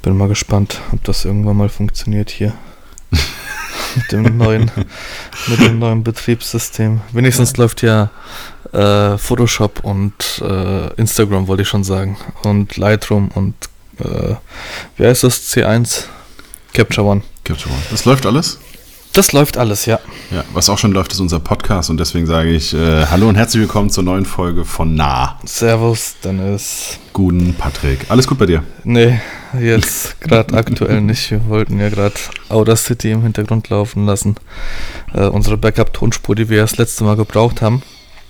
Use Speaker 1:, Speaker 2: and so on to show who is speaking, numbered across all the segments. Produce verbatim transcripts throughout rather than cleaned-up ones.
Speaker 1: Bin mal gespannt, ob das irgendwann mal funktioniert hier. mit dem neuen mit dem neuen Betriebssystem. Wenigstens ja. läuft ja äh, Photoshop und äh, Instagram, wollte ich schon sagen. Und Lightroom und äh, wie heißt das? C eins? Capture One.
Speaker 2: Capture One. Das läuft alles?
Speaker 1: Das läuft alles, ja.
Speaker 2: Ja, was auch schon läuft, ist unser Podcast und deswegen sage ich äh, hallo und herzlich willkommen zur neuen Folge von Nah.
Speaker 1: Servus, Dennis.
Speaker 2: Guten Patrick. Alles gut bei dir?
Speaker 1: Nee, jetzt gerade aktuell nicht. Wir wollten ja gerade Outer City im Hintergrund laufen lassen. Äh, unsere Backup-Tonspur, die wir das letzte Mal gebraucht haben.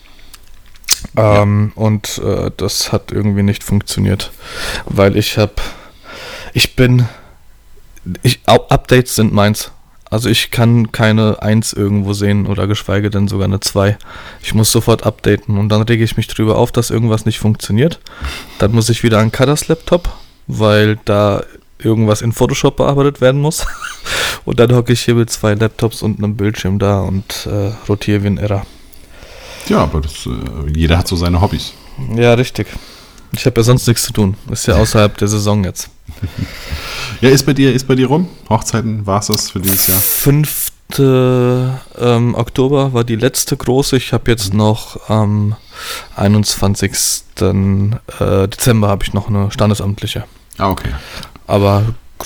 Speaker 1: Ähm, ja. Und äh, das hat irgendwie nicht funktioniert, weil ich habe, ich bin, ich, Updates sind meins. Also ich kann keine eins irgendwo sehen oder geschweige denn sogar eine zwei. Ich muss sofort updaten und dann rege ich mich drüber auf, dass irgendwas nicht funktioniert. Dann muss ich wieder an Cutters Laptop, weil da irgendwas in Photoshop bearbeitet werden muss. Und dann hocke ich hier mit zwei Laptops und einem Bildschirm da und äh, rotiere wie ein Irrer.
Speaker 2: Ja, aber das, äh, jeder hat so seine Hobbys.
Speaker 1: Ja, richtig. Ich habe ja sonst nichts zu tun. Ist ja außerhalb der Saison jetzt.
Speaker 2: Ja, ist bei dir, ist bei dir rum? Hochzeiten, war es das für dieses Jahr?
Speaker 1: fünften Ähm, Oktober war die letzte große. Ich habe jetzt noch am einundzwanzigsten Äh, Dezember habe ich noch eine standesamtliche.
Speaker 2: Ah, okay.
Speaker 1: Aber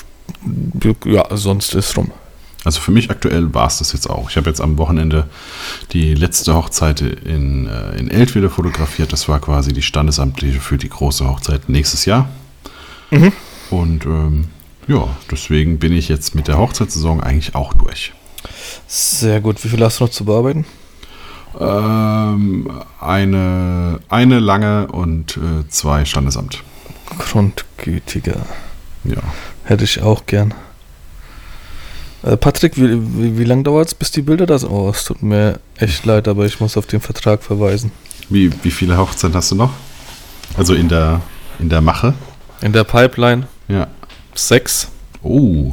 Speaker 1: ja, sonst ist rum.
Speaker 2: Also für mich aktuell war es das jetzt auch. Ich habe jetzt am Wochenende die letzte Hochzeit in, äh, in Eltville fotografiert. Das war quasi die standesamtliche für die große Hochzeit nächstes Jahr. Mhm. Und ähm, ja, deswegen bin ich jetzt mit der Hochzeitssaison eigentlich auch durch.
Speaker 1: Sehr gut. Wie viel hast du noch zu bearbeiten?
Speaker 2: Ähm, eine, eine lange und äh, zwei Standesamt.
Speaker 1: Grundgütiger.
Speaker 2: Ja.
Speaker 1: Hätte ich auch gern. Äh, Patrick, wie, wie, wie lange dauert es, bis die Bilder da sind? Oh, es tut mir echt leid, aber ich muss auf den Vertrag verweisen.
Speaker 2: Wie, wie viele Hochzeiten hast du noch? Also in der, in der Mache?
Speaker 1: In der Pipeline?
Speaker 2: Ja.
Speaker 1: Sechs.
Speaker 2: Oh.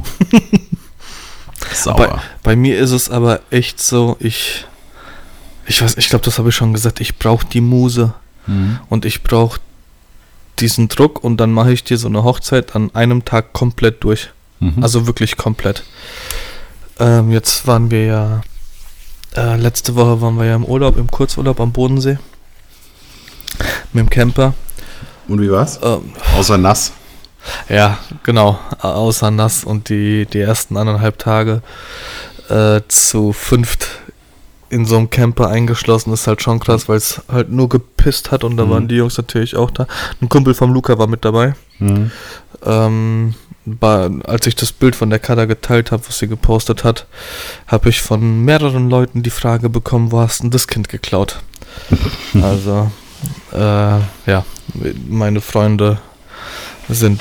Speaker 2: Sauer.
Speaker 1: Bei, bei mir ist es aber echt so, ich, ich weiß, ich glaube, das habe ich schon gesagt, ich brauche die Muse mhm. und ich brauche diesen Druck und dann mache ich dir so eine Hochzeit an einem Tag komplett durch. Mhm. Also wirklich komplett. Ähm, jetzt waren wir ja, äh, letzte Woche waren wir ja im Urlaub, im Kurzurlaub am Bodensee. Mit dem Camper.
Speaker 2: Und wie war's?
Speaker 1: Ähm,
Speaker 2: Außer nass.
Speaker 1: Ja, genau, außer nass und die, die ersten anderthalb Tage äh, zu fünft in so einem Camper eingeschlossen ist halt schon krass, weil es halt nur gepisst hat und da mhm. waren die Jungs natürlich auch da. Ein Kumpel vom Luca war mit dabei. Mhm. Ähm, bei, als ich das Bild von der Kada geteilt habe, was sie gepostet hat, habe ich von mehreren Leuten die Frage bekommen, wo hast denn das Kind geklaut? Also, äh, ja, meine Freunde sind,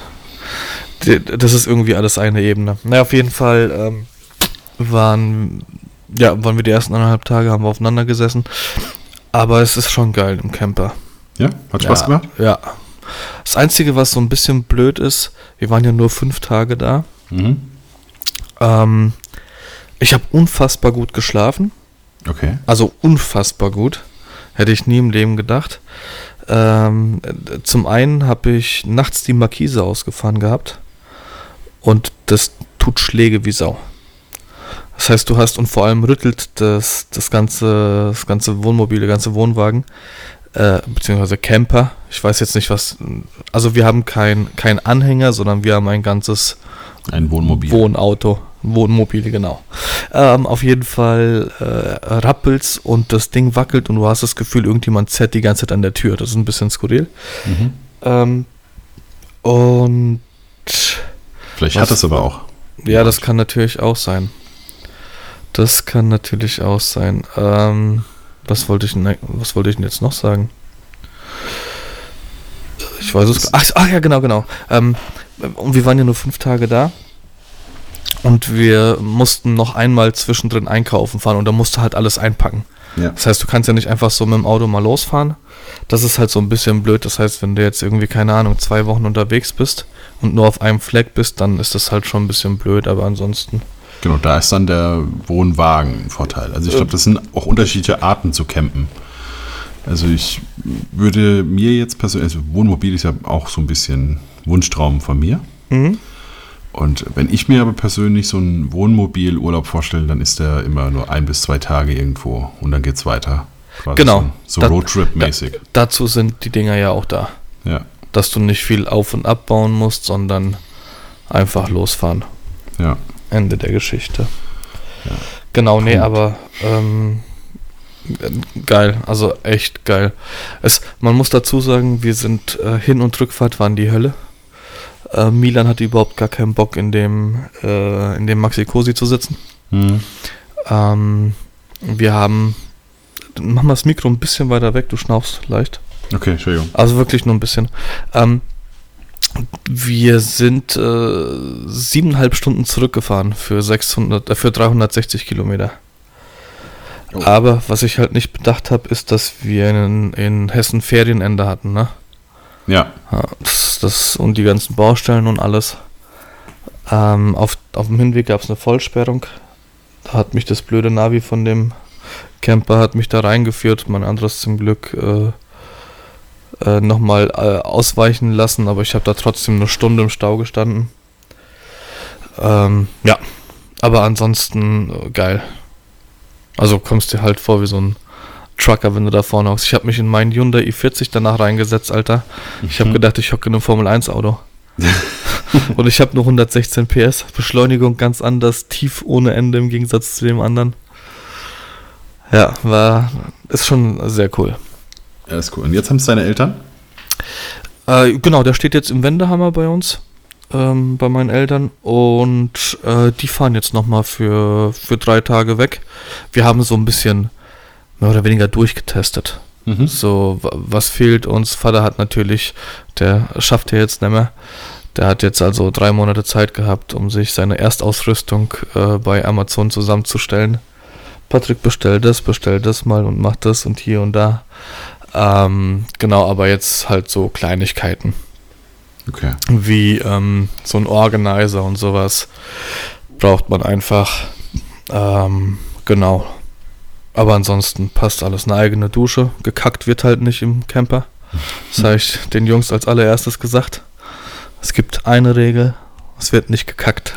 Speaker 1: das ist irgendwie alles eine Ebene. Naja, auf jeden Fall ähm, waren, ja, waren wir die ersten anderthalb Tage, haben wir aufeinander gesessen, aber es ist schon geil im Camper.
Speaker 2: Ja, hat Spaß
Speaker 1: ja,
Speaker 2: gemacht?
Speaker 1: Ja. Das Einzige, was so ein bisschen blöd ist, wir waren ja nur fünf Tage da. Mhm. Ähm, ich habe unfassbar gut geschlafen.
Speaker 2: Okay.
Speaker 1: Also unfassbar gut. Hätte ich nie im Leben gedacht. Ähm, zum einen habe ich nachts die Markise ausgefahren gehabt und das tut Schläge wie Sau. Das heißt, du hast und vor allem rüttelt das, das ganze das ganze Wohnmobil, der ganze Wohnwagen, äh, beziehungsweise Camper. Ich weiß jetzt nicht was, also wir haben kein, kein Anhänger, sondern wir haben ein ganzes
Speaker 2: ein Wohnmobil.
Speaker 1: Wohnauto. Wohnmobile, genau. Ähm, auf jeden Fall äh, rappelt's und das Ding wackelt und du hast das Gefühl, irgendjemand zerrt die ganze Zeit an der Tür. Das ist ein bisschen skurril. Mhm. Ähm, und
Speaker 2: vielleicht was, hat es aber auch.
Speaker 1: Ja, das kann natürlich auch sein. Das kann natürlich auch sein. Ähm, was wollte ich denn, was wollte ich denn jetzt noch sagen? Ich weiß es. Ach, ach ja, genau, genau. Ähm, und wir waren ja nur fünf Tage da. Und wir mussten noch einmal zwischendrin einkaufen fahren und da musst du halt alles einpacken. Ja. Das heißt, du kannst ja nicht einfach so mit dem Auto mal losfahren. Das ist halt so ein bisschen blöd. Das heißt, wenn du jetzt irgendwie, keine Ahnung, zwei Wochen unterwegs bist und nur auf einem Fleck bist, dann ist das halt schon ein bisschen blöd, aber ansonsten...
Speaker 2: Genau, da ist dann der Wohnwagen ein Vorteil. Also ich glaube, das sind auch unterschiedliche Arten zu campen. Also ich würde mir jetzt persönlich, also Wohnmobil ist ja auch so ein bisschen Wunschtraum von mir.
Speaker 1: Mhm.
Speaker 2: Und wenn ich mir aber persönlich so einen Wohnmobilurlaub vorstelle, dann ist der immer nur ein bis zwei Tage irgendwo und dann geht's weiter. Quasi
Speaker 1: Genau.
Speaker 2: So, so
Speaker 1: Da-
Speaker 2: Roadtrip-mäßig.
Speaker 1: Da, dazu sind die Dinger ja auch da.
Speaker 2: Ja,
Speaker 1: Dass du nicht viel auf- und abbauen musst, sondern einfach losfahren.
Speaker 2: ja.
Speaker 1: Ende der Geschichte.
Speaker 2: Ja.
Speaker 1: Genau, nee,
Speaker 2: Punkt.
Speaker 1: aber ähm, geil, also echt geil. Es, man muss dazu sagen, wir sind äh, Hin- und Rückfahrt waren die Hölle. Äh, Milan hatte überhaupt gar keinen Bock, in dem, äh, in dem Maxi Cosi zu sitzen.
Speaker 2: Hm.
Speaker 1: Ähm, wir haben, mach mal das Mikro ein bisschen weiter weg, du schnaufst leicht.
Speaker 2: Okay, Entschuldigung.
Speaker 1: Also wirklich nur ein bisschen. Ähm, wir sind äh, siebeneinhalb Stunden zurückgefahren für sechshundert, äh, für dreihundertsechzig Kilometer.
Speaker 2: Oh.
Speaker 1: Aber was ich halt nicht bedacht habe, ist, dass wir in, in Hessen Ferienende hatten, ne?
Speaker 2: Ja,
Speaker 1: Ja, das, das und die ganzen Baustellen und alles. Ähm, auf, auf dem Hinweg gab es eine Vollsperrung. Da hat mich das blöde Navi von dem Camper hat mich da reingeführt. Mein anderes zum Glück äh, äh, nochmal äh, ausweichen lassen, aber ich habe da trotzdem eine Stunde im Stau gestanden. Ähm, ja, aber ansonsten äh, geil. Also kommst dir halt vor wie so ein Trucker, wenn du da vorne hockst. Ich habe mich in meinen Hyundai i vierzig danach reingesetzt, Alter. Ich habe
Speaker 2: Mhm.
Speaker 1: gedacht, ich hocke in einem Formel eins Auto. Und ich habe nur hundertsechzehn P S. Beschleunigung ganz anders, tief ohne Ende im Gegensatz zu dem anderen. Ja, war, ist schon sehr cool.
Speaker 2: ja, ist cool. Und jetzt haben es deine Eltern?
Speaker 1: Äh, genau, der steht jetzt im Wendehammer bei uns, ähm, bei meinen Eltern. Und äh, die fahren jetzt nochmal für, für drei Tage weg. Wir haben so ein bisschen mehr oder weniger durchgetestet.
Speaker 2: Mhm.
Speaker 1: So, wa- was fehlt uns? Vater hat natürlich, der schafft ja jetzt nicht mehr. Der hat jetzt also drei Monate Zeit gehabt, um sich seine Erstausrüstung äh, bei Amazon zusammenzustellen. Patrick, bestell das, bestell das mal und mach das und hier und da. Ähm, genau, aber jetzt halt so Kleinigkeiten,
Speaker 2: Okay.
Speaker 1: wie ähm, so ein Organizer und sowas braucht man einfach. Ähm, genau. Aber ansonsten passt alles. Eine eigene Dusche. Gekackt wird halt nicht im Camper. Das habe ich den Jungs als allererstes gesagt. Es gibt eine Regel. Es wird nicht gekackt.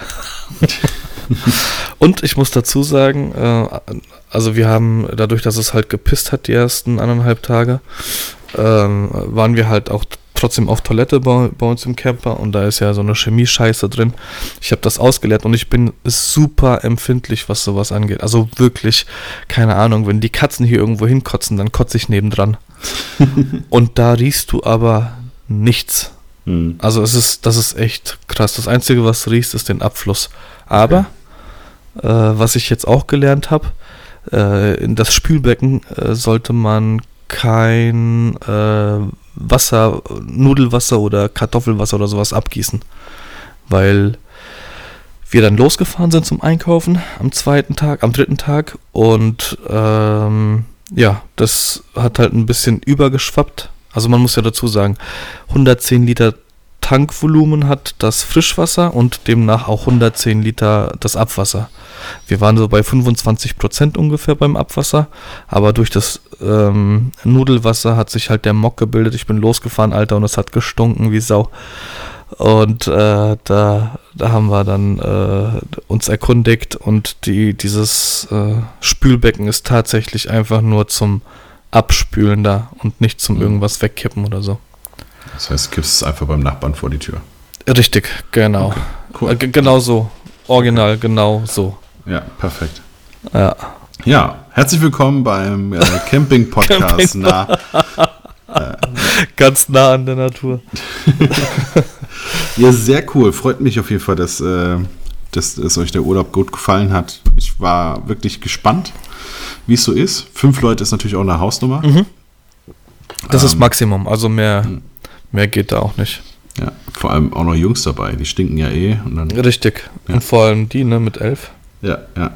Speaker 1: Und ich muss dazu sagen, äh, also wir haben, dadurch, dass es halt gepisst hat die ersten anderthalb Tage, ähm, waren wir halt auch trotzdem auf Toilette bei, bei uns im Camper und da ist ja so eine Chemie-Scheiße drin. Ich habe das ausgeleert und ich bin super empfindlich, was sowas angeht. Also wirklich, keine Ahnung, wenn die Katzen hier irgendwo hinkotzen, dann kotze ich nebendran. Und da riechst du aber nichts.
Speaker 2: Hm.
Speaker 1: Also es ist, das ist echt krass. Das Einzige, was du riechst, ist den Abfluss. Aber, äh, was ich jetzt auch gelernt habe, äh, in das Spülbecken äh, sollte man kein äh, Wasser, Nudelwasser oder Kartoffelwasser oder sowas abgießen. Weil wir dann losgefahren sind zum Einkaufen am zweiten Tag, am dritten Tag und ähm, ja, das hat halt ein bisschen übergeschwappt. Also man muss ja dazu sagen, hundertzehn Liter Tankvolumen hat das Frischwasser und demnach auch hundertzehn Liter das Abwasser. Wir waren so bei fünfundzwanzig Prozent ungefähr beim Abwasser, aber durch das ähm, Nudelwasser hat sich halt der Mock gebildet. Ich bin losgefahren, Alter, und es hat gestunken wie Sau. Und äh, da, da haben wir dann äh, uns erkundigt und die, dieses äh, Spülbecken ist tatsächlich einfach nur zum Abspülen da und nicht zum
Speaker 2: Mhm.
Speaker 1: irgendwas wegkippen oder so.
Speaker 2: Das heißt, du kippst es einfach beim Nachbarn vor die Tür.
Speaker 1: Richtig, genau.
Speaker 2: Okay, cool.
Speaker 1: Äh, g- genau so. Original, genau so.
Speaker 2: Ja, perfekt.
Speaker 1: Ja.
Speaker 2: Ja, herzlich willkommen beim äh, Camping-Podcast.
Speaker 1: Camping-
Speaker 2: Na,
Speaker 1: Ganz nah an der Natur.
Speaker 2: ja, sehr cool. Freut mich auf jeden Fall, dass, äh, dass, dass euch der Urlaub gut gefallen hat. Ich war wirklich gespannt, wie es so ist. Fünf Leute ist natürlich auch eine Hausnummer.
Speaker 1: Mhm. Das ist
Speaker 2: Ähm,
Speaker 1: Maximum, also mehr,
Speaker 2: Mhm.
Speaker 1: mehr geht da auch nicht.
Speaker 2: Ja, vor allem auch noch Jungs dabei. Die stinken ja eh. Und dann,
Speaker 1: Richtig.
Speaker 2: Ja.
Speaker 1: Und vor allem die, ne, mit elf.
Speaker 2: ja, ja.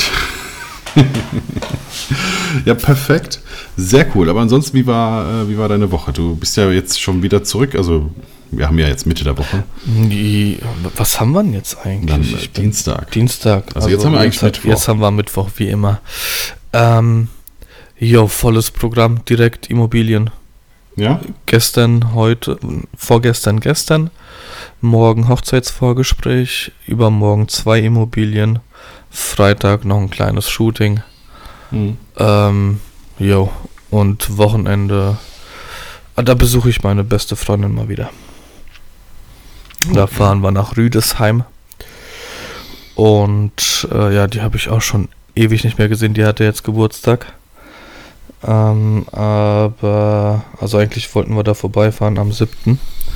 Speaker 2: Ja, perfekt. Sehr cool. Aber ansonsten, wie war, äh, wie war deine Woche? Du bist ja jetzt schon wieder zurück. Also, wir haben ja jetzt Mitte der Woche.
Speaker 1: Die, was haben wir denn jetzt eigentlich?
Speaker 2: Dann äh,
Speaker 1: Ich bin-
Speaker 2: Dienstag.
Speaker 1: Dienstag.
Speaker 2: Also jetzt haben wir eigentlich
Speaker 1: jetzt,
Speaker 2: Mittwoch.
Speaker 1: Jetzt haben wir Mittwoch, wie immer. Ähm, jo, volles Programm, direkt Immobilien.
Speaker 2: Ja?
Speaker 1: Gestern, heute, vorgestern, gestern Morgen Hochzeitsvorgespräch, übermorgen zwei Immobilien, Freitag noch ein kleines Shooting. Mhm. Ähm, jo, und Wochenende, da besuche ich meine beste Freundin mal wieder. Okay. Da fahren wir nach Rüdesheim. Und äh, ja, die habe ich auch schon ewig nicht mehr gesehen, die hatte jetzt Geburtstag. Ähm, aber, also eigentlich wollten wir da vorbeifahren am siebten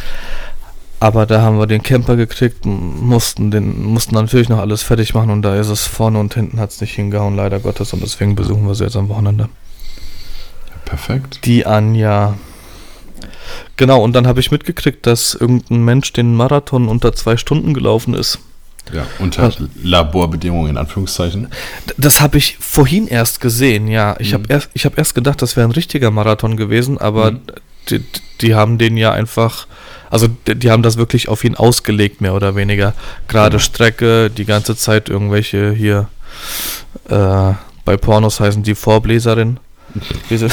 Speaker 1: Aber da haben wir den Camper gekriegt, mussten den mussten natürlich noch alles fertig machen und da ist es vorne und hinten hat es nicht hingehauen, leider Gottes, und deswegen besuchen wir sie jetzt am Wochenende.
Speaker 2: Perfekt.
Speaker 1: Die Anja. Genau, und dann habe ich mitgekriegt, dass irgendein Mensch den Marathon unter zwei Stunden gelaufen ist.
Speaker 2: Ja, unter Was? Laborbedingungen in Anführungszeichen.
Speaker 1: Das habe ich vorhin erst gesehen, ja. Ich mhm. habe erst, ich hab erst gedacht, das wäre ein richtiger Marathon gewesen, aber mhm. die, die haben den ja einfach, also die, die haben das wirklich auf ihn ausgelegt, mehr oder weniger. Gerade mhm. Strecke, die ganze Zeit irgendwelche hier, äh, bei Pornos heißen die Vorbläserin. Diese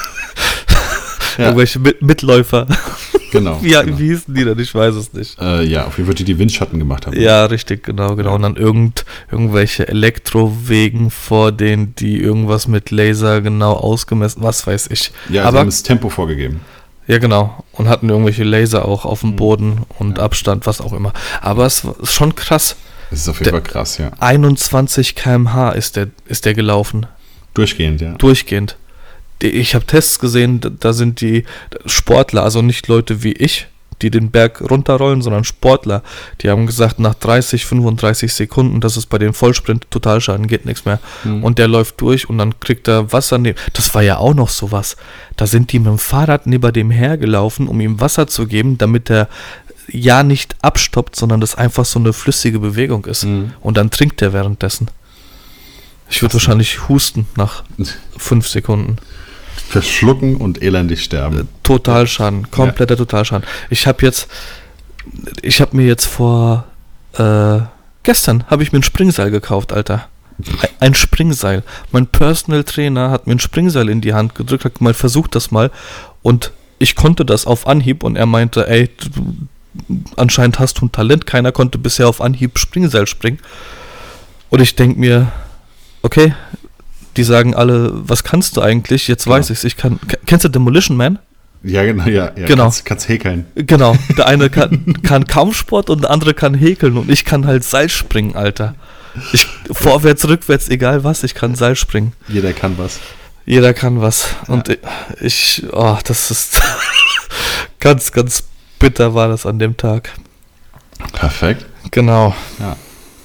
Speaker 1: ja. Irgendwelche Mit- Mitläufer.
Speaker 2: Genau.
Speaker 1: wie,
Speaker 2: genau.
Speaker 1: wie hießen die denn? Ich weiß es nicht.
Speaker 2: Äh, ja, auf jeden Fall die, die Windschatten gemacht haben.
Speaker 1: Ja, richtig, genau, genau. Ja. Und dann irgend, irgendwelche Elektrowegen vor denen, die irgendwas mit Laser genau ausgemessen, was weiß ich.
Speaker 2: Ja, sie haben das Tempo vorgegeben.
Speaker 1: Ja, genau. Und hatten irgendwelche Laser auch auf dem mhm. Boden und ja. Abstand, was auch immer. Aber es ist schon krass.
Speaker 2: Es ist auf jeden der, Fall krass, ja.
Speaker 1: einundzwanzig Kilometer pro Stunde ist der, ist der gelaufen.
Speaker 2: Durchgehend, ja.
Speaker 1: Durchgehend. Ich habe Tests gesehen, da sind die Sportler, also nicht Leute wie ich, die den Berg runterrollen, sondern Sportler, die haben gesagt, nach dreißig, fünfunddreißig Sekunden, das ist bei den Vollsprint Totalschaden, geht nichts mehr. Mhm. Und der läuft durch und dann kriegt er Wasser neben. Das war ja auch noch sowas. Da sind die mit dem Fahrrad neben dem hergelaufen, um ihm Wasser zu geben, damit er ja nicht abstoppt, sondern das einfach so eine flüssige Bewegung ist. Mhm. Und dann trinkt er währenddessen. Ich würde wahrscheinlich husten nach fünf Sekunden.
Speaker 2: Verschlucken und elendig sterben.
Speaker 1: Totalschaden, kompletter ja. Totalschaden. Ich habe jetzt, ich habe mir jetzt vor, äh, gestern habe ich mir ein Springseil gekauft, Alter. Ein Springseil. Mein Personal Trainer hat mir ein Springseil in die Hand gedrückt, hat mal versucht das mal und ich konnte das auf Anhieb und er meinte, ey, du, anscheinend hast du ein Talent, keiner konnte bisher auf Anhieb Springseil springen. Und ich denke mir, okay, die sagen alle, was kannst du eigentlich? Jetzt weiß ja. ich's. Ich kann. Kennst du Demolition Man?
Speaker 2: Ja, genau, ja. ja.
Speaker 1: Genau.
Speaker 2: Kannst, kannst häkeln.
Speaker 1: Genau. Der eine kann, kann Kampfsport und der andere kann häkeln und ich kann halt Seil springen, Alter. Ich, vorwärts, rückwärts, egal was, ich kann Seil springen.
Speaker 2: Jeder kann was.
Speaker 1: Jeder kann was. Und ja. ich, oh, das ist ganz, ganz bitter war das an dem Tag.
Speaker 2: Perfekt.
Speaker 1: Genau.
Speaker 2: Ja.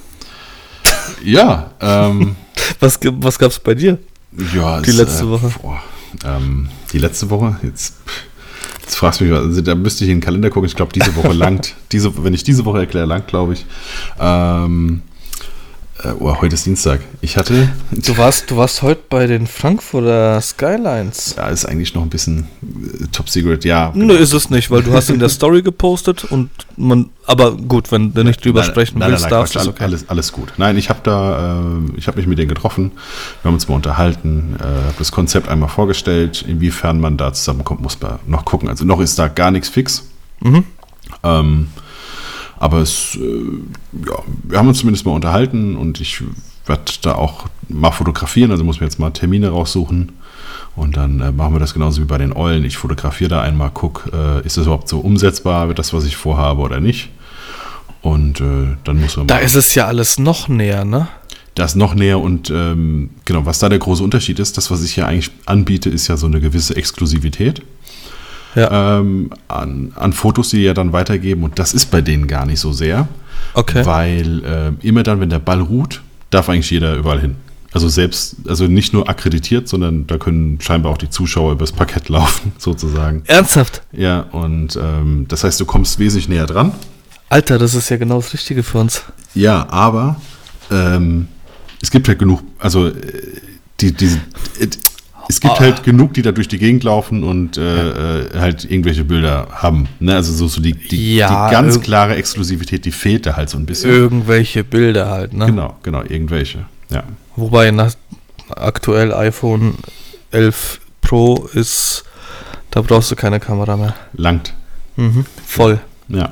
Speaker 2: Ja, ähm.
Speaker 1: Was, was gab's bei dir?
Speaker 2: Ja,
Speaker 1: die
Speaker 2: es,
Speaker 1: letzte
Speaker 2: äh,
Speaker 1: Woche.
Speaker 2: Boah, ähm, die letzte Woche, jetzt, jetzt fragst du mich, also, da müsste ich in den Kalender gucken, ich glaube, diese Woche langt, diese, wenn ich diese Woche erkläre, langt, glaube ich. Ähm, äh, oh, heute ist Dienstag. Ich hatte...
Speaker 1: Du warst, du warst heute bei den Frankfurter Skylines.
Speaker 2: Ja, ist eigentlich noch ein bisschen äh, Top Secret, ja.
Speaker 1: Nö, ist es nicht, weil du hast in der Story gepostet und man, aber gut, wenn du nicht drüber
Speaker 2: nein,
Speaker 1: sprechen
Speaker 2: nein,
Speaker 1: willst,
Speaker 2: nein, nein,
Speaker 1: darfst du
Speaker 2: Quatsch,
Speaker 1: es okay.
Speaker 2: Alles, alles gut. Nein, ich habe da, äh, ich habe mich mit denen getroffen, wir haben uns mal unterhalten, äh, habe das Konzept einmal vorgestellt, inwiefern man da zusammenkommt, muss man noch gucken. Also noch ist da gar nichts fix. Mhm. Ähm, aber es, äh, ja, wir haben uns zumindest mal unterhalten und ich werde da auch mal fotografieren, also muss mir jetzt mal Termine raussuchen und dann äh, machen wir das genauso wie bei den Eulen. Ich fotografiere da einmal, guck, äh, ist das überhaupt so umsetzbar, wird das, was ich vorhabe oder nicht? Und äh, dann muss man
Speaker 1: Da
Speaker 2: mal,
Speaker 1: ist es ja alles noch näher, ne?
Speaker 2: Das noch näher und ähm, genau, was da der große Unterschied ist, das, was ich hier eigentlich anbiete, ist ja so eine gewisse Exklusivität. Ja. Ähm, an, an Fotos, die ja dann weitergeben und das ist bei denen gar nicht so sehr,
Speaker 1: okay.
Speaker 2: Weil äh, immer dann, wenn der Ball ruht, darf eigentlich jeder überall hin. Also selbst, also nicht nur akkreditiert, sondern da können scheinbar auch die Zuschauer übers Parkett laufen, sozusagen.
Speaker 1: Ernsthaft?
Speaker 2: Ja, und ähm, das heißt, du kommst wesentlich näher dran.
Speaker 1: Alter, das ist ja genau das Richtige für uns.
Speaker 2: Ja, aber ähm, es gibt halt genug, also die, die, die es gibt oh. halt genug, die da durch die Gegend laufen und äh, ja. halt irgendwelche Bilder haben. Ne? Also so, so die, die,
Speaker 1: ja,
Speaker 2: die ganz irg- klare Exklusivität, die fehlt da halt so ein bisschen.
Speaker 1: Irgendwelche Bilder halt, ne?
Speaker 2: Genau, genau, irgendwelche, ja.
Speaker 1: Wobei nach aktuell iPhone elf Pro ist, da brauchst du keine Kamera mehr.
Speaker 2: Langt.
Speaker 1: Mhm, voll.
Speaker 2: Ja.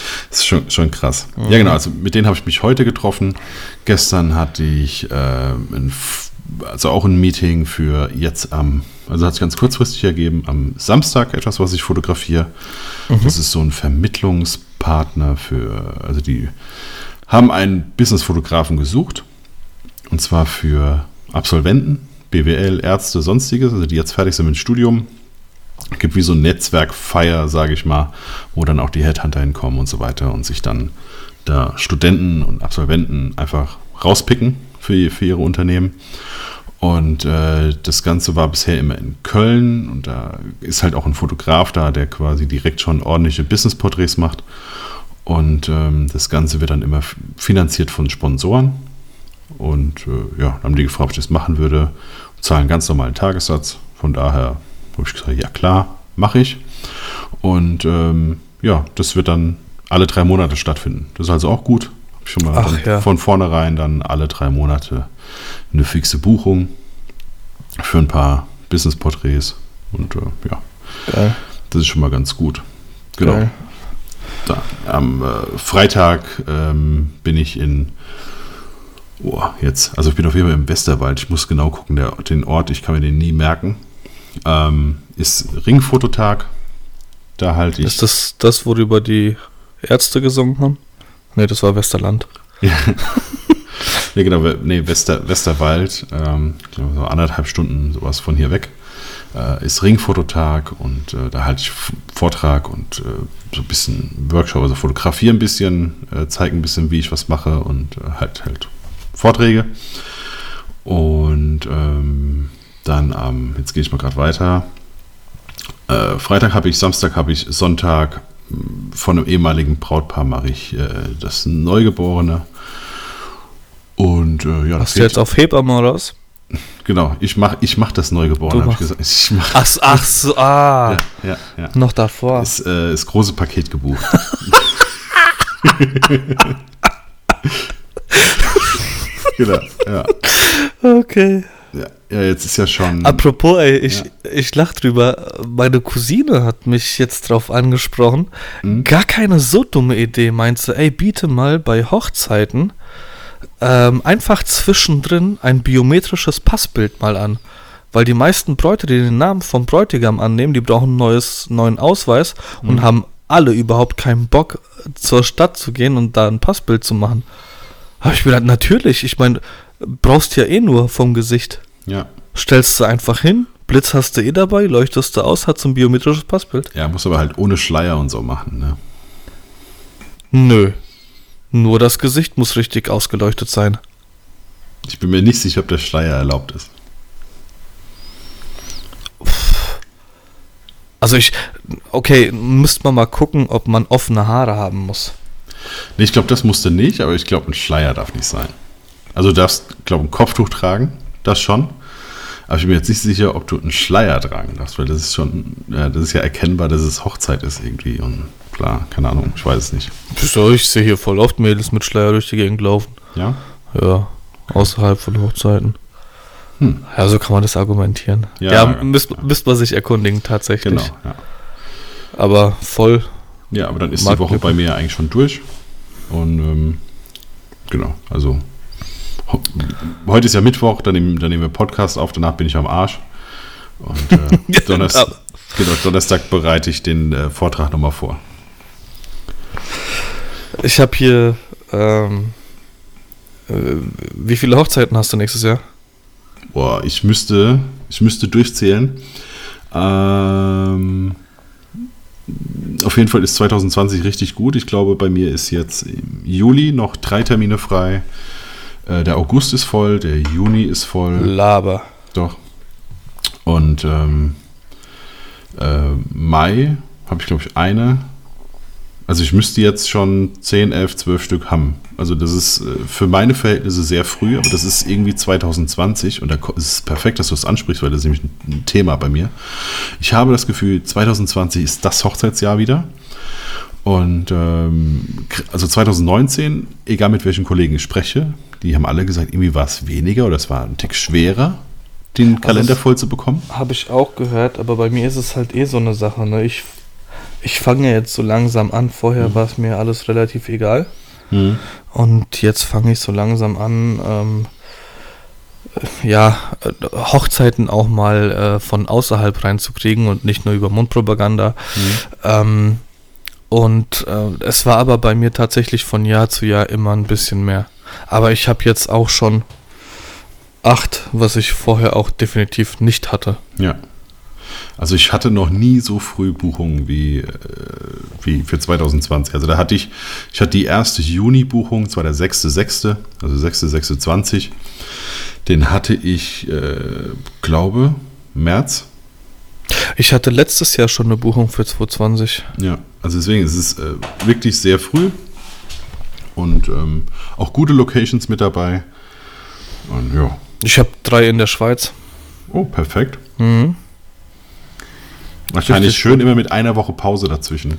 Speaker 2: Das ist schon, schon krass. Mhm. Ja, genau, also mit denen habe ich mich heute getroffen. Gestern hatte ich äh, ein, also auch ein Meeting für jetzt am, also hat es ganz kurzfristig ergeben, am Samstag etwas, was ich fotografiere. Mhm. Das ist so ein Vermittlungspartner für, also die haben einen Businessfotografen gesucht, und zwar für Absolventen, B W L, Ärzte, sonstiges, also die jetzt fertig sind mit dem Studium. Es gibt wie so ein Netzwerkfeier, sage ich mal, wo dann auch die Headhunter hinkommen und so weiter und sich dann da Studenten und Absolventen einfach rauspicken für, für ihre Unternehmen. Und äh, das Ganze war bisher immer in Köln, und da ist halt auch ein Fotograf da, der quasi direkt schon ordentliche Business-Porträts macht. Und ähm, das Ganze wird dann immer finanziert von Sponsoren. Und äh, ja, dann haben die gefragt, ob ich das machen würde, zahlen einen ganz normalen Tagessatz. Von daher habe ich gesagt, ja klar, mache ich. Und ähm, ja, das wird dann alle drei Monate stattfinden. Das ist also auch gut. Habe ich schon mal
Speaker 1: Ach, ja.
Speaker 2: von vornherein dann alle drei Monate eine fixe Buchung für ein paar Business-Porträts. Und äh, ja,
Speaker 1: Geil.
Speaker 2: Das ist schon mal ganz gut. Genau.
Speaker 1: Geil.
Speaker 2: Da, am äh, Freitag ähm, bin ich in oh, jetzt, also ich bin auf jeden Fall im Westerwald. Ich muss genau gucken, der, den Ort, ich kann mir den nie merken. Ähm, ist Ringfototag. Da halte ich.
Speaker 1: Ist das das, worüber die Ärzte gesungen haben? Nee, das war Westerland.
Speaker 2: Ja, nee, genau, nee, Wester, Westerwald, ähm, so anderthalb Stunden sowas von hier weg. Äh, ist Ringfototag, und äh, da halte ich Vortrag und äh, so ein bisschen Workshop, also fotografiere ein bisschen, äh, zeige ein bisschen, wie ich was mache, und äh, halt halt Vorträge. Und ähm, dann am, ähm, jetzt gehe ich mal gerade weiter. Äh, Freitag habe ich, Samstag habe ich, Sonntag von einem ehemaligen Brautpaar mache ich äh, das Neugeborene. Und äh, ja,
Speaker 1: Hast du jetzt auf Hebamme oder was?
Speaker 2: Genau, ich mache ich mach das Neugeborene, habe ich gesagt. Ich mach,
Speaker 1: ach, ach so, ah.
Speaker 2: Ja, ja, ja.
Speaker 1: Noch davor.
Speaker 2: Ist, äh, ist große Paket gebucht. Genau, ja.
Speaker 1: Okay.
Speaker 2: Ja, ja, jetzt ist ja schon...
Speaker 1: Apropos, ey, ich,
Speaker 2: ja.
Speaker 1: ich lach drüber. Meine Cousine hat mich jetzt drauf angesprochen.
Speaker 2: Mhm.
Speaker 1: Gar keine so dumme Idee. Meinst du, ey, biete mal bei Hochzeiten ähm, einfach zwischendrin ein biometrisches Passbild mal an. Weil die meisten Bräute, die den Namen vom Bräutigam annehmen, die brauchen ein neues, neuen Ausweis mhm. und haben alle überhaupt keinen Bock, zur Stadt zu gehen und da ein Passbild zu machen. Habe ich mir gedacht, natürlich, ich meine, brauchst ja eh nur vom Gesicht.
Speaker 2: Ja.
Speaker 1: Stellst du einfach hin, Blitz hast du eh dabei, leuchtest du aus, hat so ein biometrisches Passbild.
Speaker 2: Ja, muss aber halt ohne Schleier und so machen, ne?
Speaker 1: Nö. Nur das Gesicht muss richtig ausgeleuchtet sein.
Speaker 2: Ich bin mir nicht sicher, ob der Schleier erlaubt ist.
Speaker 1: Also ich, okay, müsste man mal gucken, ob man offene Haare haben muss.
Speaker 2: Nee, ich glaube, das musste nicht, aber ich glaube, ein Schleier darf nicht sein. Also du darfst, glaube ich, ein Kopftuch tragen, das schon. Aber ich bin mir jetzt nicht sicher, ob du einen Schleier tragen darfst, weil das ist schon, ja, das ist ja erkennbar, dass es Hochzeit ist irgendwie. Und klar, keine Ahnung, ich weiß es nicht.
Speaker 1: Ich sehe hier voll oft Mädels mit Schleier durch die Gegend laufen.
Speaker 2: Ja?
Speaker 1: Ja, außerhalb von Hochzeiten.
Speaker 2: Hm.
Speaker 1: Ja, so kann man das argumentieren. Ja, ja müsste müsst man sich erkundigen, tatsächlich.
Speaker 2: Genau, ja.
Speaker 1: Aber voll.
Speaker 2: Ja, aber dann ist die Woche bei mir eigentlich schon durch. Und ähm, genau, also ho- heute ist ja Mittwoch, dann nehmen, dann nehmen wir Podcast auf, danach bin ich am Arsch. Und äh, Donnerstag, genau, Donnerstag bereite ich den äh, Vortrag nochmal vor.
Speaker 1: Ich habe hier, ähm, äh, wie viele Hochzeiten hast du nächstes Jahr?
Speaker 2: Boah, ich müsste, ich müsste durchzählen. Ähm, auf jeden Fall ist zwanzig zwanzig richtig gut. Ich glaube, bei mir ist jetzt im Juli noch drei Termine frei. Äh, der August ist voll, der Juni ist voll.
Speaker 1: Laber.
Speaker 2: Doch. Und ähm, äh, Mai habe ich, glaube ich, eine. Also ich müsste jetzt schon zehn, elf, zwölf Stück haben. Also das ist äh, für meine Verhältnisse sehr früh, aber das ist irgendwie zwanzig zwanzig und da ist es perfekt, dass du es ansprichst, weil das ist nämlich ein, ein Thema bei mir. Ich habe das Gefühl, zwanzig zwanzig ist das Hochzeitsjahr wieder. Und ähm, also zwanzig neunzehn, egal mit welchen Kollegen ich spreche, die haben alle gesagt, irgendwie war es weniger oder es war ein Tick schwerer, den Kalender voll zu bekommen.
Speaker 1: Habe ich auch gehört, aber bei mir ist es halt eh so eine Sache. Ne? Ich, ich fange ja jetzt so langsam an. Vorher mhm. war es mir alles relativ egal.
Speaker 2: Mhm.
Speaker 1: Und jetzt fange ich so langsam an, ähm, ja, Hochzeiten auch mal äh, von außerhalb reinzukriegen und nicht nur über Mundpropaganda.
Speaker 2: Mhm.
Speaker 1: Ähm, und äh, es war aber bei mir tatsächlich von Jahr zu Jahr immer ein bisschen mehr. Aber ich habe jetzt auch schon acht, was ich vorher auch definitiv nicht hatte.
Speaker 2: Ja. Also ich hatte noch nie so früh Buchungen wie, äh, wie für zwanzig zwanzig. Also da hatte ich, ich hatte die erste Juni-Buchung, das war der sechster sechster, also sechster sechster zwanzig. Den hatte ich, äh, glaube, März.
Speaker 1: Ich hatte letztes Jahr schon eine Buchung für zwanzig zwanzig.
Speaker 2: Ja, also deswegen ist es äh, wirklich sehr früh und ähm, auch gute Locations mit dabei. Und ja.
Speaker 1: Ich habe drei in der Schweiz.
Speaker 2: Oh, perfekt.
Speaker 1: Mhm.
Speaker 2: Wahrscheinlich schön immer mit einer Woche Pause dazwischen.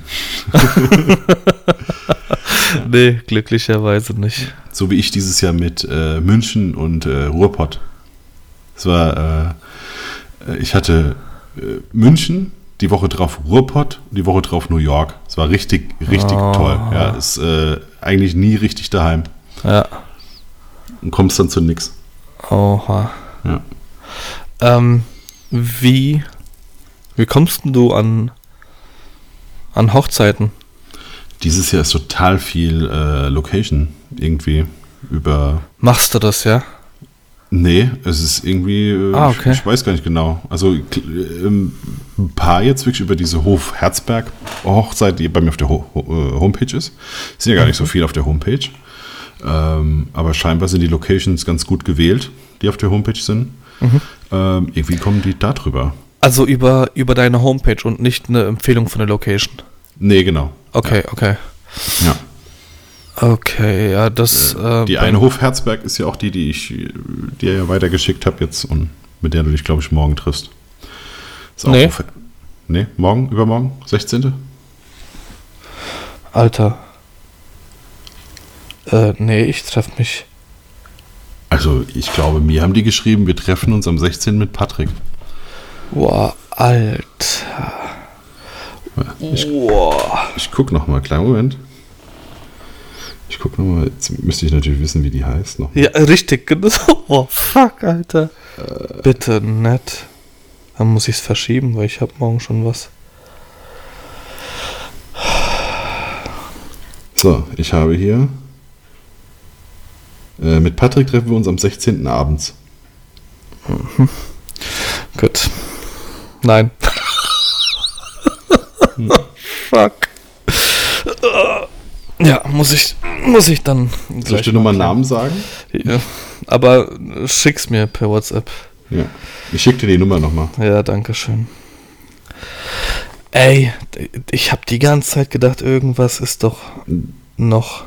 Speaker 1: Nee, glücklicherweise nicht.
Speaker 2: So wie ich dieses Jahr mit äh, München und äh, Ruhrpott. Es war, äh, ich hatte äh, München, die Woche drauf Ruhrpott, die Woche drauf New York. Es war richtig, richtig
Speaker 1: oh.
Speaker 2: toll. Ja, ist äh, eigentlich nie richtig daheim.
Speaker 1: Ja.
Speaker 2: Und kommst dann zu nix.
Speaker 1: Oha.
Speaker 2: Ja.
Speaker 1: Ähm, wie, wie kommst denn du an, an Hochzeiten?
Speaker 2: Dieses Jahr ist total viel äh, Location irgendwie über...
Speaker 1: Machst du das, ja?
Speaker 2: Nee, es ist irgendwie, äh,
Speaker 1: ah, okay.
Speaker 2: ich, ich weiß gar nicht genau. Also äh, ein paar jetzt wirklich über diese Hof Herzberg Hochzeit, die bei mir auf der Ho- Ho- Homepage ist. Sind ja gar nicht so viel auf der Homepage. Ähm, aber scheinbar sind die Locations ganz gut gewählt, die auf der Homepage sind.
Speaker 1: Mhm.
Speaker 2: Ähm, irgendwie kommen die da drüber.
Speaker 1: Also über, über deine Homepage und nicht eine Empfehlung von der Location?
Speaker 2: Nee, genau.
Speaker 1: Okay,
Speaker 2: ja.
Speaker 1: okay.
Speaker 2: Ja.
Speaker 1: Okay, ja, das...
Speaker 2: Äh,
Speaker 1: äh,
Speaker 2: die eine Hof Herzberg ist ja auch die, die ich dir ja weitergeschickt habe jetzt und mit der du dich, glaube ich, morgen triffst. Ist auch
Speaker 1: nee.
Speaker 2: Hof, nee, morgen, übermorgen, sechzehnten
Speaker 1: Alter. Äh, nee, ich treffe mich.
Speaker 2: Also, ich glaube, mir haben die geschrieben, wir treffen uns am sechzehnten mit Patrick.
Speaker 1: Boah, Alter.
Speaker 2: Ich,
Speaker 1: wow.
Speaker 2: ich gucke nochmal, kleinen Moment. Ich gucke nochmal, jetzt müsste ich natürlich wissen, wie die heißt. Noch.
Speaker 1: Ja, richtig, genau. Oh, fuck, Alter. Äh, Bitte nett. Dann muss ich es verschieben, weil ich habe morgen schon was.
Speaker 2: So, ich habe hier... Äh, mit Patrick treffen wir uns am sechzehnten abends.
Speaker 1: Mhm. Gut. Nein.
Speaker 2: Hm.
Speaker 1: Fuck. Ja, muss ich, muss ich dann.
Speaker 2: Soll ich dir nochmal einen Namen sagen?
Speaker 1: Ja, aber schick's mir per WhatsApp.
Speaker 2: Ja, ich schick dir die Nummer nochmal.
Speaker 1: Ja, danke schön. Ey, ich habe die ganze Zeit gedacht, irgendwas ist doch noch.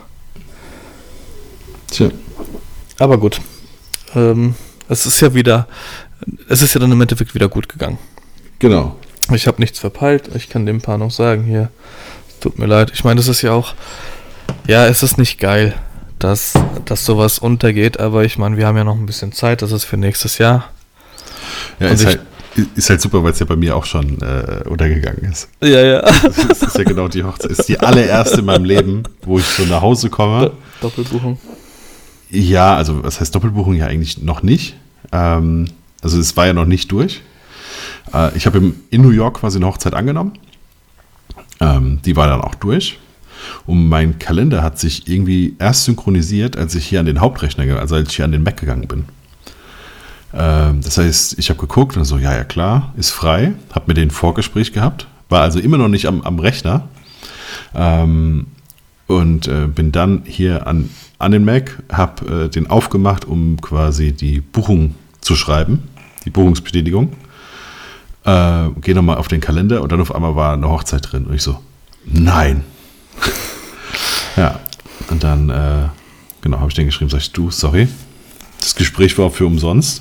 Speaker 2: Tja.
Speaker 1: Aber gut. Ähm, es ist ja wieder, es ist ja dann im Endeffekt wieder gut gegangen.
Speaker 2: Genau.
Speaker 1: Ich habe nichts verpeilt. Ich kann dem Paar noch sagen, hier, es tut mir leid. Ich meine, es ist ja auch, ja, es ist nicht geil, dass, dass sowas untergeht, aber ich meine, wir haben ja noch ein bisschen Zeit, das ist für nächstes Jahr.
Speaker 2: Ja, ist halt, ist halt super, weil es ja bei mir auch schon äh, untergegangen ist.
Speaker 1: Ja, ja.
Speaker 2: Das ist, das ist ja genau die Hochzeit. Das ist die allererste in meinem Leben, wo ich so nach Hause komme.
Speaker 1: Doppelbuchung.
Speaker 2: Ja, also was heißt Doppelbuchung? Ja, eigentlich noch nicht. Ähm, also es war ja noch nicht durch. Äh, ich habe in New York quasi eine Hochzeit angenommen. Ähm, die war dann auch durch. Und mein Kalender hat sich irgendwie erst synchronisiert, als ich hier an den Hauptrechner, also als ich hier an den Mac gegangen bin. Ähm, das heißt, ich habe geguckt und so, ja, ja klar, ist frei. Habe mir den Vorgespräch gehabt. War also immer noch nicht am, am Rechner. Ähm, und äh, bin dann hier an an den Mac, habe äh, den aufgemacht, um quasi die Buchung zu schreiben, die Buchungsbestätigung. Äh, Gehe nochmal auf den Kalender und dann auf einmal war eine Hochzeit drin. Und ich so, nein. Ja, und dann, äh, genau, habe ich den geschrieben, sag ich, du, sorry, das Gespräch war für umsonst.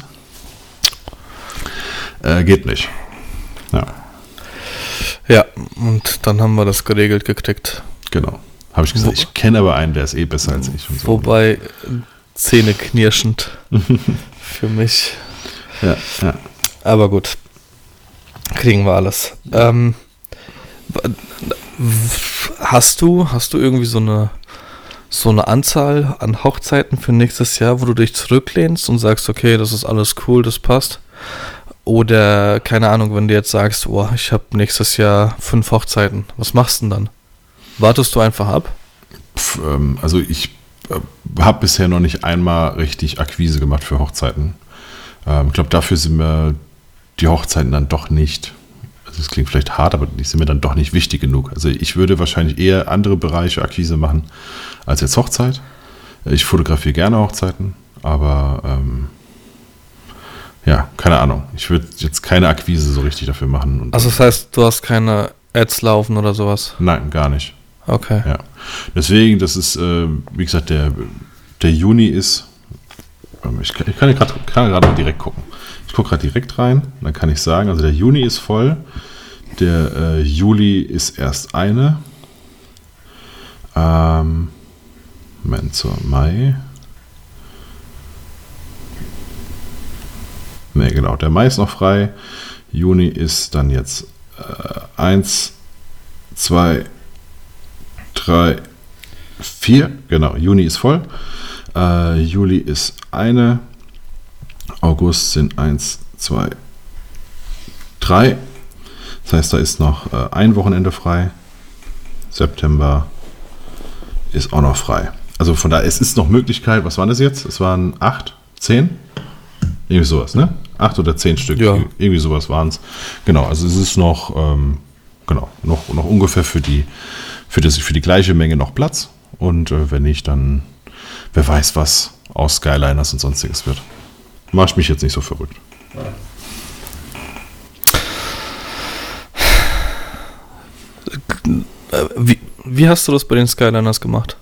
Speaker 2: Äh, geht nicht. Ja.
Speaker 1: Ja, und dann haben wir das geregelt gekriegt.
Speaker 2: Genau. Habe ich gesagt, Wo, ich kenne aber einen, der ist eh besser als ich. Und so.
Speaker 1: Wobei, zähneknirschend für mich.
Speaker 2: Ja, ja.
Speaker 1: Aber gut, kriegen wir alles. Ähm, Hast du, hast du irgendwie so eine, so eine Anzahl an Hochzeiten für nächstes Jahr, wo du dich zurücklehnst und sagst, okay, das ist alles cool, das passt? Oder, keine Ahnung, wenn du jetzt sagst, oh, ich habe nächstes Jahr fünf Hochzeiten, was machst du denn dann? Wartest du einfach ab?
Speaker 2: Pff, ähm, also ich äh, habe bisher noch nicht einmal richtig Akquise gemacht für Hochzeiten. Ähm, ich glaube, dafür sind mir die Hochzeiten dann doch nicht, also es klingt vielleicht hart, aber die sind mir dann doch nicht wichtig genug. Also ich würde wahrscheinlich eher andere Bereiche Akquise machen als jetzt Hochzeit. Ich fotografiere gerne Hochzeiten, aber ähm, ja, keine Ahnung. Ich würde jetzt keine Akquise so richtig dafür machen. Und
Speaker 1: also das heißt, du hast keine Ads laufen oder sowas?
Speaker 2: Nein, gar nicht.
Speaker 1: Okay.
Speaker 2: Ja. Deswegen, das ist, äh, wie gesagt, der, der Juni ist, ich kann, ich kann gerade mal direkt gucken. Ich gucke gerade direkt rein, dann kann ich sagen, also der Juni ist voll, der äh, Juli ist erst eine, ähm, Moment, so Mai. Ne, genau, der Mai ist noch frei, Juni ist dann jetzt äh, eins, zwei, drei, vier, genau, Juni ist voll, äh, Juli ist eine, August sind eins, zwei, drei, das heißt, da ist noch äh, ein Wochenende frei, September ist auch noch frei. Also von daher, es ist noch Möglichkeit, was waren das jetzt? Es waren acht, zehn? Irgendwie sowas, ne? Acht oder zehn Stück,
Speaker 1: ja.
Speaker 2: Irgendwie sowas waren es. Genau, also es ist noch, ähm, genau, noch, noch ungefähr für die, für, das, für die gleiche Menge noch Platz. Und äh, wenn nicht, dann wer weiß, was aus Skyliners und sonstiges wird. Mach ich mich jetzt nicht so verrückt.
Speaker 1: Wie, wie hast du das bei den Skyliners gemacht?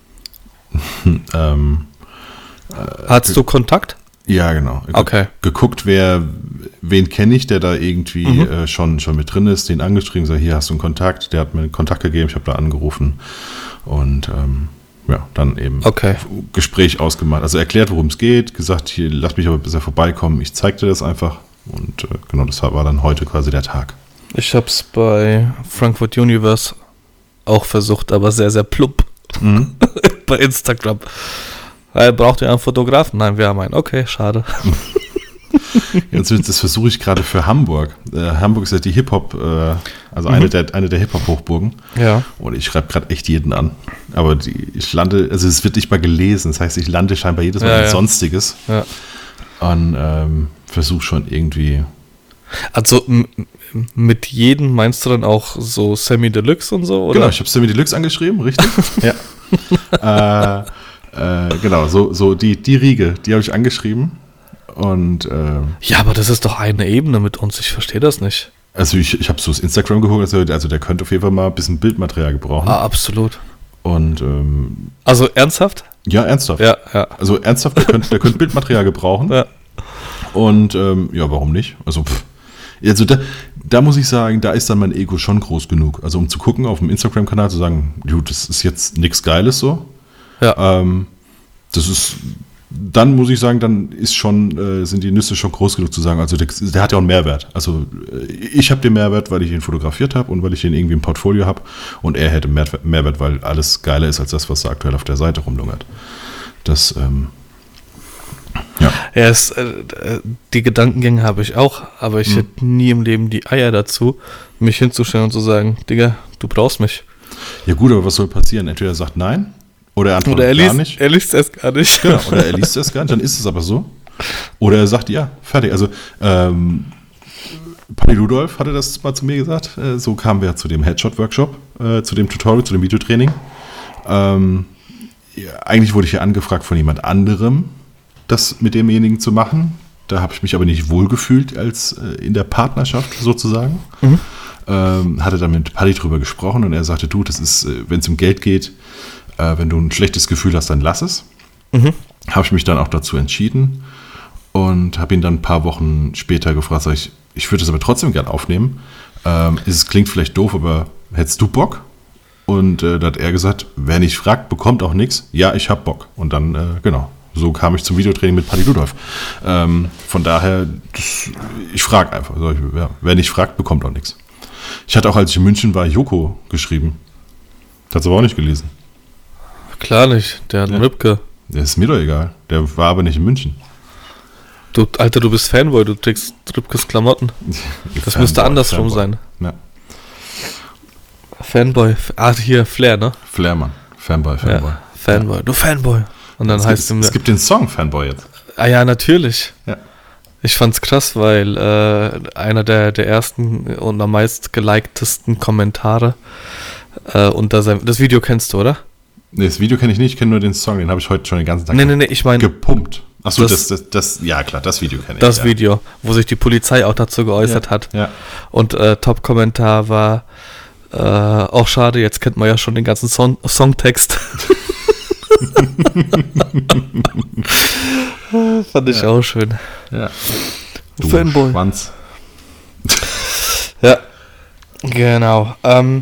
Speaker 2: ähm,
Speaker 1: Hattest äh, du Kontakt?
Speaker 2: Ja, genau.
Speaker 1: Okay.
Speaker 2: Geguckt, wer, wen kenne ich, der da irgendwie
Speaker 1: mhm.
Speaker 2: äh, schon, schon mit drin ist, den angeschrieben, so hier hast du einen Kontakt, der hat mir einen Kontakt gegeben, ich habe da angerufen und ähm, ja, dann eben
Speaker 1: okay.
Speaker 2: Gespräch ausgemacht, also erklärt, worum es geht, gesagt, hier, lass mich aber bisher vorbeikommen, ich zeig dir das einfach und äh, genau, das war dann heute quasi der Tag.
Speaker 1: Ich habe es bei Frankfurt Universe auch versucht, aber sehr, sehr plump mhm. bei Instagram. Weil, braucht ihr einen Fotografen? Nein, wir haben einen. Okay, schade.
Speaker 2: Jetzt, das versuche ich gerade für Hamburg. Äh, Hamburg ist ja die Hip-Hop, äh, also mhm. eine der, eine der Hip-Hop-Hochburgen.
Speaker 1: Ja.
Speaker 2: Und ich schreibe gerade echt jeden an. Aber die, ich lande, also es wird nicht mal gelesen. Das heißt, ich lande scheinbar jedes Mal
Speaker 1: ja,
Speaker 2: in
Speaker 1: ja.
Speaker 2: Sonstiges.
Speaker 1: Ja.
Speaker 2: Und ähm, versuche schon irgendwie.
Speaker 1: Also m- mit jedem meinst du dann auch so Semi-Deluxe und so? Oder?
Speaker 2: Genau, ich habe Semi-Deluxe angeschrieben, richtig? ja. äh, Äh, genau, so, so die, die Riege, die habe ich angeschrieben. Und, äh,
Speaker 1: ja, aber das ist doch eine Ebene mit uns, ich verstehe das nicht.
Speaker 2: Also ich, ich habe so das Instagram geguckt, also, also der könnte auf jeden Fall mal ein bisschen Bildmaterial gebrauchen.
Speaker 1: Ah, absolut.
Speaker 2: Und ähm,
Speaker 1: also ernsthaft?
Speaker 2: Ja, ernsthaft.
Speaker 1: Ja, ja.
Speaker 2: Also ernsthaft, der könnte, der könnte Bildmaterial gebrauchen.
Speaker 1: Ja.
Speaker 2: Und ähm, ja, warum nicht? Also, pff. also da, da muss ich sagen, da ist dann mein Ego schon groß genug. Also um zu gucken, auf dem Instagram-Kanal zu sagen, gut, das ist jetzt nichts Geiles so.
Speaker 1: Ja.
Speaker 2: Ähm, das ist, dann muss ich sagen, dann ist schon, äh, sind die Nüsse schon groß genug zu sagen, also der, der hat ja auch einen Mehrwert. Also äh, ich habe den Mehrwert, weil ich ihn fotografiert habe und weil ich ihn irgendwie im Portfolio habe und er hätte Mehrwert, Mehrwert, weil alles geiler ist als das, was da aktuell auf der Seite rumlungert. Das, ähm, ja.
Speaker 1: Ja, es, äh, die Gedankengänge habe ich auch, aber ich hm. hätte nie im Leben die Eier dazu, mich hinzustellen und zu sagen, Digga, du brauchst mich.
Speaker 2: Ja gut, aber was soll passieren? Entweder er sagt nein, oder er antwortet
Speaker 1: oder er
Speaker 2: gar
Speaker 1: liest,
Speaker 2: nicht.
Speaker 1: Er liest es gar nicht.
Speaker 2: Genau, oder er liest es gar nicht, dann ist es aber so. Oder er sagt ja, fertig. Also, ähm, Paddy Rudolph hatte das mal zu mir gesagt. Äh, so kamen wir zu dem Headshot-Workshop, äh, zu dem Tutorial, zu dem Videotraining. Ähm, ja, eigentlich wurde ich ja angefragt von jemand anderem, das mit demjenigen zu machen. Da habe ich mich aber nicht wohlgefühlt als äh, in der Partnerschaft sozusagen. Mhm. Ähm, hatte dann mit Paddy drüber gesprochen und er sagte, du, das ist, äh, wenn es um Geld geht, äh, wenn du ein schlechtes Gefühl hast, dann lass es. Mhm. Habe ich mich dann auch dazu entschieden und habe ihn dann ein paar Wochen später gefragt, sag ich, ich würde es aber trotzdem gern aufnehmen. Ähm, es klingt vielleicht doof, aber hättest du Bock? Und äh, da hat er gesagt, wer nicht fragt, bekommt auch nichts. Ja, ich habe Bock. Und dann, äh, genau, so kam ich zum Videotraining mit Paddy Rudolph. Ähm, von daher, das, ich frage einfach. Also, ja, wer nicht fragt, bekommt auch nichts. Ich hatte auch, als ich in München war, Joko geschrieben. Hast du aber auch nicht gelesen.
Speaker 1: Klar nicht, der hat einen
Speaker 2: Ja.
Speaker 1: Rübke.
Speaker 2: Der ist mir doch egal. Der war aber nicht in München.
Speaker 1: Du, Alter, du bist Fanboy, du trägst Rübkes Klamotten. Das müsste andersrum sein.
Speaker 2: Ja.
Speaker 1: Fanboy. Ah, hier, Flair, ne?
Speaker 2: Flair, Mann. Fanboy, Fanboy.
Speaker 1: Ja, Fanboy. Du Fanboy. Und dann
Speaker 2: es,
Speaker 1: heißt
Speaker 2: gibt,
Speaker 1: es
Speaker 2: es gibt den Song Fanboy jetzt.
Speaker 1: Ah ja, natürlich.
Speaker 2: Ja.
Speaker 1: Ich fand's krass, weil äh, einer der, der ersten und am meist geliktesten Kommentare äh, unter seinem... Das Video kennst du, oder?
Speaker 2: Nee, das Video kenne ich nicht, ich kenne nur den Song, den habe ich heute schon den ganzen Tag
Speaker 1: Nee, nee, nee, ich meine...
Speaker 2: gepumpt. Achso,
Speaker 1: das,
Speaker 2: das, das, das, ja klar, das Video kenne ich.
Speaker 1: Das
Speaker 2: ja.
Speaker 1: Video, wo sich die Polizei auch dazu geäußert
Speaker 2: ja.
Speaker 1: hat.
Speaker 2: Ja.
Speaker 1: Und äh, Top-Kommentar war, äh, auch schade, jetzt kennt man ja schon den ganzen Song Songtext. Fand ich
Speaker 2: ja.
Speaker 1: auch schön.
Speaker 2: Ja. Du
Speaker 1: Fanboy.
Speaker 2: Schwanz.
Speaker 1: Ja, genau. Ähm,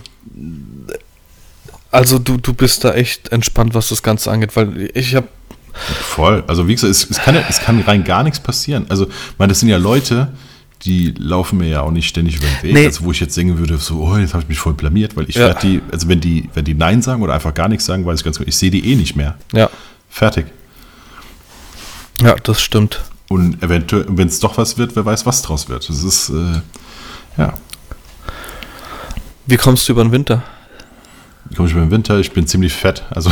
Speaker 1: also du, du bist da echt entspannt, was das Ganze angeht, weil ich habe
Speaker 2: Voll. Also wie gesagt, es, es, kann ja, es kann rein gar nichts passieren. Also, ich meine, das sind ja Leute, die laufen mir ja auch nicht ständig über den Weg.
Speaker 1: Nee.
Speaker 2: Also wo ich jetzt denken würde, so, oh, jetzt habe ich mich voll blamiert, weil ich
Speaker 1: Ja.
Speaker 2: werde die, also wenn die, wenn die Nein sagen oder einfach gar nichts sagen, weiß ich ganz genau, ich sehe die eh nicht mehr.
Speaker 1: Ja,
Speaker 2: Fertig.
Speaker 1: ja, das stimmt.
Speaker 2: Und eventuell, wenn es doch was wird, wer weiß, was draus wird. Das ist, äh, ja.
Speaker 1: Wie kommst du über den Winter?
Speaker 2: Wie komme ich mit dem Winter? Ich bin ziemlich fett. Also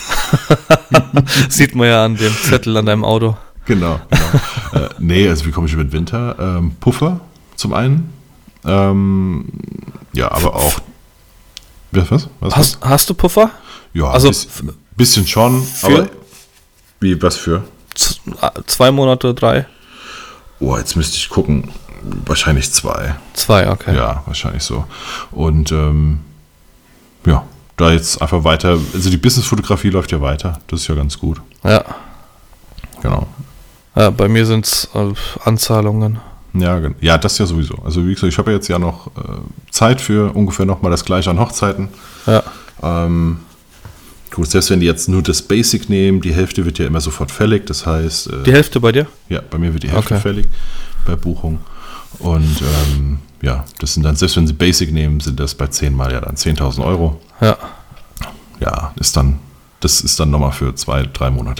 Speaker 1: Sieht man ja an dem Zettel an deinem Auto.
Speaker 2: genau. genau. äh, nee, also wie komme ich über den Winter? Ähm, Puffer zum einen. Ähm, ja, aber auch. Was? was? was
Speaker 1: Hast, hast du Puffer?
Speaker 2: ja,
Speaker 1: also
Speaker 2: ein bisschen, bisschen schon.
Speaker 1: für?
Speaker 2: Aber wie, was für?
Speaker 1: Z zwei Monate, drei?
Speaker 2: Oh, jetzt müsste ich gucken. Wahrscheinlich zwei.
Speaker 1: Zwei, okay.
Speaker 2: Ja, wahrscheinlich so. Und ähm, ja, da jetzt einfach weiter, also die Business-Fotografie läuft ja weiter, das ist ja ganz gut.
Speaker 1: Ja,
Speaker 2: Genau.
Speaker 1: ja bei mir sind es äh, Anzahlungen.
Speaker 2: Ja, gen- ja, das ja sowieso. Also wie gesagt, ich habe ja jetzt ja noch äh, Zeit für ungefähr nochmal das gleiche an Hochzeiten.
Speaker 1: Ja,
Speaker 2: Ähm, gut, selbst wenn die jetzt nur das Basic nehmen, die Hälfte wird ja immer sofort fällig, das heißt, äh,
Speaker 1: die Hälfte bei dir?
Speaker 2: ja, bei mir wird die Hälfte
Speaker 1: Okay.
Speaker 2: fällig bei Buchung. Und ähm, ja, das sind dann, selbst wenn sie Basic nehmen, sind das bei zehnmal ja dann zehntausend Euro.
Speaker 1: Ja,
Speaker 2: Ja, ist dann, das ist dann nochmal für zwei, drei Monate.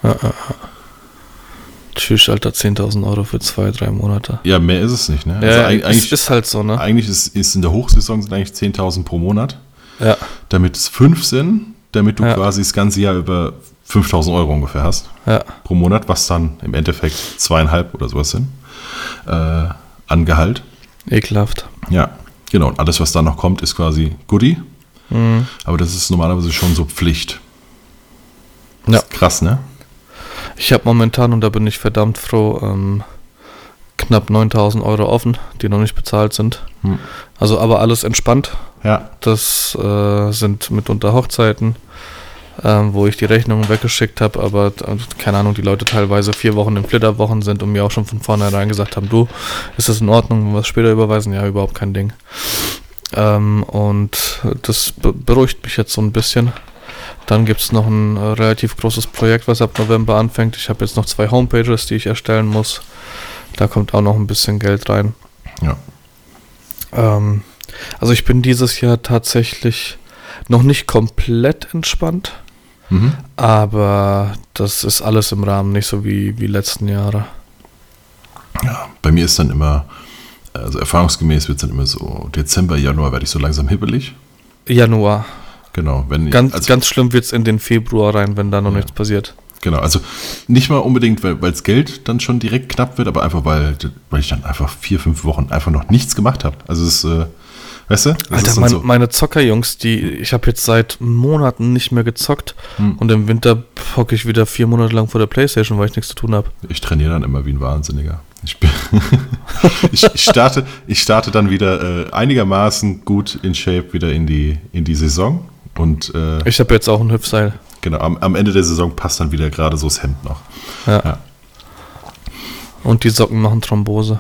Speaker 1: tschüss, Alter, zehntausend Euro für zwei, drei Monate.
Speaker 2: Ja, mehr ist es nicht, ne?
Speaker 1: Ja,
Speaker 2: also
Speaker 1: ja,
Speaker 2: eig- eigentlich,
Speaker 1: ist, ist halt so, ne?
Speaker 2: eigentlich ist, ist in der Hochsaison sind eigentlich zehntausend pro Monat.
Speaker 1: Ja,
Speaker 2: Damit es fünf sind, damit du
Speaker 1: Ja.
Speaker 2: quasi das ganze Jahr über fünftausend Euro ungefähr hast
Speaker 1: ja,
Speaker 2: pro Monat, was dann im Endeffekt zweieinhalb oder sowas sind äh, an Gehalt.
Speaker 1: ekelhaft.
Speaker 2: Ja, genau. Und alles, was dann noch kommt, ist quasi Goodie.
Speaker 1: Mhm.
Speaker 2: Aber das ist normalerweise schon so Pflicht.
Speaker 1: Ja.
Speaker 2: Ist krass, ne?
Speaker 1: Ich habe momentan, und da bin ich verdammt froh, ähm, knapp neuntausend Euro offen, die noch nicht bezahlt sind.
Speaker 2: Hm.
Speaker 1: Also aber alles entspannt.
Speaker 2: Ja,
Speaker 1: Das äh, sind mitunter Hochzeiten, ähm, wo ich die Rechnungen weggeschickt habe, aber äh, keine Ahnung, die Leute teilweise vier Wochen in Flitterwochen sind und mir auch schon von vornherein gesagt haben, du, ist das in Ordnung, wenn wir es später überweisen? Ja, überhaupt kein Ding. Ähm, und das be beruhigt mich jetzt so ein bisschen. Dann gibt es noch ein äh, relativ großes Projekt, was ab November anfängt. Ich habe jetzt noch zwei Homepages, die ich erstellen muss. Da kommt auch noch ein bisschen Geld rein.
Speaker 2: ja.
Speaker 1: Ähm, also ich bin dieses Jahr tatsächlich noch nicht komplett entspannt,
Speaker 2: Mhm.
Speaker 1: aber das ist alles im Rahmen, nicht so wie wie letzten Jahre.
Speaker 2: Ja, bei mir ist dann immer, also erfahrungsgemäß wird es dann immer so, Dezember, Januar werde ich so langsam hibbelig.
Speaker 1: Januar.
Speaker 2: Genau, wenn
Speaker 1: Ganz,
Speaker 2: also,
Speaker 1: ganz schlimm wird es in den Februar rein, wenn da noch
Speaker 2: Ja.
Speaker 1: nichts passiert.
Speaker 2: Genau, also nicht mal unbedingt, weil das Geld dann schon direkt knapp wird, aber einfach, weil, weil ich dann einfach vier, fünf Wochen einfach noch nichts gemacht habe. Also es ist, äh, weißt du? Das ist
Speaker 1: Alter,
Speaker 2: dann
Speaker 1: mein,
Speaker 2: so,
Speaker 1: meine Zockerjungs, die, ich habe jetzt seit Monaten nicht mehr gezockt
Speaker 2: Hm.
Speaker 1: und im Winter hocke ich wieder vier Monate lang vor der Playstation, weil ich nichts zu tun habe.
Speaker 2: ich trainiere dann immer wie ein Wahnsinniger. Ich, bin ich, ich, starte, ich starte dann wieder äh, einigermaßen gut in Shape wieder in die, in die Saison. Und äh,
Speaker 1: Ich habe jetzt auch ein Hüpfseil.
Speaker 2: genau, am, am Ende der Saison passt dann wieder gerade so das Hemd noch.
Speaker 1: Ja.
Speaker 2: Ja.
Speaker 1: Und die Socken machen Thrombose.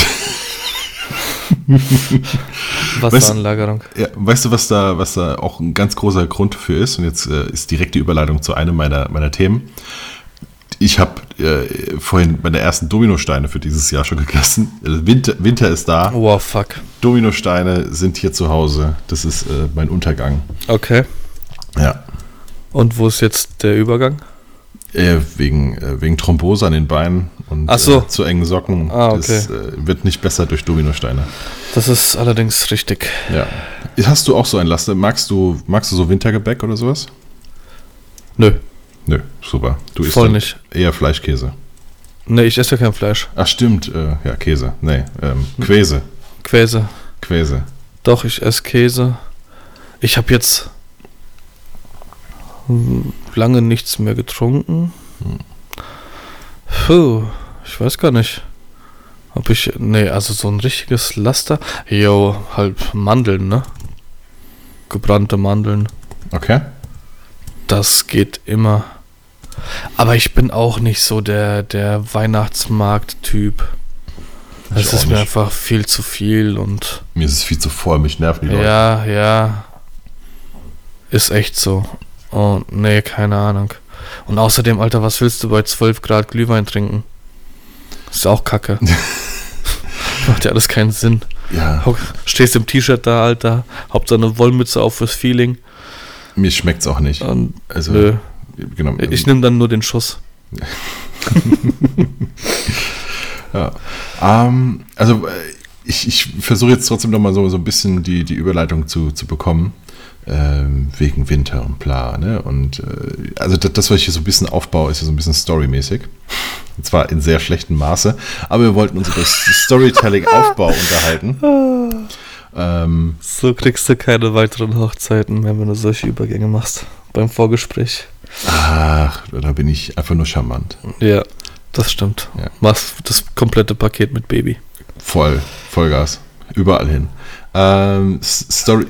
Speaker 1: Wasseranlagerung.
Speaker 2: Ja, weißt du, was da, was da auch ein ganz großer Grund für ist? Und jetzt äh, ist direkt die Überleitung zu einem meiner, meiner Themen. Ich habe äh, vorhin meine ersten Dominosteine für dieses Jahr schon gegessen. Also Winter, Winter ist da.
Speaker 1: Oh, fuck.
Speaker 2: Dominosteine sind hier zu Hause. Das ist äh, mein Untergang.
Speaker 1: Okay.
Speaker 2: Ja.
Speaker 1: Und wo ist jetzt der Übergang?
Speaker 2: Äh, wegen, äh, wegen Thrombose an den Beinen und
Speaker 1: Ach so.
Speaker 2: äh, zu engen Socken.
Speaker 1: Ah, okay.
Speaker 2: Das äh, wird nicht besser durch Dominosteine.
Speaker 1: Das ist allerdings richtig.
Speaker 2: Ja. Hast du auch so ein Laster? Magst du, magst du so Wintergebäck oder sowas?
Speaker 1: Nö.
Speaker 2: Nö, super. Du isst
Speaker 1: Voll
Speaker 2: dann
Speaker 1: nicht.
Speaker 2: eher Fleischkäse.
Speaker 1: Nee, ich esse ja kein Fleisch.
Speaker 2: Ach stimmt, äh, ja, Käse. Nee, ähm, Quäse.
Speaker 1: Käse.
Speaker 2: Quäse.
Speaker 1: Doch, ich esse Käse. Ich habe jetzt lange nichts mehr getrunken. Puh, ich weiß gar nicht. Ob ich, nee, also so ein richtiges Laster. Jo, halt Mandeln, ne? Gebrannte Mandeln.
Speaker 2: Okay.
Speaker 1: Das geht immer. Aber ich bin auch nicht so der, der Weihnachtsmarkt-Typ.
Speaker 2: Ich
Speaker 1: Es
Speaker 2: auch
Speaker 1: ist mir
Speaker 2: nicht.
Speaker 1: einfach viel zu viel und
Speaker 2: Mir ist es viel zu voll, mich nerven die Leute.
Speaker 1: ja, ja. Ist echt so. Und nee, keine Ahnung. Und außerdem, Alter, was willst du bei zwölf Grad Glühwein trinken? Ist auch kacke. Macht ja alles keinen Sinn.
Speaker 2: Ja,
Speaker 1: Hock- Stehst im T-Shirt da, Alter. Hauptsache eine Wollmütze auf fürs Feeling.
Speaker 2: mir schmeckt's auch nicht.
Speaker 1: Und
Speaker 2: Also,
Speaker 1: nö.
Speaker 2: genau.
Speaker 1: Ich nehme dann nur den Schuss.
Speaker 2: Ja. Ähm, also, äh, ich, ich versuche jetzt trotzdem nochmal so, so ein bisschen die, die Überleitung zu, zu bekommen. Ähm, wegen Winter und bla, ne? Und äh, also das, das, was ich hier so ein bisschen aufbaue, ist ja so ein bisschen storymäßig. Und zwar in sehr schlechtem Maße. Aber wir wollten uns über das Storytelling-Aufbau unterhalten. Ähm,
Speaker 1: So kriegst du keine weiteren Hochzeiten mehr, wenn du solche Übergänge machst. Beim Vorgespräch.
Speaker 2: ach, da bin ich einfach nur charmant.
Speaker 1: Ja, das stimmt.
Speaker 2: Ja.
Speaker 1: Machst das komplette Paket mit Baby.
Speaker 2: Voll, Vollgas. Überall hin. Ähm, S- Story...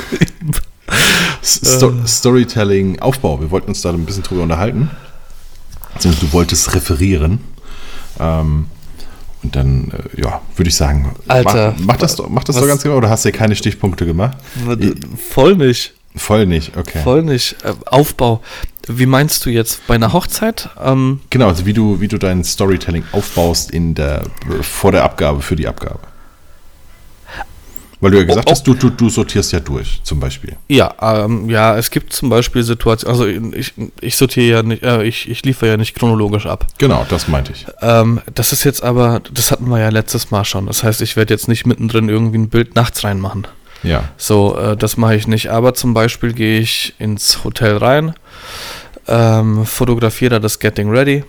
Speaker 2: Sto- Storytelling, Aufbau. Wir wollten uns da ein bisschen drüber unterhalten. Also, du wolltest referieren. Ähm, und dann, äh, ja, würde ich sagen,
Speaker 1: Alter,
Speaker 2: mach, mach das doch, mach das
Speaker 1: was-
Speaker 2: doch ganz genau. Oder hast du dir keine Stichpunkte gemacht?
Speaker 1: Voll nicht.
Speaker 2: Voll nicht, okay.
Speaker 1: Voll nicht. Äh, Aufbau. Wie meinst du jetzt bei einer Hochzeit? Ähm,
Speaker 2: Genau, also wie du, wie du dein Storytelling aufbaust in der, vor der Abgabe, für die Abgabe. Weil du ja gesagt
Speaker 1: Oh, oh.
Speaker 2: hast, du, du, du sortierst ja durch, zum Beispiel.
Speaker 1: ja, ähm, ja, es gibt zum Beispiel Situationen, also ich, ich sortiere ja nicht, äh, ich, ich liefere ja nicht chronologisch ab.
Speaker 2: Genau, das meinte ich.
Speaker 1: Ähm, das ist jetzt aber, das hatten wir ja letztes Mal schon. Das heißt, ich werde jetzt nicht mittendrin irgendwie ein Bild nachts reinmachen.
Speaker 2: Ja.
Speaker 1: So, äh, das mache ich nicht. Aber zum Beispiel gehe ich ins Hotel rein, ähm, fotografiere da das Getting Ready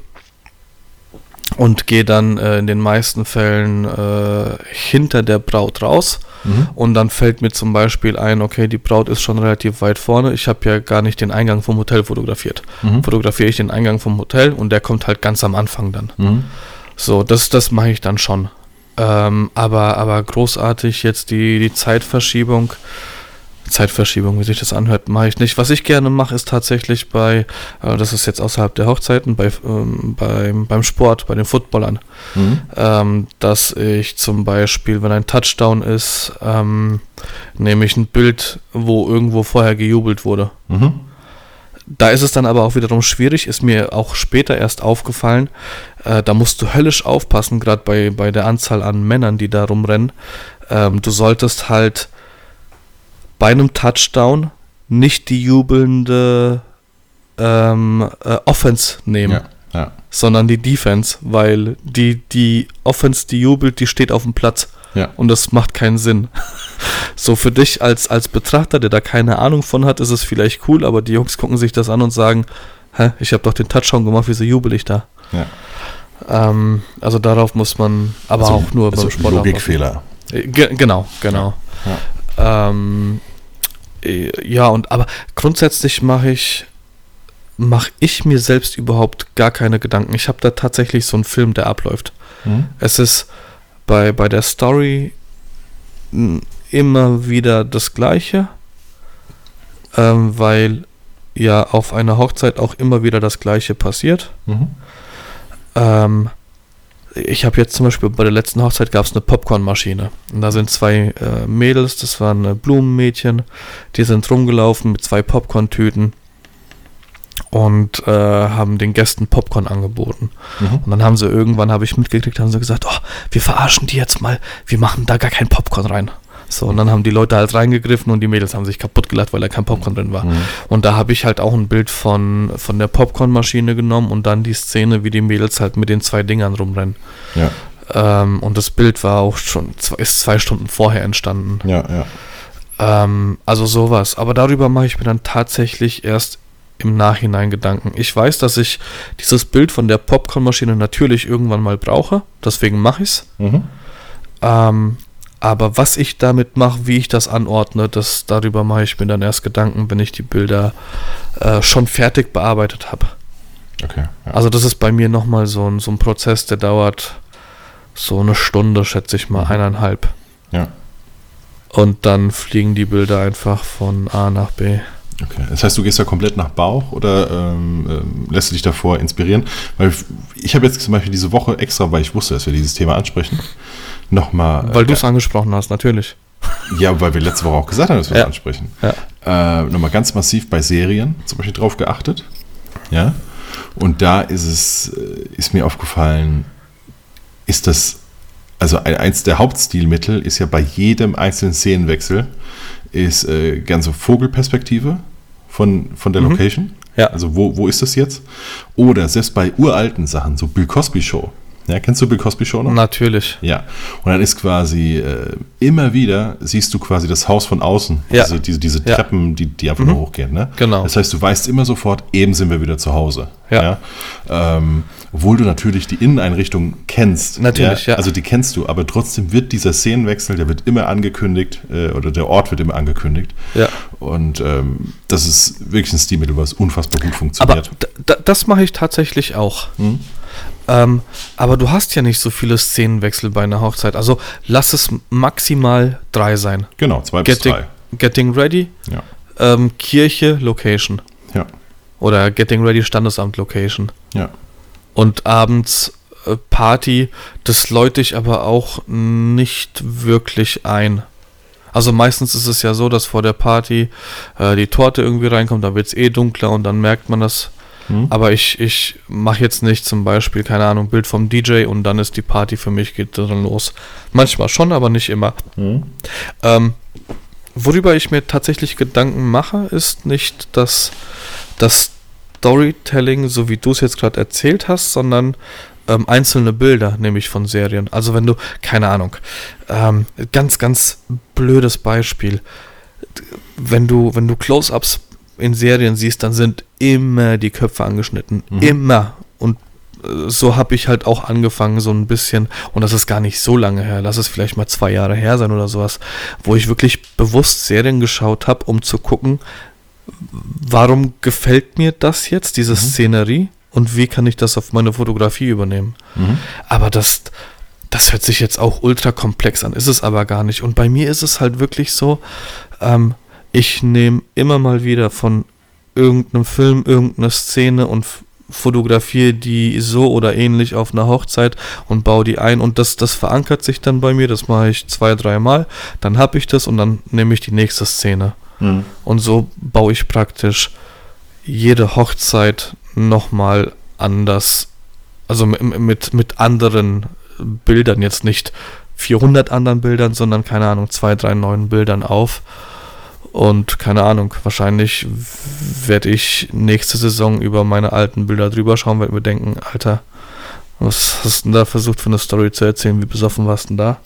Speaker 1: und gehe dann äh, in den meisten Fällen äh, hinter der Braut raus.
Speaker 2: Mhm.
Speaker 1: Und dann fällt mir zum Beispiel ein, okay, die Braut ist schon relativ weit vorne. Ich habe ja gar nicht den Eingang vom Hotel fotografiert.
Speaker 2: Mhm.
Speaker 1: Fotografiere ich den Eingang vom Hotel und der kommt halt ganz am Anfang dann.
Speaker 2: Mhm.
Speaker 1: So, das, das mache ich dann schon. Ähm, aber, aber großartig jetzt die, die Zeitverschiebung, Zeitverschiebung, wie sich das anhört, mache ich nicht. Was ich gerne mache, ist tatsächlich bei, äh, das ist jetzt außerhalb der Hochzeiten, bei, ähm, beim, beim Sport, bei den Footballern,
Speaker 2: Mhm.
Speaker 1: ähm, dass ich zum Beispiel, wenn ein Touchdown ist, ähm, nehme ich ein Bild, wo irgendwo vorher gejubelt wurde.
Speaker 2: Mhm.
Speaker 1: Da ist es dann aber auch wiederum schwierig, ist mir auch später erst aufgefallen, äh, da musst du höllisch aufpassen, gerade bei, bei der Anzahl an Männern, die da rumrennen. Ähm, du solltest halt bei einem Touchdown nicht die jubelnde ähm, äh, Offense nehmen,
Speaker 2: Ja, ja,
Speaker 1: sondern die Defense, weil die, die Offense, die jubelt, die steht auf dem Platz.
Speaker 2: ja.
Speaker 1: Und das macht keinen Sinn. So für dich als, als Betrachter, der da keine Ahnung von hat, ist es vielleicht cool, aber die Jungs gucken sich das an und sagen, hä, ich habe doch den Touchdown gemacht, wieso jubel ich da?
Speaker 2: Ja.
Speaker 1: Ähm, also darauf muss man aber
Speaker 2: Also-
Speaker 1: auch nur
Speaker 2: also
Speaker 1: beim Sport
Speaker 2: Logikfehler.
Speaker 1: aufpassen. Äh, ge- Genau, genau. Ähm, äh, ja, und aber grundsätzlich mache ich mache ich mir selbst überhaupt gar keine Gedanken. Ich habe da tatsächlich so einen Film, der abläuft.
Speaker 2: Mhm.
Speaker 1: Es ist bei, bei der Story m, immer wieder das Gleiche, ähm, weil ja auf einer Hochzeit auch immer wieder das Gleiche passiert.
Speaker 2: Mhm.
Speaker 1: Ähm, ich habe jetzt zum Beispiel bei der letzten Hochzeit gab es eine Popcornmaschine. Und da sind zwei äh, Mädels, das waren äh, Blumenmädchen, die sind rumgelaufen mit zwei Popcorn-Tüten und äh, haben den Gästen Popcorn angeboten.
Speaker 2: Mhm.
Speaker 1: Und dann haben sie irgendwann, habe ich mitgekriegt, haben sie gesagt, oh, wir verarschen die jetzt mal, wir machen da gar kein Popcorn rein. So, und dann haben die Leute halt reingegriffen und die Mädels haben sich kaputt gelacht, weil da kein Popcorn drin war. Mhm. Und da habe ich halt auch ein Bild von, von der Popcornmaschine genommen und dann die Szene, wie die Mädels halt mit den zwei Dingern rumrennen.
Speaker 2: Ja.
Speaker 1: Ähm, und das Bild war auch schon, zwei, ist zwei Stunden vorher entstanden.
Speaker 2: Ja, ja.
Speaker 1: Ähm, also sowas. Aber darüber mache ich mir dann tatsächlich erst im Nachhinein Gedanken. Ich weiß, dass ich dieses Bild von der Popcornmaschine natürlich irgendwann mal brauche. Deswegen mache ich es.
Speaker 2: Mhm.
Speaker 1: Ähm, aber was ich damit mache, wie ich das anordne, das, darüber mache ich mir dann erst Gedanken, wenn ich die Bilder äh, schon fertig bearbeitet habe.
Speaker 2: Okay. Ja.
Speaker 1: Also das ist bei mir nochmal so ein, so ein Prozess, der dauert so eine Stunde, schätze ich mal, eineinhalb.
Speaker 2: Ja.
Speaker 1: Und dann fliegen die Bilder einfach von A nach B.
Speaker 2: Okay. Das heißt, du gehst da komplett nach Bauch oder ähm, ähm, lässt du dich davor inspirieren? Weil ich habe jetzt zum Beispiel diese Woche extra, weil ich wusste, dass wir dieses Thema ansprechen, nochmal...
Speaker 1: Weil äh, du es angesprochen hast, natürlich.
Speaker 2: Ja, weil wir letzte Woche auch gesagt haben, dass wir es ja. ansprechen.
Speaker 1: Ja.
Speaker 2: Äh, nochmal ganz massiv bei Serien zum Beispiel drauf geachtet. Ja. Und da ist es, ist mir aufgefallen, ist das, also eins der Hauptstilmittel ist ja bei jedem einzelnen Szenenwechsel, ist äh, ganze Vogelperspektive von, von der mhm. Location.
Speaker 1: Ja.
Speaker 2: Also wo, wo ist das jetzt? Oder selbst bei uralten Sachen, so Bill Cosby Show. Ja, kennst du Bill Cosby Show noch?
Speaker 1: Natürlich.
Speaker 2: Ja. Und dann ist quasi, äh, immer wieder siehst du quasi das Haus von außen.
Speaker 1: Ja.
Speaker 2: Also diese, diese
Speaker 1: ja.
Speaker 2: Treppen, die, die einfach mhm. nur hochgehen. Ne?
Speaker 1: Genau.
Speaker 2: Das heißt, du weißt immer sofort, eben sind wir wieder zu Hause.
Speaker 1: Ja.
Speaker 2: Ja? Ähm, obwohl du natürlich die Inneneinrichtung kennst.
Speaker 1: Natürlich, ja.
Speaker 2: ja. Also die kennst du, aber trotzdem wird dieser Szenenwechsel, der wird immer angekündigt, äh, oder der Ort wird immer angekündigt.
Speaker 1: Ja.
Speaker 2: Und ähm, das ist wirklich ein Stilmittel, was unfassbar gut funktioniert.
Speaker 1: Aber d- d- das mache ich tatsächlich auch.
Speaker 2: Hm?
Speaker 1: Ähm, aber du hast ja nicht so viele Szenenwechsel bei einer Hochzeit. Also lass es maximal drei sein.
Speaker 2: Genau, zwei
Speaker 1: Getting,
Speaker 2: bis drei.
Speaker 1: Getting Ready,
Speaker 2: Ja.
Speaker 1: ähm, Kirche, Location.
Speaker 2: Ja.
Speaker 1: Oder Getting Ready, Standesamt, Location.
Speaker 2: Ja.
Speaker 1: Und abends äh, Party, das läute ich aber auch nicht wirklich ein. Also meistens ist es ja so, dass vor der Party äh, die Torte irgendwie reinkommt, da wird es eh dunkler und dann merkt man das. Hm. Aber ich, ich mache jetzt nicht zum Beispiel, keine Ahnung, Bild vom D J und dann ist die Party für mich, geht dann los. Manchmal schon, aber nicht immer.
Speaker 2: Hm.
Speaker 1: Ähm, worüber ich mir tatsächlich Gedanken mache, ist nicht das, das Storytelling, so wie du es jetzt gerade erzählt hast, sondern ähm, einzelne Bilder, nämlich von Serien. Also wenn du, keine Ahnung, ähm, ganz, ganz blödes Beispiel, wenn du, wenn du Close-Ups in Serien siehst, dann sind immer die Köpfe angeschnitten. Mhm. Immer. Und äh, so habe ich halt auch angefangen, so ein bisschen, und das ist gar nicht so lange her, lass es vielleicht mal zwei Jahre her sein oder sowas, wo ich wirklich bewusst Serien geschaut habe, um zu gucken, warum gefällt mir das jetzt, diese mhm. Szenerie, und wie kann ich das auf meine Fotografie übernehmen.
Speaker 2: Mhm.
Speaker 1: Aber das, das hört sich jetzt auch ultra komplex an, ist es aber gar nicht. Und bei mir ist es halt wirklich so, ähm, ich nehme immer mal wieder von irgendeinem Film, irgendeine Szene und f- fotografiere die so oder ähnlich auf einer Hochzeit und baue die ein. Und das, das verankert sich dann bei mir, das mache ich zwei, dreimal. Dann habe ich das und dann nehme ich die nächste Szene.
Speaker 2: Mhm.
Speaker 1: Und so baue ich praktisch jede Hochzeit nochmal anders, also mit, mit, mit anderen Bildern, jetzt nicht vierhundert anderen Bildern, sondern keine Ahnung, zwei, drei neuen Bildern auf. Und keine Ahnung, wahrscheinlich werde ich nächste Saison über meine alten Bilder drüber schauen, werde mir denken, Alter, was hast du denn da versucht für eine Story zu erzählen, wie besoffen warst du denn da?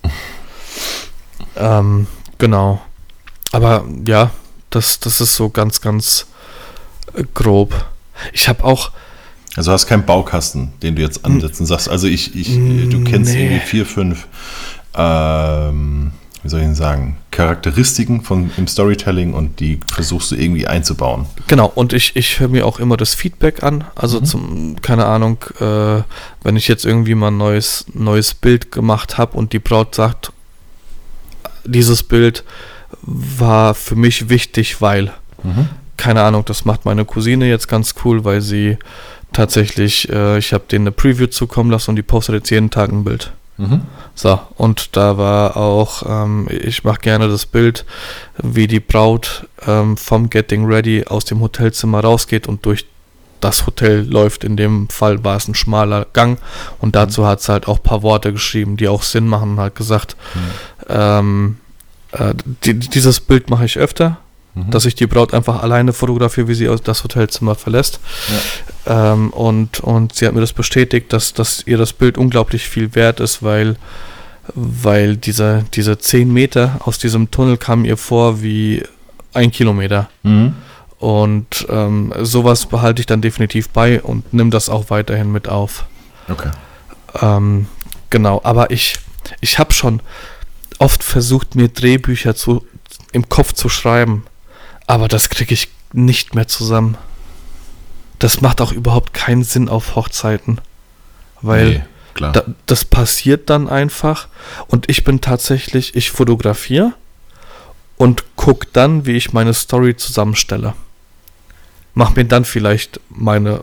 Speaker 1: ähm, genau. Aber ja, das, das ist so ganz, ganz äh, grob. Ich habe auch...
Speaker 2: Also hast keinen Baukasten, den du jetzt ansetzen sagst. Also ich, ich du kennst
Speaker 1: nee.
Speaker 2: irgendwie vier, fünf ähm, wie soll ich denn sagen, Charakteristiken von, im Storytelling und die versuchst du irgendwie einzubauen.
Speaker 1: Genau, und ich, ich höre mir auch immer das Feedback an, also
Speaker 2: mhm.
Speaker 1: zum, keine Ahnung, äh, wenn ich jetzt irgendwie mal ein neues, neues Bild gemacht habe und die Braut sagt, dieses Bild war für mich wichtig, weil,
Speaker 2: mhm.
Speaker 1: keine Ahnung, das macht meine Cousine jetzt ganz cool, weil sie tatsächlich, äh, ich habe denen eine Preview zukommen lassen und die postet jetzt jeden Tag ein Bild.
Speaker 2: Mhm.
Speaker 1: So, und da war auch, ähm, ich mache gerne das Bild, wie die Braut ähm, vom Getting Ready aus dem Hotelzimmer rausgeht und durch das Hotel läuft. In dem Fall war es ein schmaler Gang und dazu hat sie halt auch ein paar Worte geschrieben, die auch Sinn machen und halt gesagt,
Speaker 2: mhm.
Speaker 1: ähm, Äh, die, dieses Bild mache ich öfter, mhm. dass ich die Braut einfach alleine fotografiere, wie sie aus das Hotelzimmer verlässt. Ja. Ähm, und, und sie hat mir das bestätigt, dass, dass ihr das Bild unglaublich viel wert ist, weil, weil diese, diese zehn Meter aus diesem Tunnel kamen ihr vor wie ein Kilometer. Mhm. Und ähm, sowas behalte ich dann definitiv bei und nimm das auch weiterhin mit auf.
Speaker 2: Okay.
Speaker 1: Ähm, genau, aber ich, ich habe schon oft versucht, mir Drehbücher zu, im Kopf zu schreiben, aber das kriege ich nicht mehr zusammen. Das macht auch überhaupt keinen Sinn auf Hochzeiten, weil nee, klar. Da, das passiert dann einfach und ich bin tatsächlich, ich fotografiere und gucke dann, wie ich meine Story zusammenstelle. Mach mir dann vielleicht meine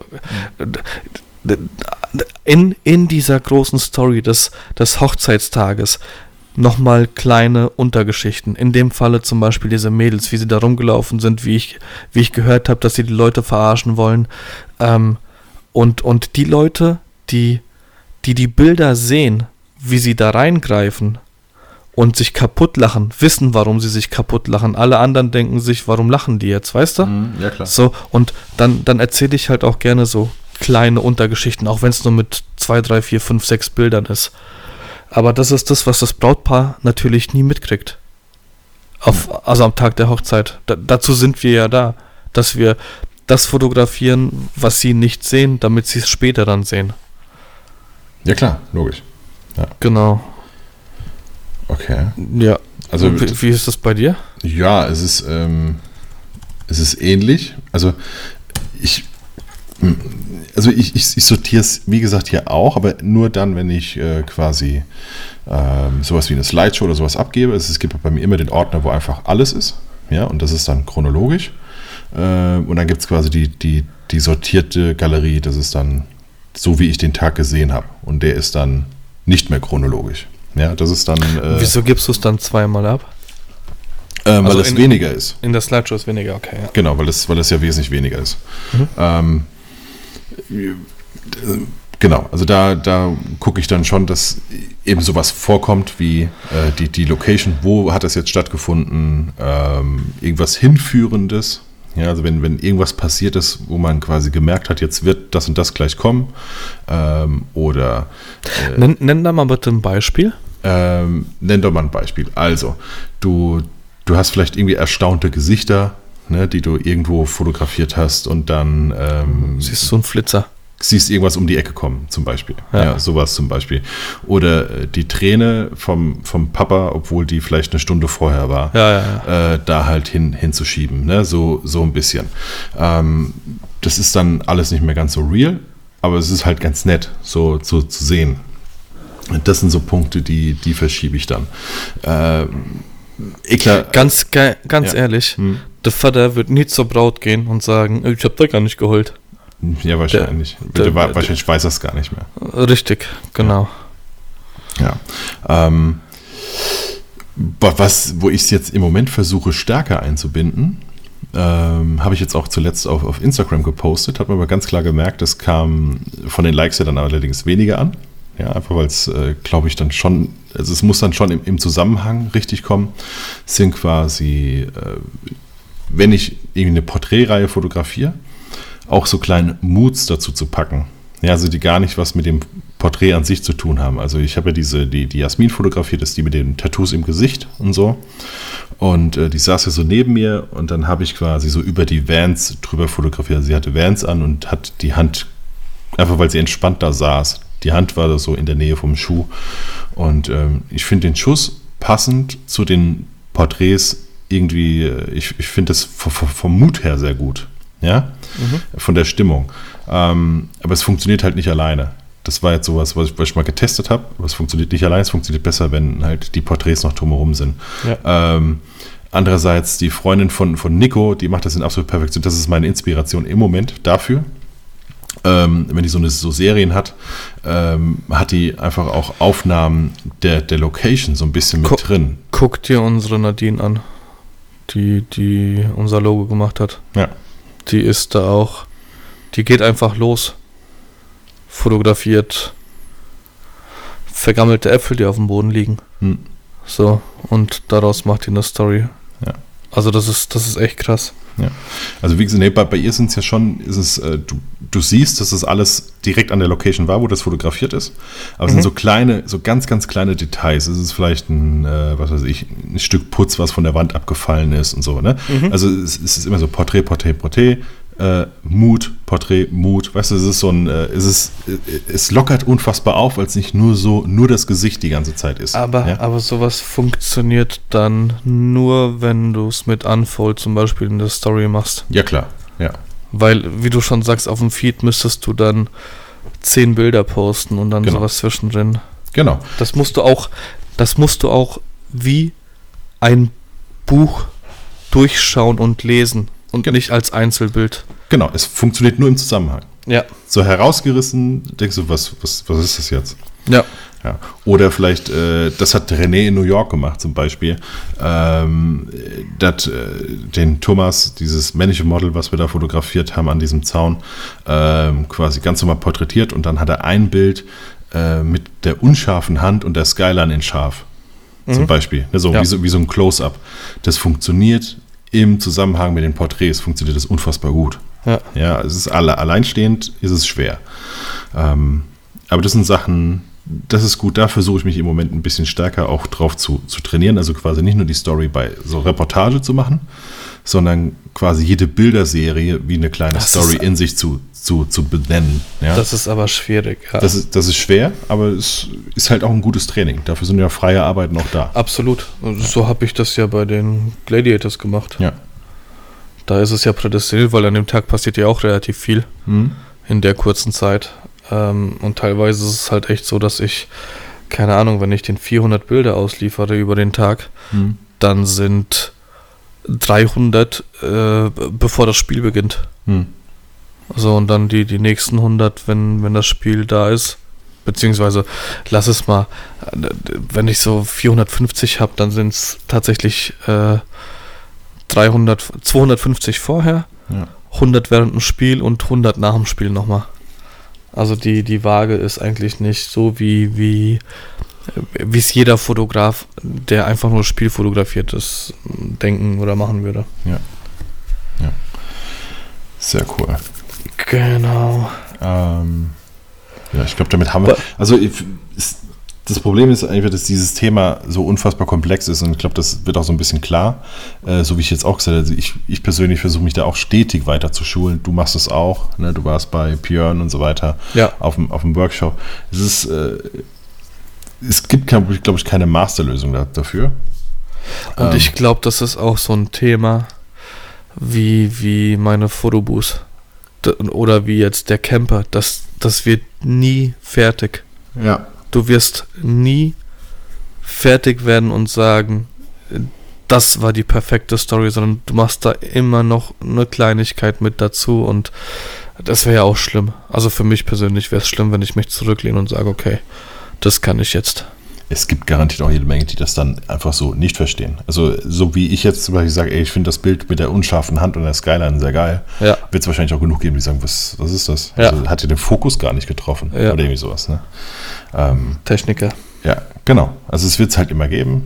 Speaker 1: in, in dieser großen Story des, des Hochzeitstages nochmal kleine Untergeschichten. In dem Falle zum Beispiel diese Mädels, wie sie da rumgelaufen sind, wie ich, wie ich gehört habe, dass sie die Leute verarschen wollen. Ähm, und, und die Leute, die, die die Bilder sehen, wie sie da reingreifen und sich kaputt lachen, wissen, warum sie sich kaputt lachen. Alle anderen denken sich, warum lachen die jetzt, weißt du?
Speaker 2: Mm, ja, klar.
Speaker 1: So, und dann, dann erzähle ich halt auch gerne so kleine Untergeschichten, auch wenn es nur mit zwei, drei, vier, fünf, sechs Bildern ist. Aber das ist das, was das Brautpaar natürlich nie mitkriegt. Auf, mm. Also am Tag der Hochzeit. Da, dazu sind wir ja da, dass wir das fotografieren, was sie nicht sehen, damit sie es später dann sehen.
Speaker 2: Ja klar, logisch. Ja.
Speaker 1: Genau.
Speaker 2: Okay.
Speaker 1: Ja.
Speaker 2: Also
Speaker 1: wie, wie ist das bei dir?
Speaker 2: Ja, es ist, ähm, es ist ähnlich. Also ich, also ich, ich, ich sortiere es, wie gesagt, hier auch, aber nur dann, wenn ich äh, quasi ähm, sowas wie eine Slideshow oder sowas abgebe. Es, es gibt bei mir immer den Ordner, wo einfach alles ist. Ja, und das ist dann chronologisch. Äh, und dann gibt es quasi die, die, die sortierte Galerie. Das ist dann so, wie ich den Tag gesehen habe. Und der ist dann nicht mehr chronologisch. Ja, das ist dann. Äh,
Speaker 1: Wieso gibst du es dann zweimal ab?
Speaker 2: Ähm, also weil es weniger ist.
Speaker 1: In der Slideshow ist weniger, okay. Ja.
Speaker 2: Genau, weil es weil es ja wesentlich weniger ist. Mhm. Ähm, genau, also da, da gucke ich dann schon, dass eben sowas vorkommt wie äh, die, die Location, wo hat das jetzt stattgefunden, ähm, irgendwas Hinführendes. Ja, also wenn, wenn irgendwas passiert ist, wo man quasi gemerkt hat, jetzt wird das und das gleich kommen. Ähm, oder
Speaker 1: äh, nenn, nenn da mal bitte ein Beispiel.
Speaker 2: Ähm, nenn doch mal ein Beispiel. Also, du, du hast vielleicht irgendwie erstaunte Gesichter, ne, die du irgendwo fotografiert hast und dann ähm,
Speaker 1: siehst so ein Flitzer.
Speaker 2: Siehst irgendwas um die Ecke kommen, zum Beispiel. Ja, ja sowas zum Beispiel. Oder äh, die Träne vom, vom Papa, obwohl die vielleicht eine Stunde vorher war,
Speaker 1: ja, ja, ja.
Speaker 2: Äh, da halt hin, hinzuschieben. Ne? So, so ein bisschen. Ähm, das ist dann alles nicht mehr ganz so real, aber es ist halt ganz nett, so, so zu sehen. Das sind so Punkte, die, die verschiebe ich dann. Ähm, Eklar,
Speaker 1: ganz ge- ganz ja. ehrlich, hm. der Vater wird nie zur Braut gehen und sagen, ich hab da gar nicht geheult.
Speaker 2: Ja, wahrscheinlich. Der, der, der, wahrscheinlich weiß er es gar nicht mehr.
Speaker 1: Richtig, genau.
Speaker 2: Ja. ja. Ähm, was, wo ich es jetzt im Moment versuche, stärker einzubinden, ähm, habe ich jetzt auch zuletzt auf, auf Instagram gepostet, hat man aber ganz klar gemerkt, das kam von den Likes ja dann allerdings weniger an. Ja, einfach weil es, äh, glaube ich, dann schon, also es muss dann schon im, im Zusammenhang richtig kommen, sind quasi, äh, wenn ich irgendwie eine Porträtreihe fotografiere, auch so kleine Moods dazu zu packen. Ja, also die gar nicht was mit dem Porträt an sich zu tun haben. Also ich habe ja diese, die, die Jasmin fotografiert, das ist die mit den Tattoos im Gesicht und so. Und äh, die saß ja so neben mir und dann habe ich quasi so über die Vans drüber fotografiert. Also sie hatte Vans an und hat die Hand, einfach weil sie entspannt da saß, die Hand war so in der Nähe vom Schuh. Und ähm, ich finde den Schuss passend zu den Porträts irgendwie, ich, ich finde das vom, vom Mut her sehr gut. Ja, mhm. Von der Stimmung. Ähm, aber es funktioniert halt nicht alleine. Das war jetzt sowas, was ich, was ich mal getestet habe, aber es funktioniert nicht allein, es funktioniert besser, wenn halt die Porträts noch drumherum sind. Ja. Ähm, andererseits die Freundin von, von Nico, die macht das in absolut Perfektion. Das ist meine Inspiration im Moment dafür. Ähm, wenn die so eine so Serien hat, ähm, hat die einfach auch Aufnahmen der, der Location so ein bisschen mit Guck, drin.
Speaker 1: Guck dir unsere Nadine an, die, die unser Logo gemacht hat.
Speaker 2: Ja.
Speaker 1: Die ist da auch, die geht einfach los, fotografiert vergammelte Äpfel, die auf dem Boden liegen. Hm. So, und daraus macht ihr eine Story.
Speaker 2: Ja.
Speaker 1: Also das ist, das ist echt krass.
Speaker 2: Ja. Also wie gesagt, nee, bei, bei ihr sind es ja schon, ist es, äh, du, du siehst, dass das alles direkt an der Location war, wo das fotografiert ist. Aber es
Speaker 1: Mhm.
Speaker 2: sind so kleine, so ganz, ganz kleine Details. Es ist vielleicht ein, äh, was weiß ich, ein Stück Putz, was von der Wand abgefallen ist und so. Ne?
Speaker 1: Mhm.
Speaker 2: Also es, es ist immer so Porträt, Porträt, Porträt, äh, Mut, Porträt, Mut. Weißt du, es ist so ein, äh, es ist, äh, es lockert unfassbar auf, weil es nicht nur so, nur das Gesicht die ganze Zeit ist.
Speaker 1: Aber,
Speaker 2: ja?
Speaker 1: aber sowas funktioniert dann nur, wenn du es mit Unfold zum Beispiel in der Story machst.
Speaker 2: Ja, klar. Ja.
Speaker 1: Weil, wie du schon sagst, auf dem Feed müsstest du dann zehn Bilder posten und dann
Speaker 2: Genau.
Speaker 1: sowas zwischendrin.
Speaker 2: Genau.
Speaker 1: Das musst du auch, das musst du auch wie ein Buch durchschauen und lesen und
Speaker 2: Genau.
Speaker 1: nicht als Einzelbild.
Speaker 2: Genau. Es funktioniert nur im Zusammenhang.
Speaker 1: Ja.
Speaker 2: So herausgerissen, denkst du, was, was, was ist das jetzt?
Speaker 1: Ja.
Speaker 2: Ja. Oder vielleicht, äh, das hat René in New York gemacht zum Beispiel, ähm, dat, äh, den Thomas, dieses männliche Model, was wir da fotografiert haben an diesem Zaun, ähm, quasi ganz normal porträtiert und dann hat er ein Bild äh, mit der unscharfen Hand und der Skyline in scharf. Zum
Speaker 1: Mhm.
Speaker 2: Beispiel, ne, so,
Speaker 1: Ja.
Speaker 2: wie so wie so ein Close-Up. Das funktioniert im Zusammenhang mit den Porträts, funktioniert das unfassbar gut.
Speaker 1: Ja.
Speaker 2: Ja, es ist alle, alleinstehend ist es schwer. Ähm, aber das sind Sachen, das ist gut, da versuche ich mich im Moment ein bisschen stärker auch drauf zu, zu trainieren, also quasi nicht nur die Story bei so Reportage zu machen, sondern quasi jede Bilderserie wie eine kleine
Speaker 1: Das
Speaker 2: Story
Speaker 1: ist-
Speaker 2: in sich zu, zu, zu benennen. Ja?
Speaker 1: Das ist aber schwierig. Ja.
Speaker 2: das, ist, das ist schwer, aber es ist halt auch ein gutes Training. Dafür sind ja freie Arbeiten auch da.
Speaker 1: Absolut. Und so habe ich das ja bei den Gladiators gemacht.
Speaker 2: Ja.
Speaker 1: Da ist es ja prädestiniert, weil an dem Tag passiert ja auch relativ viel
Speaker 2: Mhm.
Speaker 1: in der kurzen Zeit. Ähm, und teilweise ist es halt echt so, dass ich, keine Ahnung, wenn ich den vierhundert Bilder ausliefere über den Tag,
Speaker 2: Mhm.
Speaker 1: dann sind dreihundert, äh, bevor das Spiel beginnt.
Speaker 2: Mhm.
Speaker 1: So, und dann die, die nächsten hundert, wenn, wenn das Spiel da ist. Beziehungsweise, lass es mal, äh, wenn ich so vierhundertfünfzig habe, dann sind es tatsächlich äh, dreihundert, zweihundertfünfzig vorher,
Speaker 2: Ja.
Speaker 1: hundert während dem Spiel und hundert nach dem Spiel nochmal. Also die, die Waage ist eigentlich nicht so, wie wie wie es jeder Fotograf, der einfach nur Spiel fotografiert ist, denken oder machen würde.
Speaker 2: Sehr cool.
Speaker 1: Genau.
Speaker 2: Ähm, ja, ich glaube, damit haben wir.
Speaker 1: Aber-
Speaker 2: Also, ich, ist, das Problem ist einfach, dass dieses Thema so unfassbar komplex ist und ich glaube, das wird auch so ein bisschen klar. Äh, so wie ich jetzt auch gesagt habe, also ich, ich persönlich versuche mich da auch stetig weiter zu schulen. Du machst es auch, ne? Du warst bei Björn und so weiter
Speaker 1: Ja.
Speaker 2: auf dem, auf dem Workshop. Es ist. Äh, es gibt, glaube ich, keine Masterlösung da, dafür.
Speaker 1: Und
Speaker 2: Ähm.
Speaker 1: ich glaube, das ist auch so ein Thema wie, wie meine Fotobooths. D- Oder wie jetzt der Camper. Das, das wird nie fertig.
Speaker 2: Ja.
Speaker 1: Du wirst nie fertig werden und sagen, das war die perfekte Story, sondern du machst da immer noch eine Kleinigkeit mit dazu und das wäre ja auch schlimm. Also für mich persönlich wäre es schlimm, wenn ich mich zurücklehne und sage, okay, das kann ich jetzt.
Speaker 2: Es gibt garantiert auch jede Menge, die das dann einfach so nicht verstehen. Also so wie ich jetzt zum Beispiel sage, ey, ich finde das Bild mit der unscharfen Hand und der Skyline sehr geil,
Speaker 1: Ja.
Speaker 2: wird es wahrscheinlich auch genug geben, die sagen, was, was ist das?
Speaker 1: Ja.
Speaker 2: Also hat ihr den Fokus gar nicht getroffen
Speaker 1: Ja.
Speaker 2: oder irgendwie sowas. Ne? Ähm,
Speaker 1: Techniker.
Speaker 2: ja, genau. Also es wird es halt immer geben.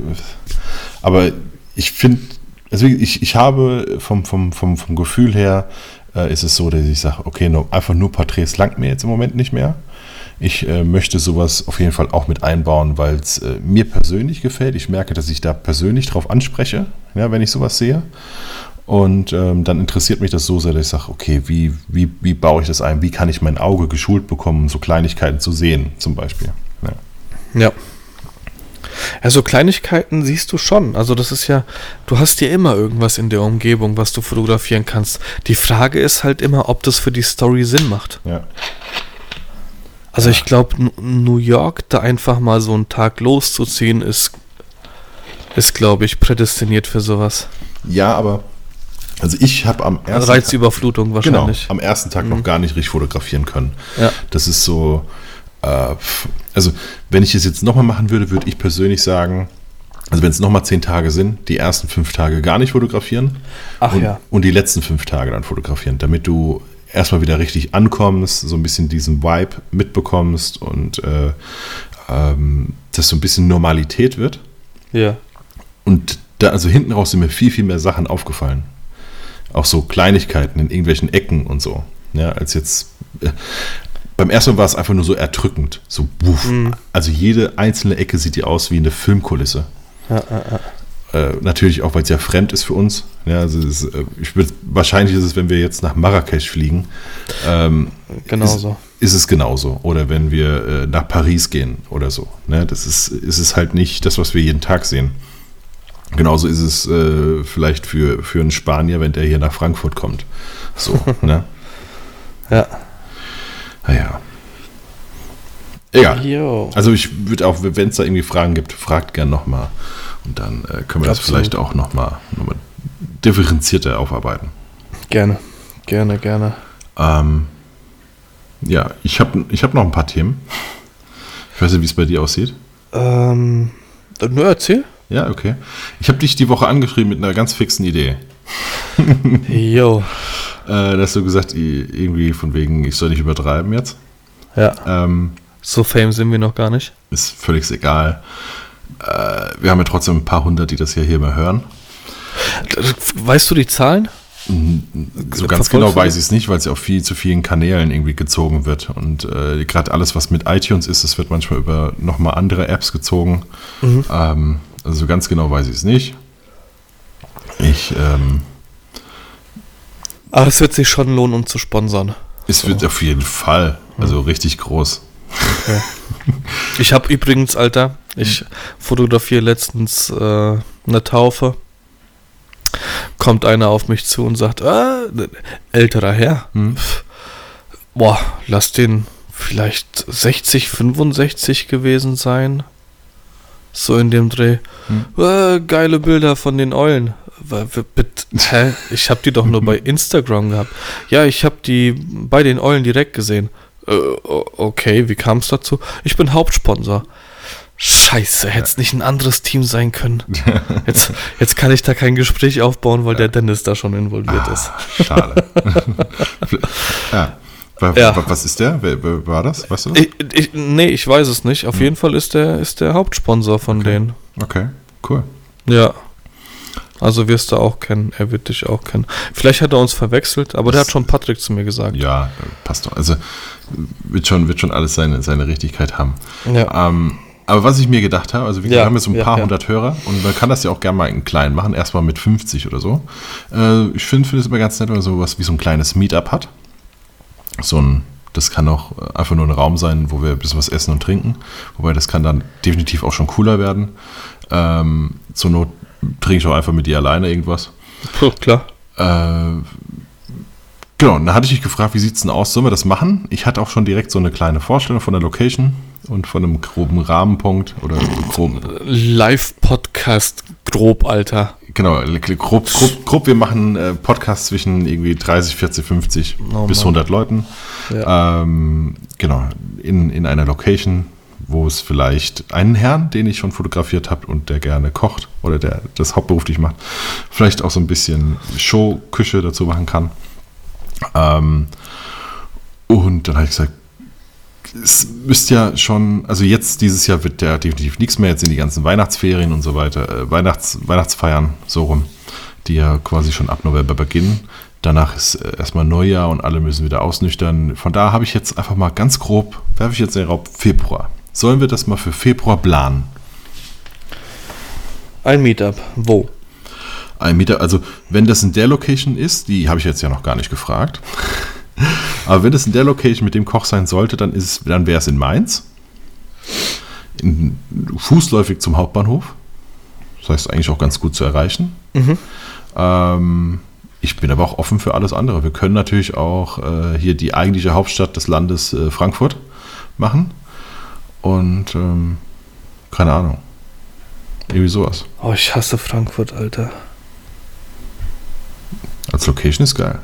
Speaker 2: Aber ich finde, also ich, ich habe vom, vom, vom, vom Gefühl her, äh, ist es so, dass ich sage, okay, no, einfach nur Porträts langt mir jetzt im Moment nicht mehr. Ich äh, möchte sowas auf jeden Fall auch mit einbauen, weil es äh, mir persönlich gefällt. Ich merke, dass ich da persönlich drauf anspreche, ja, wenn ich sowas sehe. Und ähm, dann interessiert mich das so sehr, dass ich sage, okay, wie, wie, wie baue ich das ein? Wie kann ich mein Auge geschult bekommen, um so Kleinigkeiten zu sehen, zum Beispiel. Ja.
Speaker 1: Ja. Also Kleinigkeiten siehst du schon. Also das ist ja, du hast ja immer irgendwas in der Umgebung, was du fotografieren kannst. Die Frage ist halt immer, ob das für die Story Sinn macht.
Speaker 2: Ja.
Speaker 1: Also ich glaube, New York, da einfach mal so einen Tag loszuziehen, ist, ist glaube ich, prädestiniert für sowas.
Speaker 2: Ja, aber also ich habe am ersten Tag,
Speaker 1: Reizüberflutung
Speaker 2: genau,
Speaker 1: wahrscheinlich.
Speaker 2: am ersten Tag
Speaker 1: Mhm.
Speaker 2: noch gar nicht richtig fotografieren können.
Speaker 1: Ja.
Speaker 2: Das ist so, äh, also wenn ich es jetzt nochmal machen würde, würde ich persönlich sagen, also wenn es nochmal zehn Tage sind, die ersten fünf Tage gar nicht fotografieren
Speaker 1: Ach
Speaker 2: und,
Speaker 1: ja.
Speaker 2: und die letzten fünf Tage dann fotografieren, damit du erstmal wieder richtig ankommst, so ein bisschen diesen Vibe mitbekommst und äh, ähm, das so ein bisschen Normalität wird.
Speaker 1: Ja.
Speaker 2: Und da, also hinten raus sind mir viel, viel mehr Sachen aufgefallen. Auch so Kleinigkeiten in irgendwelchen Ecken und so. Ja, als jetzt. Äh, beim ersten Mal war es einfach nur so erdrückend. So, wuff. Mhm. Also jede einzelne Ecke sieht die aus wie eine Filmkulisse. Ja, ja, ja. Äh, natürlich auch, weil es ja fremd ist für uns. Ja, also es, ich würd, wahrscheinlich ist es, wenn wir jetzt nach Marrakesch fliegen, ähm,
Speaker 1: genauso.
Speaker 2: Ist, ist es genauso. Oder wenn wir äh, nach Paris gehen oder so. Ne? Das ist, ist es halt nicht das, was wir jeden Tag sehen. Genauso ist es äh, vielleicht für, für einen Spanier, wenn der hier nach Frankfurt kommt. So, ne?
Speaker 1: Ja.
Speaker 2: Naja. Egal.
Speaker 1: Jo.
Speaker 2: Also ich würde auch, wenn es da irgendwie Fragen gibt, fragt gern nochmal. Und dann äh, können wir Absolut. das vielleicht auch nochmal noch mal differenzierter aufarbeiten.
Speaker 1: Gerne, gerne, gerne.
Speaker 2: Ähm, ja, ich habe ich hab noch ein paar Themen. Ich weiß nicht, wie es bei dir aussieht.
Speaker 1: Ähm, nur erzähl.
Speaker 2: Ja, okay. Ich habe dich die Woche angeschrieben mit einer ganz fixen Idee.
Speaker 1: Jo.
Speaker 2: äh, da hast du gesagt, irgendwie von wegen, ich soll nicht übertreiben jetzt.
Speaker 1: Ja.
Speaker 2: Ähm,
Speaker 1: so fame sind wir noch gar nicht.
Speaker 2: Ist völlig egal. Äh, wir haben ja trotzdem ein paar hundert, die das ja hier mal hören.
Speaker 1: Weißt du die Zahlen?
Speaker 2: So ganz genau weiß ich es nicht, weil es ja auf viel zu vielen Kanälen irgendwie gezogen wird. Und äh, gerade alles, was mit iTunes ist, das wird manchmal über nochmal andere Apps gezogen. Mhm. Ähm, also ganz genau weiß ich es nicht. Ich, ähm...
Speaker 1: Aber es wird sich schon lohnen, um zu sponsern.
Speaker 2: Es so. wird auf jeden Fall, also mhm. richtig groß.
Speaker 1: Okay. Ich habe übrigens, Alter, ich fotografiere letztens äh, eine Taufe. Kommt einer auf mich zu und sagt, ah, älterer Herr, hm. boah, lass den vielleicht sechzig, fünfundsechzig gewesen sein. So in dem Dreh. Hm. Äh, geile Bilder von den Eulen. Hä? Ich habe die doch nur bei Instagram gehabt. Ja, ich habe die bei den Eulen direkt gesehen. Äh, okay, wie kam es dazu? Ich bin Hauptsponsor. Scheiße, hätte es nicht ein anderes Team sein können. Jetzt, jetzt kann ich da kein Gespräch aufbauen, weil der Dennis da schon involviert ah, ist.
Speaker 2: Schade. ja. War, ja. Was ist der? Wer war das? Weißt du das?
Speaker 1: Ich, ich, nee, ich weiß es nicht. Auf hm. jeden Fall ist der, ist der Hauptsponsor von
Speaker 2: okay.
Speaker 1: denen.
Speaker 2: Okay, cool.
Speaker 1: Ja. Also wirst du auch kennen. Er wird dich auch kennen. Vielleicht hat er uns verwechselt, aber das, der hat schon Patrick zu mir gesagt.
Speaker 2: Ja, passt doch. Also wird schon, wird schon alles seine, seine Richtigkeit haben.
Speaker 1: Ja.
Speaker 2: Ähm, Aber was ich mir gedacht habe, also wir
Speaker 1: ja,
Speaker 2: haben jetzt so ein
Speaker 1: ja,
Speaker 2: paar
Speaker 1: ja.
Speaker 2: hundert Hörer und man kann das ja auch gerne mal in klein machen, erstmal mit fünfzig oder so. Äh, ich finde find es immer ganz nett, wenn man sowas wie so ein kleines Meetup hat. So ein, das kann auch einfach nur ein Raum sein, wo wir ein bisschen was essen und trinken. Wobei das kann dann definitiv auch schon cooler werden. Ähm, zur Not trinke ich auch einfach mit dir alleine irgendwas.
Speaker 1: Puh, klar.
Speaker 2: Äh, genau, und dann hatte ich dich gefragt, wie sieht es denn aus, sollen wir das machen? Ich hatte auch schon direkt so eine kleine Vorstellung von der Location und von einem groben Rahmenpunkt oder groben
Speaker 1: Live-Podcast grob, Alter.
Speaker 2: Genau, grob, grob, grob wir machen äh, Podcasts zwischen irgendwie dreißig, vierzig, fünfzig oh, bis hundert Leuten. Ja. Ähm, genau, in, in einer Location, wo es vielleicht einen Herrn, den ich schon fotografiert habe und der gerne kocht oder der das hauptberuflich macht, vielleicht auch so ein bisschen Showküche dazu machen kann. Ähm, und dann habe ich gesagt, es müsste ja schon, also jetzt dieses Jahr wird ja definitiv nichts mehr, jetzt sind die ganzen Weihnachtsferien und so weiter, äh, Weihnachts, Weihnachtsfeiern so rum, die ja quasi schon ab November beginnen. Danach ist äh, erstmal Neujahr und alle müssen wieder ausnüchtern. Von da habe ich jetzt einfach mal ganz grob, werfe ich jetzt in den Raum Februar. Sollen wir das mal für Februar planen?
Speaker 1: Ein Meetup, wo?
Speaker 2: Ein Meetup, also wenn das in der Location ist, die habe ich jetzt ja noch gar nicht gefragt, aber wenn das in der Location mit dem Koch sein sollte, dann, ist, dann wäre es in Mainz, in, fußläufig zum Hauptbahnhof, das heißt eigentlich auch ganz gut zu erreichen. Mhm. Ähm, ich bin aber auch offen für alles andere. Wir können natürlich auch äh, hier die eigentliche Hauptstadt des Landes äh, Frankfurt machen und ähm, keine Ahnung, irgendwie sowas.
Speaker 1: Oh, ich hasse Frankfurt, Alter.
Speaker 2: Als Location ist geil.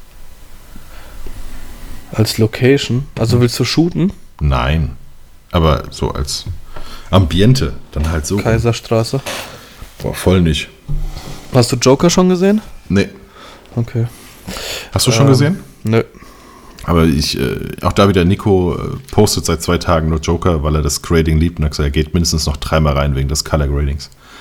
Speaker 1: Als Location? Also willst du shooten?
Speaker 2: Nein. Aber so als Ambiente, dann halt so.
Speaker 1: Kaiserstraße?
Speaker 2: Boah, voll nicht.
Speaker 1: Hast du Joker schon gesehen?
Speaker 2: Nee.
Speaker 1: Okay.
Speaker 2: Hast du schon ähm, gesehen?
Speaker 1: Nö.
Speaker 2: Aber ich, äh, auch da wieder, Nico äh, postet seit zwei Tagen nur Joker, weil er das Grading liebt und hat gesagt, er geht mindestens noch dreimal rein wegen des Color Gradings.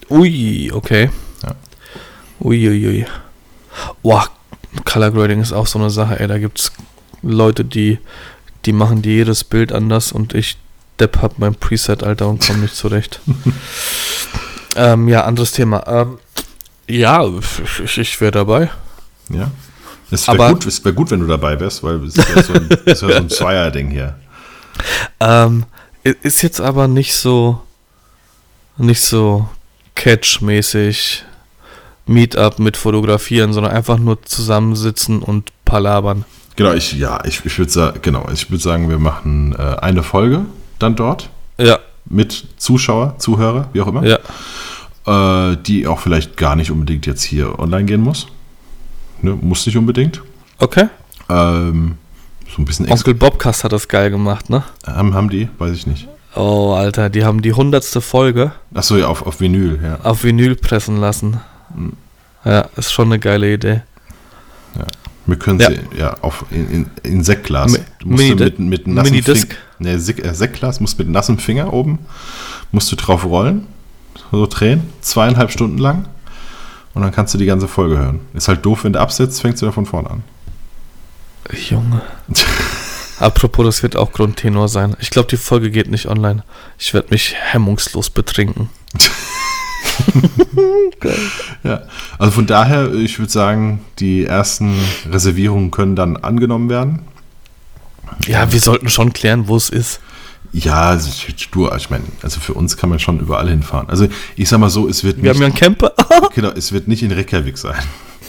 Speaker 1: Ui, okay.
Speaker 2: Ja.
Speaker 1: Uiuiui. Ui. Boah, Color Grading ist auch so eine Sache, ey. Da gibt's Leute, die, die machen dir jedes Bild anders und ich Depp hab mein Preset, Alter, und komm nicht zurecht. ähm, ja, anderes Thema. Ähm, ja, ich, ich wäre dabei.
Speaker 2: Ja. Es wäre gut, wär gut, wenn du dabei wärst, weil es ist ja so ein, ist ja so ein Zweier-Ding hier.
Speaker 1: Ähm, ist jetzt aber nicht so nicht so Catch-mäßig Meetup mit Fotografieren, sondern einfach nur zusammensitzen und palabern.
Speaker 2: Genau, ich, ja, ich, ich würde sagen, genau, ich würde sagen, wir machen äh, eine Folge dann dort.
Speaker 1: Ja.
Speaker 2: Mit Zuschauer, Zuhörer, wie auch immer.
Speaker 1: Ja.
Speaker 2: Äh, die auch vielleicht gar nicht unbedingt jetzt hier online gehen muss. Ne, muss nicht unbedingt.
Speaker 1: Okay.
Speaker 2: Ähm, so ein bisschen
Speaker 1: Onkel Bobcast hat das geil gemacht, ne?
Speaker 2: Haben, haben die? Weiß ich nicht.
Speaker 1: Oh, Alter, die haben die hundertste Folge
Speaker 2: Achso, ja, auf, auf Vinyl, ja.
Speaker 1: auf Vinyl pressen lassen.
Speaker 2: Mhm.
Speaker 1: Ja, ist schon eine geile Idee.
Speaker 2: Ja. Wir können
Speaker 1: Ja.
Speaker 2: sie ja auf in, in, in Sektglas.
Speaker 1: Mi-
Speaker 2: Du musst
Speaker 1: Mini-
Speaker 2: mit, mit nassem
Speaker 1: Minidisc.
Speaker 2: Finger. Ne, Sek, äh, Sektglas, musst mit nassem Finger oben, musst du drauf rollen, so drehen, zweieinhalb Stunden lang. Und dann kannst du die ganze Folge hören. Ist halt doof, wenn du absetzt, fängst du da von vorne an.
Speaker 1: Junge. Apropos, das wird auch Grundtenor sein. Ich glaube, die Folge geht nicht online. Ich werde mich hemmungslos betrinken.
Speaker 2: Geil. Ja, also von daher, ich würde sagen, die ersten Reservierungen können dann angenommen werden.
Speaker 1: Ja, wir sollten schon klären, wo es ist.
Speaker 2: Ja, also ich, du, ich meine, also für uns kann man schon überall hinfahren. Also ich sag mal so, es wird
Speaker 1: Wir
Speaker 2: nicht,
Speaker 1: haben ja einen Camper.
Speaker 2: genau, es wird nicht in Reykjavik sein.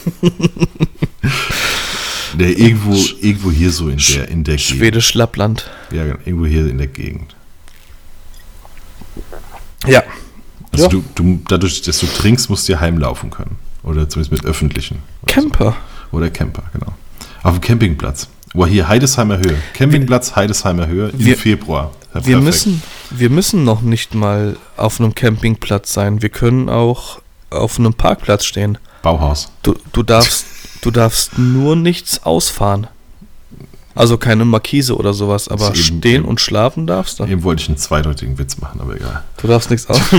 Speaker 2: Der irgendwo, irgendwo hier so in der, in der Gegend.
Speaker 1: Schwedisch Lappland.
Speaker 2: Ja, genau, irgendwo hier in der Gegend.
Speaker 1: Ja.
Speaker 2: Also
Speaker 1: Ja.
Speaker 2: du, du, dadurch, dass du trinkst, musst du ja heimlaufen können. Oder zumindest mit öffentlichen. Oder
Speaker 1: Camper.
Speaker 2: So. Oder Camper, genau. Auf dem Campingplatz. Oh, hier Heidesheimer Höhe. Campingplatz Heidesheimer Höhe im
Speaker 1: Wir-
Speaker 2: Februar. Ja,
Speaker 1: Wir
Speaker 2: perfekt.
Speaker 1: müssen, wir müssen noch nicht mal auf einem Campingplatz sein. Wir können auch auf einem Parkplatz stehen.
Speaker 2: Bauhaus.
Speaker 1: Du, du, darfst, du darfst nur nichts ausfahren. Also keine Markise oder sowas, aber
Speaker 2: Das ist eben-
Speaker 1: stehen und schlafen darfst du.
Speaker 2: Eben wollte ich einen zweideutigen Witz machen, aber egal.
Speaker 1: Du darfst nichts aus.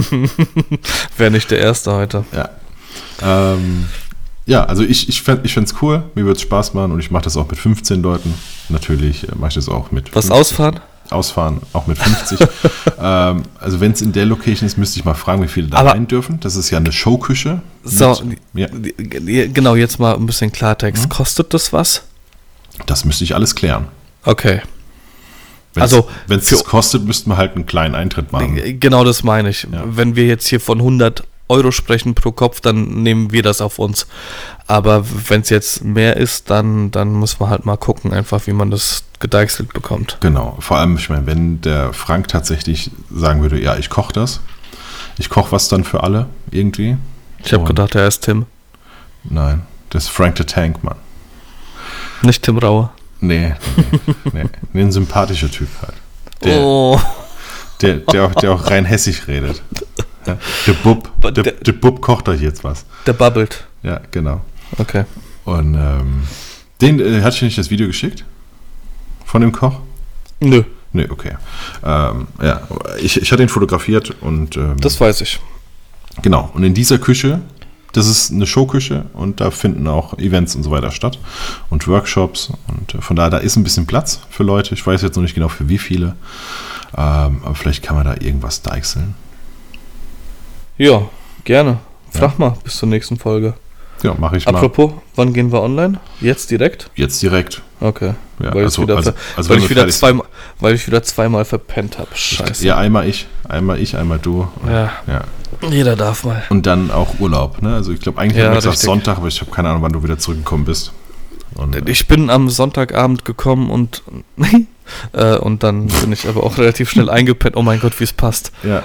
Speaker 1: Wäre nicht der Erste heute.
Speaker 2: Ja. Ähm, ja, also ich, ich fände es cool, mir würde es Spaß machen und ich mache das auch mit fünfzehn Leuten. Natürlich äh, mache ich das auch mit
Speaker 1: Was
Speaker 2: fünfzig.
Speaker 1: ausfahren?
Speaker 2: Ausfahren, auch mit fünfzig. ähm, also wenn es in der Location ist, müsste ich mal fragen, wie viele da
Speaker 1: Aber-
Speaker 2: rein dürfen. Das ist ja eine Showküche.
Speaker 1: So,
Speaker 2: Mit- ja,
Speaker 1: die- die- genau, jetzt mal ein bisschen Klartext.
Speaker 2: Mhm.
Speaker 1: Kostet das was?
Speaker 2: das müsste ich alles klären.
Speaker 1: Okay.
Speaker 2: Wenn's,
Speaker 1: Also,
Speaker 2: wenn es
Speaker 1: für-
Speaker 2: das kostet, müssten wir halt einen kleinen Eintritt machen.
Speaker 1: Genau das meine ich.
Speaker 2: Ja.
Speaker 1: Wenn wir jetzt hier von hundert Euro sprechen pro Kopf, dann nehmen wir das auf uns. Aber wenn es jetzt mehr ist, dann, dann muss man halt mal gucken, einfach wie man das gedeichselt bekommt.
Speaker 2: Genau, vor allem, ich meine, wenn der Frank tatsächlich sagen würde, ja, ich koche das, ich koche was dann für alle, irgendwie.
Speaker 1: Ich habe
Speaker 2: Und-
Speaker 1: gedacht, er ist Tim.
Speaker 2: Nein, das ist Frank the Tank, Mann.
Speaker 1: Nicht Tim Raue.
Speaker 2: Nee, nee, nee, nee, ein sympathischer Typ halt. Der,
Speaker 1: Oh.
Speaker 2: der, der, auch, der auch rein hessisch redet. Ja, der Bub, der,
Speaker 1: Der-
Speaker 2: der Bub kocht euch jetzt was.
Speaker 1: Der babbelt.
Speaker 2: Ja, genau.
Speaker 1: Okay.
Speaker 2: Und ähm, den, äh, hatte ich dir nicht das Video geschickt? Von dem Koch?
Speaker 1: Nö,
Speaker 2: Nee, okay. Ähm, ja, ich, ich hatte ihn fotografiert und ähm,
Speaker 1: das weiß ich.
Speaker 2: genau. Und in dieser Küche, das ist eine Showküche und da finden auch Events und so weiter statt und Workshops und äh, von daher, da ist ein bisschen Platz für Leute. Ich weiß jetzt noch nicht genau für wie viele, ähm, aber vielleicht kann man da irgendwas deichseln.
Speaker 1: Ja, gerne. Frag mal bis zur nächsten Folge.
Speaker 2: Ja, mache ich mal.
Speaker 1: Apropos, wann gehen wir online? Jetzt direkt?
Speaker 2: Jetzt direkt.
Speaker 1: Okay.
Speaker 2: Ja,
Speaker 1: weil,
Speaker 2: also-
Speaker 1: ich wieder,
Speaker 2: also-
Speaker 1: ver-
Speaker 2: also
Speaker 1: weil,
Speaker 2: wenn
Speaker 1: ich
Speaker 2: wir
Speaker 1: wieder
Speaker 2: fertig sind.
Speaker 1: zweimal, weil ich wieder zweimal verpennt habe. Scheiße.
Speaker 2: Ja, einmal ich, einmal ich, einmal du. Und,
Speaker 1: Ja.
Speaker 2: ja.
Speaker 1: Jeder darf mal.
Speaker 2: Und dann auch Urlaub. Ne? Also ich glaube, eigentlich
Speaker 1: Ja,
Speaker 2: haben wir gesagt
Speaker 1: richtig.
Speaker 2: Sonntag, aber ich habe keine Ahnung, wann du wieder zurückgekommen bist. Und, äh,
Speaker 1: Ich bin am Sonntagabend gekommen und äh, und dann bin ich aber auch relativ schnell eingepennt. Oh mein Gott, wie es passt.
Speaker 2: ja.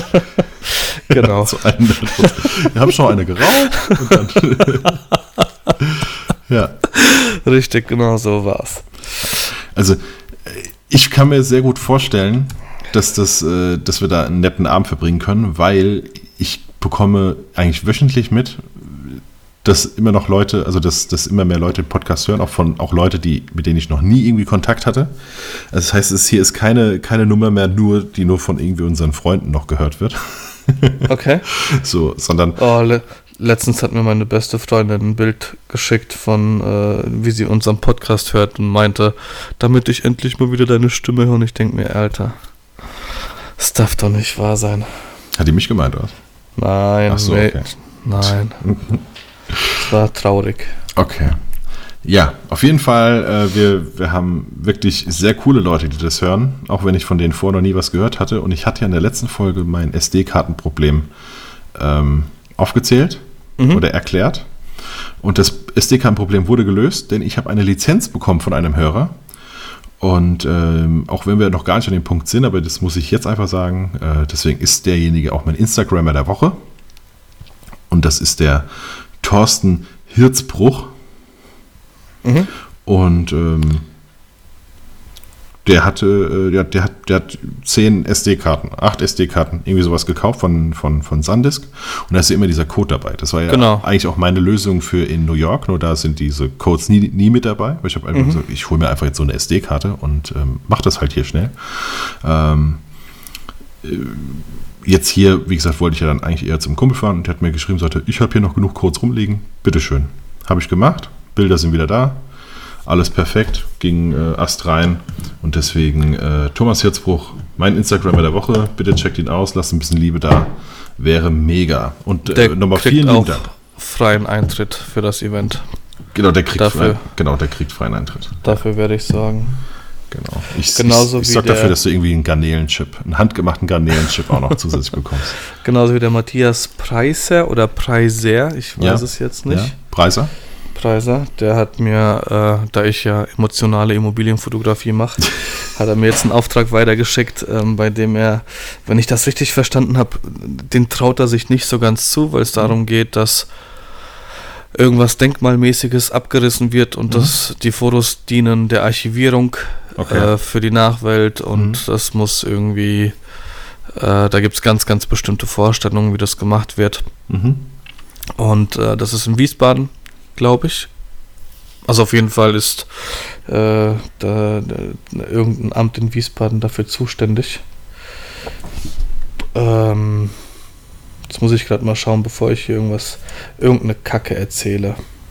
Speaker 1: Genau.
Speaker 2: So einen, wir haben schon eine geraucht. Und dann, ja.
Speaker 1: Richtig, genau so war's.
Speaker 2: Also äh, ich kann mir sehr gut vorstellen, dass, das, äh, dass wir da einen netten Abend verbringen können, weil ich bekomme eigentlich wöchentlich mit, dass immer noch Leute, also dass, dass immer mehr Leute den Podcast hören, auch von auch Leute, die, mit denen ich noch nie irgendwie Kontakt hatte. Also das heißt, es hier ist keine, keine Nummer mehr, nur, die nur von irgendwie unseren Freunden noch gehört wird,
Speaker 1: Okay.
Speaker 2: So, sondern.
Speaker 1: Oh, le- letztens hat mir meine beste Freundin ein Bild geschickt von, äh, wie sie unseren Podcast hört und meinte, damit ich endlich mal wieder deine Stimme höre. Und ich denke mir, Alter, das darf doch nicht wahr sein.
Speaker 2: Hat die mich gemeint, oder?
Speaker 1: Nein,
Speaker 2: Ach so,
Speaker 1: nee,
Speaker 2: okay.
Speaker 1: nein. Es war traurig.
Speaker 2: Okay. Ja, auf jeden Fall, äh, wir, wir haben wirklich sehr coole Leute, die das hören, auch wenn ich von denen vorher noch nie was gehört hatte. Und ich hatte ja in der letzten Folge mein S D-Kartenproblem ähm, aufgezählt mhm. oder erklärt. Und das S D-Kartenproblem wurde gelöst, denn ich habe eine Lizenz bekommen von einem Hörer. Und ähm, auch wenn wir noch gar nicht an dem Punkt sind, aber das muss ich jetzt einfach sagen, äh, deswegen ist derjenige auch mein Instagrammer der Woche. Und das ist der Thorsten Hirzbruch. Mhm. Und ähm, der hatte, äh, der, der, hat, der hat zehn S D-Karten, acht S D-Karten, irgendwie sowas gekauft von, von, von Sandisk. Und da ist ja immer dieser Code dabei. Das war ja
Speaker 1: genau.
Speaker 2: eigentlich auch meine Lösung für in New York, nur da sind diese Codes nie, nie mit dabei. Weil ich habe einfach mhm. gesagt, ich hole mir einfach jetzt so eine S D-Karte und ähm, mache das halt hier schnell. Ähm, äh, jetzt hier, wie gesagt, wollte ich ja dann eigentlich eher zum Kumpel fahren und der hat mir geschrieben, sagte, ich habe hier noch genug Codes rumliegen, bitteschön. Habe ich gemacht. Bilder sind wieder da, alles perfekt, ging äh, Ast rein und deswegen äh, Thomas Hirzbruch, mein Instagrammer der Woche, bitte checkt ihn aus, lasst ein bisschen Liebe da, wäre mega. Und äh, nochmal vielen lieben Dank.
Speaker 1: Freien Eintritt für das Event.
Speaker 2: Genau, der kriegt,
Speaker 1: dafür,
Speaker 2: freien, genau, der kriegt freien Eintritt.
Speaker 1: Dafür werde ich sagen.
Speaker 2: Genau. Ich,
Speaker 1: Genauso
Speaker 2: ich, ich
Speaker 1: wie
Speaker 2: sorge
Speaker 1: der,
Speaker 2: dafür, dass du irgendwie einen Garnelenchip, einen handgemachten Garnelenchip auch noch zusätzlich bekommst.
Speaker 1: Genauso wie der Matthias Preiser oder Preiser, ich weiß ja, es jetzt nicht.
Speaker 2: Ja. Preiser?
Speaker 1: Preiser, der hat mir, äh, da ich ja emotionale Immobilienfotografie mache, hat er mir jetzt einen Auftrag weitergeschickt, ähm, bei dem er, wenn ich das richtig verstanden habe, den traut er sich nicht so ganz zu, weil es darum geht, dass irgendwas Denkmalmäßiges abgerissen wird und mhm. dass die Fotos dienen der Archivierung okay. äh, für die Nachwelt und mhm. das muss irgendwie, äh, da gibt es ganz, ganz bestimmte Vorstellungen, wie das gemacht wird.
Speaker 2: Mhm.
Speaker 1: Und äh, das ist in Wiesbaden, glaube ich. Also auf jeden Fall ist äh, da, da, irgendein Amt in Wiesbaden dafür zuständig. Ähm, jetzt muss ich gerade mal schauen, bevor ich hier irgendwas, irgendeine Kacke erzähle.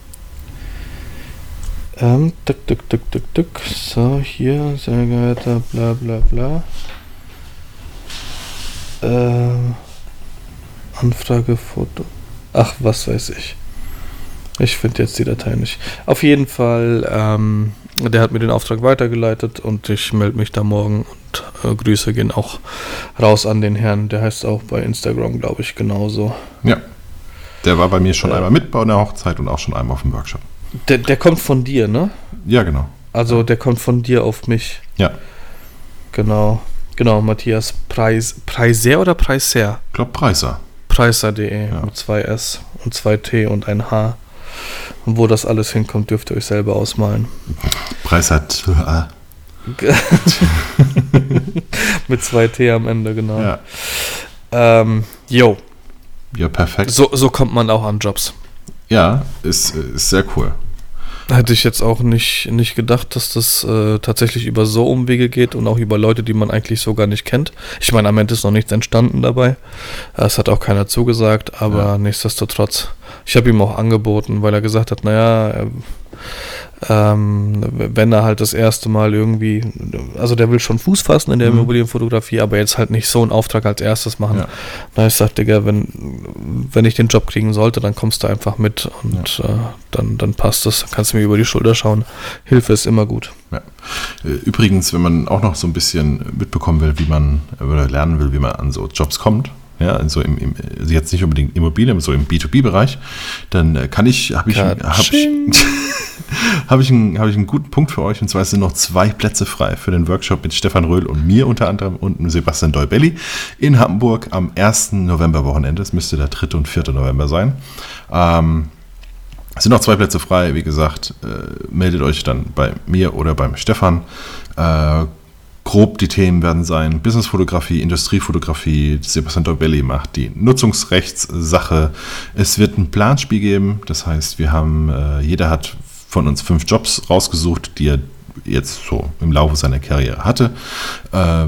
Speaker 1: Ähm, tuk, tuk, tuk, tuk, tuk. So, hier, sehr geehrter, bla bla bla. Äh, Anfrage, Foto. Ach, was weiß ich. Ich finde jetzt die Datei nicht. Auf jeden Fall, ähm, der hat mir den Auftrag weitergeleitet und ich melde mich da morgen und äh, Grüße gehen auch raus an den Herrn. Der heißt auch bei Instagram, glaube ich, genauso.
Speaker 2: Ja, der war bei mir schon
Speaker 1: äh,
Speaker 2: einmal mit bei der Hochzeit und auch schon einmal auf dem Workshop.
Speaker 1: Der, der kommt von dir, ne?
Speaker 2: Ja, genau.
Speaker 1: Also der kommt von dir auf mich.
Speaker 2: Ja.
Speaker 1: Genau, genau, Matthias Preis, Preiser oder Preiser?
Speaker 2: Ich glaube Preiser.
Speaker 1: Preiser punkt de
Speaker 2: ja.
Speaker 1: mit zwei S und zwei T und ein H. Und wo das alles hinkommt, dürft ihr euch selber ausmalen.
Speaker 2: Preis hat äh.
Speaker 1: mit zwei T am Ende, genau.
Speaker 2: Ja.
Speaker 1: Ähm, jo.
Speaker 2: Ja, perfekt.
Speaker 1: So, so kommt man auch an Jobs.
Speaker 2: Ja, ist, ist sehr cool.
Speaker 1: Hätte ich jetzt auch nicht, nicht gedacht, dass das äh, tatsächlich über so Umwege geht und auch über Leute, die man eigentlich so gar nicht kennt. Ich meine, am Ende ist noch nichts entstanden dabei. Es hat auch keiner zugesagt, aber ja. nichtsdestotrotz. Ich habe ihm auch angeboten, weil er gesagt hat, naja, er, ähm, wenn er halt das erste Mal irgendwie, also der will schon Fuß fassen in der mhm. Immobilienfotografie, aber jetzt halt nicht so einen Auftrag als erstes machen. Ja. Na, ich sagte, Digga, wenn, wenn ich den Job kriegen sollte, dann kommst du einfach mit und ja. äh, dann, dann passt das, dann kannst du mir über die Schulter schauen. Hilfe ist immer gut.
Speaker 2: Ja. Übrigens, wenn man auch noch so ein bisschen mitbekommen will, wie man oder lernen will, wie man an so Jobs kommt, ja, also im, im, jetzt nicht unbedingt Immobilien, so im B zwei B Bereich, dann kann ich, habe ich, hab ich, hab ich, einen, hab ich einen guten Punkt für euch, und zwar sind noch zwei Plätze frei für den Workshop mit Stefan Röhl und mir unter anderem und Sebastian Deubelli in Hamburg am ersten November-Wochenende. Es müsste der dritte und vierte November sein. Ähm, es sind noch zwei Plätze frei, wie gesagt, äh, meldet euch dann bei mir oder beim Stefan. Äh, Grob die Themen werden sein Businessfotografie, Industriefotografie, Sebastian Deubelli macht die Nutzungsrechtssache. Es wird ein Planspiel geben, das heißt, wir haben, äh, jeder hat von uns fünf Jobs rausgesucht, die er jetzt so im Laufe seiner Karriere hatte. Ähm,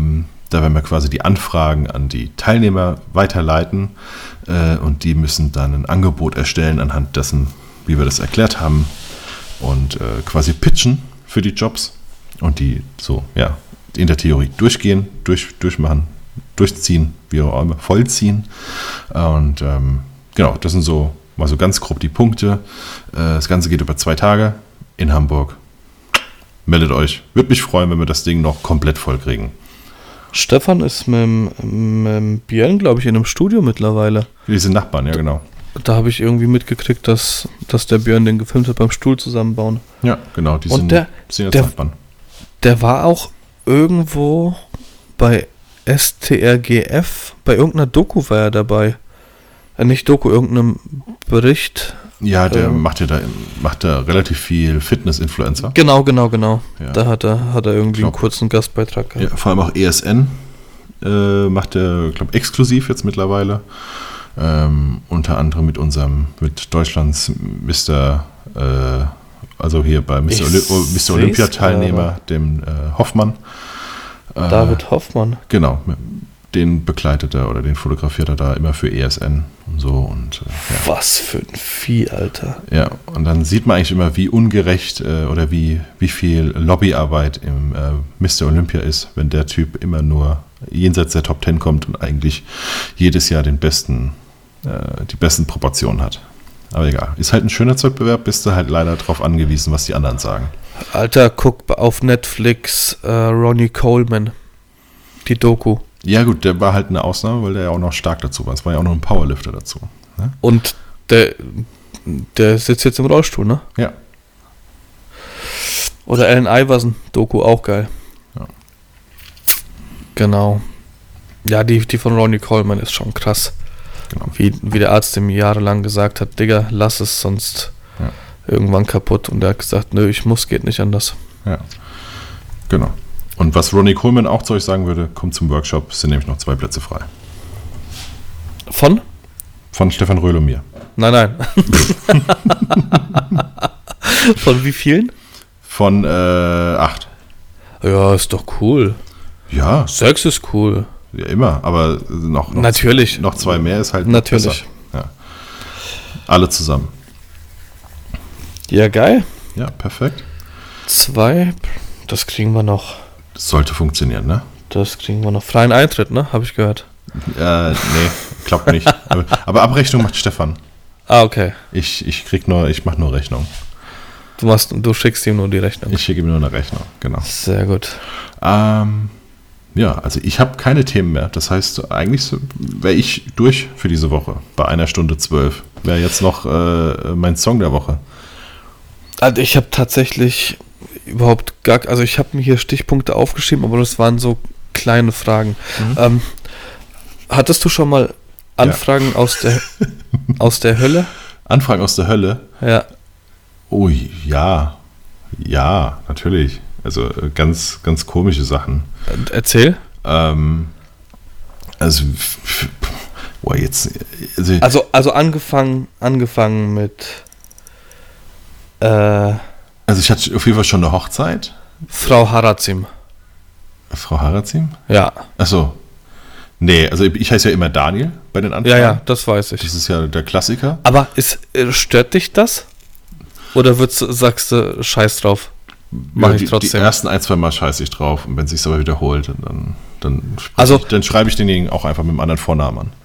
Speaker 2: Da werden wir quasi die Anfragen an die Teilnehmer weiterleiten äh, und die müssen dann ein Angebot erstellen anhand dessen, wie wir das erklärt haben und äh, quasi pitchen für die Jobs und die so, ja, in der Theorie durchgehen, durch, durchmachen, durchziehen, wie auch immer, vollziehen. Und ähm, genau, das sind so mal so ganz grob die Punkte. Äh, das Ganze geht über zwei Tage in Hamburg. Meldet euch. Würde mich freuen, wenn wir das Ding noch komplett voll kriegen.
Speaker 1: Stefan ist mit, mit Björn, glaube ich, in einem Studio mittlerweile.
Speaker 2: Die sind Nachbarn, ja genau.
Speaker 1: Da habe ich irgendwie mitgekriegt, dass, dass der Björn den gefilmt hat beim Stuhl zusammenbauen.
Speaker 2: Ja, genau, die
Speaker 1: Und
Speaker 2: sind,
Speaker 1: der,
Speaker 2: sind jetzt
Speaker 1: der,
Speaker 2: Nachbarn.
Speaker 1: Der war auch irgendwo bei S T R G F, bei irgendeiner Doku war er dabei. Äh, nicht Doku, irgendeinem Bericht.
Speaker 2: Ja, der
Speaker 1: ähm,
Speaker 2: macht ja da macht da relativ viel Fitness-Influencer.
Speaker 1: Genau, genau, genau.
Speaker 2: Ja.
Speaker 1: Da hat er, hat er irgendwie
Speaker 2: Glaub,
Speaker 1: einen kurzen Gastbeitrag gehabt.
Speaker 2: Ja, vor allem auch E S N äh, macht er, glaube ich, exklusiv jetzt mittlerweile. Ähm, unter anderem mit unserem, mit Deutschlands Mister Äh, also hier bei Mister Oli- Mister Olympia-Teilnehmer, dem äh, Hoffmann. Äh,
Speaker 1: David Hoffmann.
Speaker 2: Genau, den begleitet er oder den fotografiert er da immer für E S N und so. Und, äh, ja.
Speaker 1: Was für ein Vieh, Alter.
Speaker 2: Ja, und dann sieht man eigentlich immer, wie ungerecht äh, oder wie, wie viel Lobbyarbeit im äh, Mister Olympia ist, wenn der Typ immer nur jenseits der Top Ten kommt und eigentlich jedes Jahr den besten, äh, die besten Proportionen hat. Aber egal, ist halt ein Schönheitswettbewerb, bist du halt leider drauf angewiesen, was die anderen sagen.
Speaker 1: Alter, guck auf Netflix äh, Ronnie Coleman, die Doku.
Speaker 2: Ja gut, der war halt eine Ausnahme, weil der ja auch noch stark dazu war. Es war ja auch noch ein Powerlifter dazu. Ne?
Speaker 1: Und der, der sitzt jetzt im Rollstuhl, ne?
Speaker 2: Ja.
Speaker 1: Oder Allen Iverson, Doku, auch geil.
Speaker 2: Ja.
Speaker 1: Genau. Ja, die, die von Ronnie Coleman ist schon krass.
Speaker 2: Genau.
Speaker 1: Wie, wie der Arzt ihm jahrelang gesagt hat, Digga, lass es, sonst
Speaker 2: ja.
Speaker 1: irgendwann kaputt. Und er hat gesagt, nö, ich muss, geht nicht anders.
Speaker 2: Ja, genau. Und was Ronnie Coleman auch zu euch sagen würde, kommt zum Workshop, es sind nämlich noch zwei Plätze frei.
Speaker 1: Von?
Speaker 2: Von Stefan Röhl und mir.
Speaker 1: Nein, nein. Von wie vielen?
Speaker 2: Von äh, acht.
Speaker 1: Ja, ist doch cool.
Speaker 2: Ja.
Speaker 1: Sechs ist cool.
Speaker 2: Ja, immer, aber noch, noch,
Speaker 1: Natürlich.
Speaker 2: noch zwei mehr ist halt
Speaker 1: Natürlich.
Speaker 2: Ja. Alle zusammen.
Speaker 1: Ja, geil.
Speaker 2: Ja, perfekt.
Speaker 1: Zwei, das kriegen wir noch.
Speaker 2: Das sollte funktionieren, ne?
Speaker 1: Das kriegen wir noch. Freien Eintritt, ne? Habe ich gehört.
Speaker 2: Äh, nee, klappt nicht. aber, aber Abrechnung macht Stefan.
Speaker 1: Ah, okay.
Speaker 2: Ich, ich krieg nur, ich mache nur Rechnung.
Speaker 1: Du machst, du schickst ihm nur die Rechnung.
Speaker 2: Ich schicke ihm nur eine Rechnung, genau.
Speaker 1: Sehr gut.
Speaker 2: Ähm, ja, also ich habe keine Themen mehr. Das heißt, eigentlich wäre ich durch für diese Woche. Bei einer Stunde zwölf. Wäre jetzt noch äh, mein Song der Woche.
Speaker 1: Also ich habe tatsächlich überhaupt gar, also ich habe mir hier Stichpunkte aufgeschrieben, aber das waren so kleine Fragen. Mhm. Ähm, hattest du schon mal Anfragen ja. aus der aus der Hölle?
Speaker 2: Anfragen aus der Hölle?
Speaker 1: Ja.
Speaker 2: Oh ja, ja, natürlich. Also ganz, ganz komische Sachen.
Speaker 1: Erzähl.
Speaker 2: Ähm, also, boah, jetzt. Also,
Speaker 1: also, also angefangen, angefangen mit. Äh,
Speaker 2: also ich hatte auf jeden Fall schon eine Hochzeit.
Speaker 1: Frau Harazim.
Speaker 2: Frau Harazim?
Speaker 1: Ja.
Speaker 2: Achso. Nee, also ich heiße ja immer Daniel bei den Anfragen.
Speaker 1: Ja, ja, das weiß ich.
Speaker 2: Das ist ja der Klassiker.
Speaker 1: Aber ist, stört dich das? Oder würdest, sagst du, scheiß drauf? Mach
Speaker 2: ja,
Speaker 1: ich
Speaker 2: die,
Speaker 1: trotzdem.
Speaker 2: Die ersten ein, zwei Mal scheiße ich drauf. Und wenn es sich aber wiederholt, dann, dann,
Speaker 1: also,
Speaker 2: ich, dann schreibe ich denjenigen auch einfach mit einem anderen Vornamen an.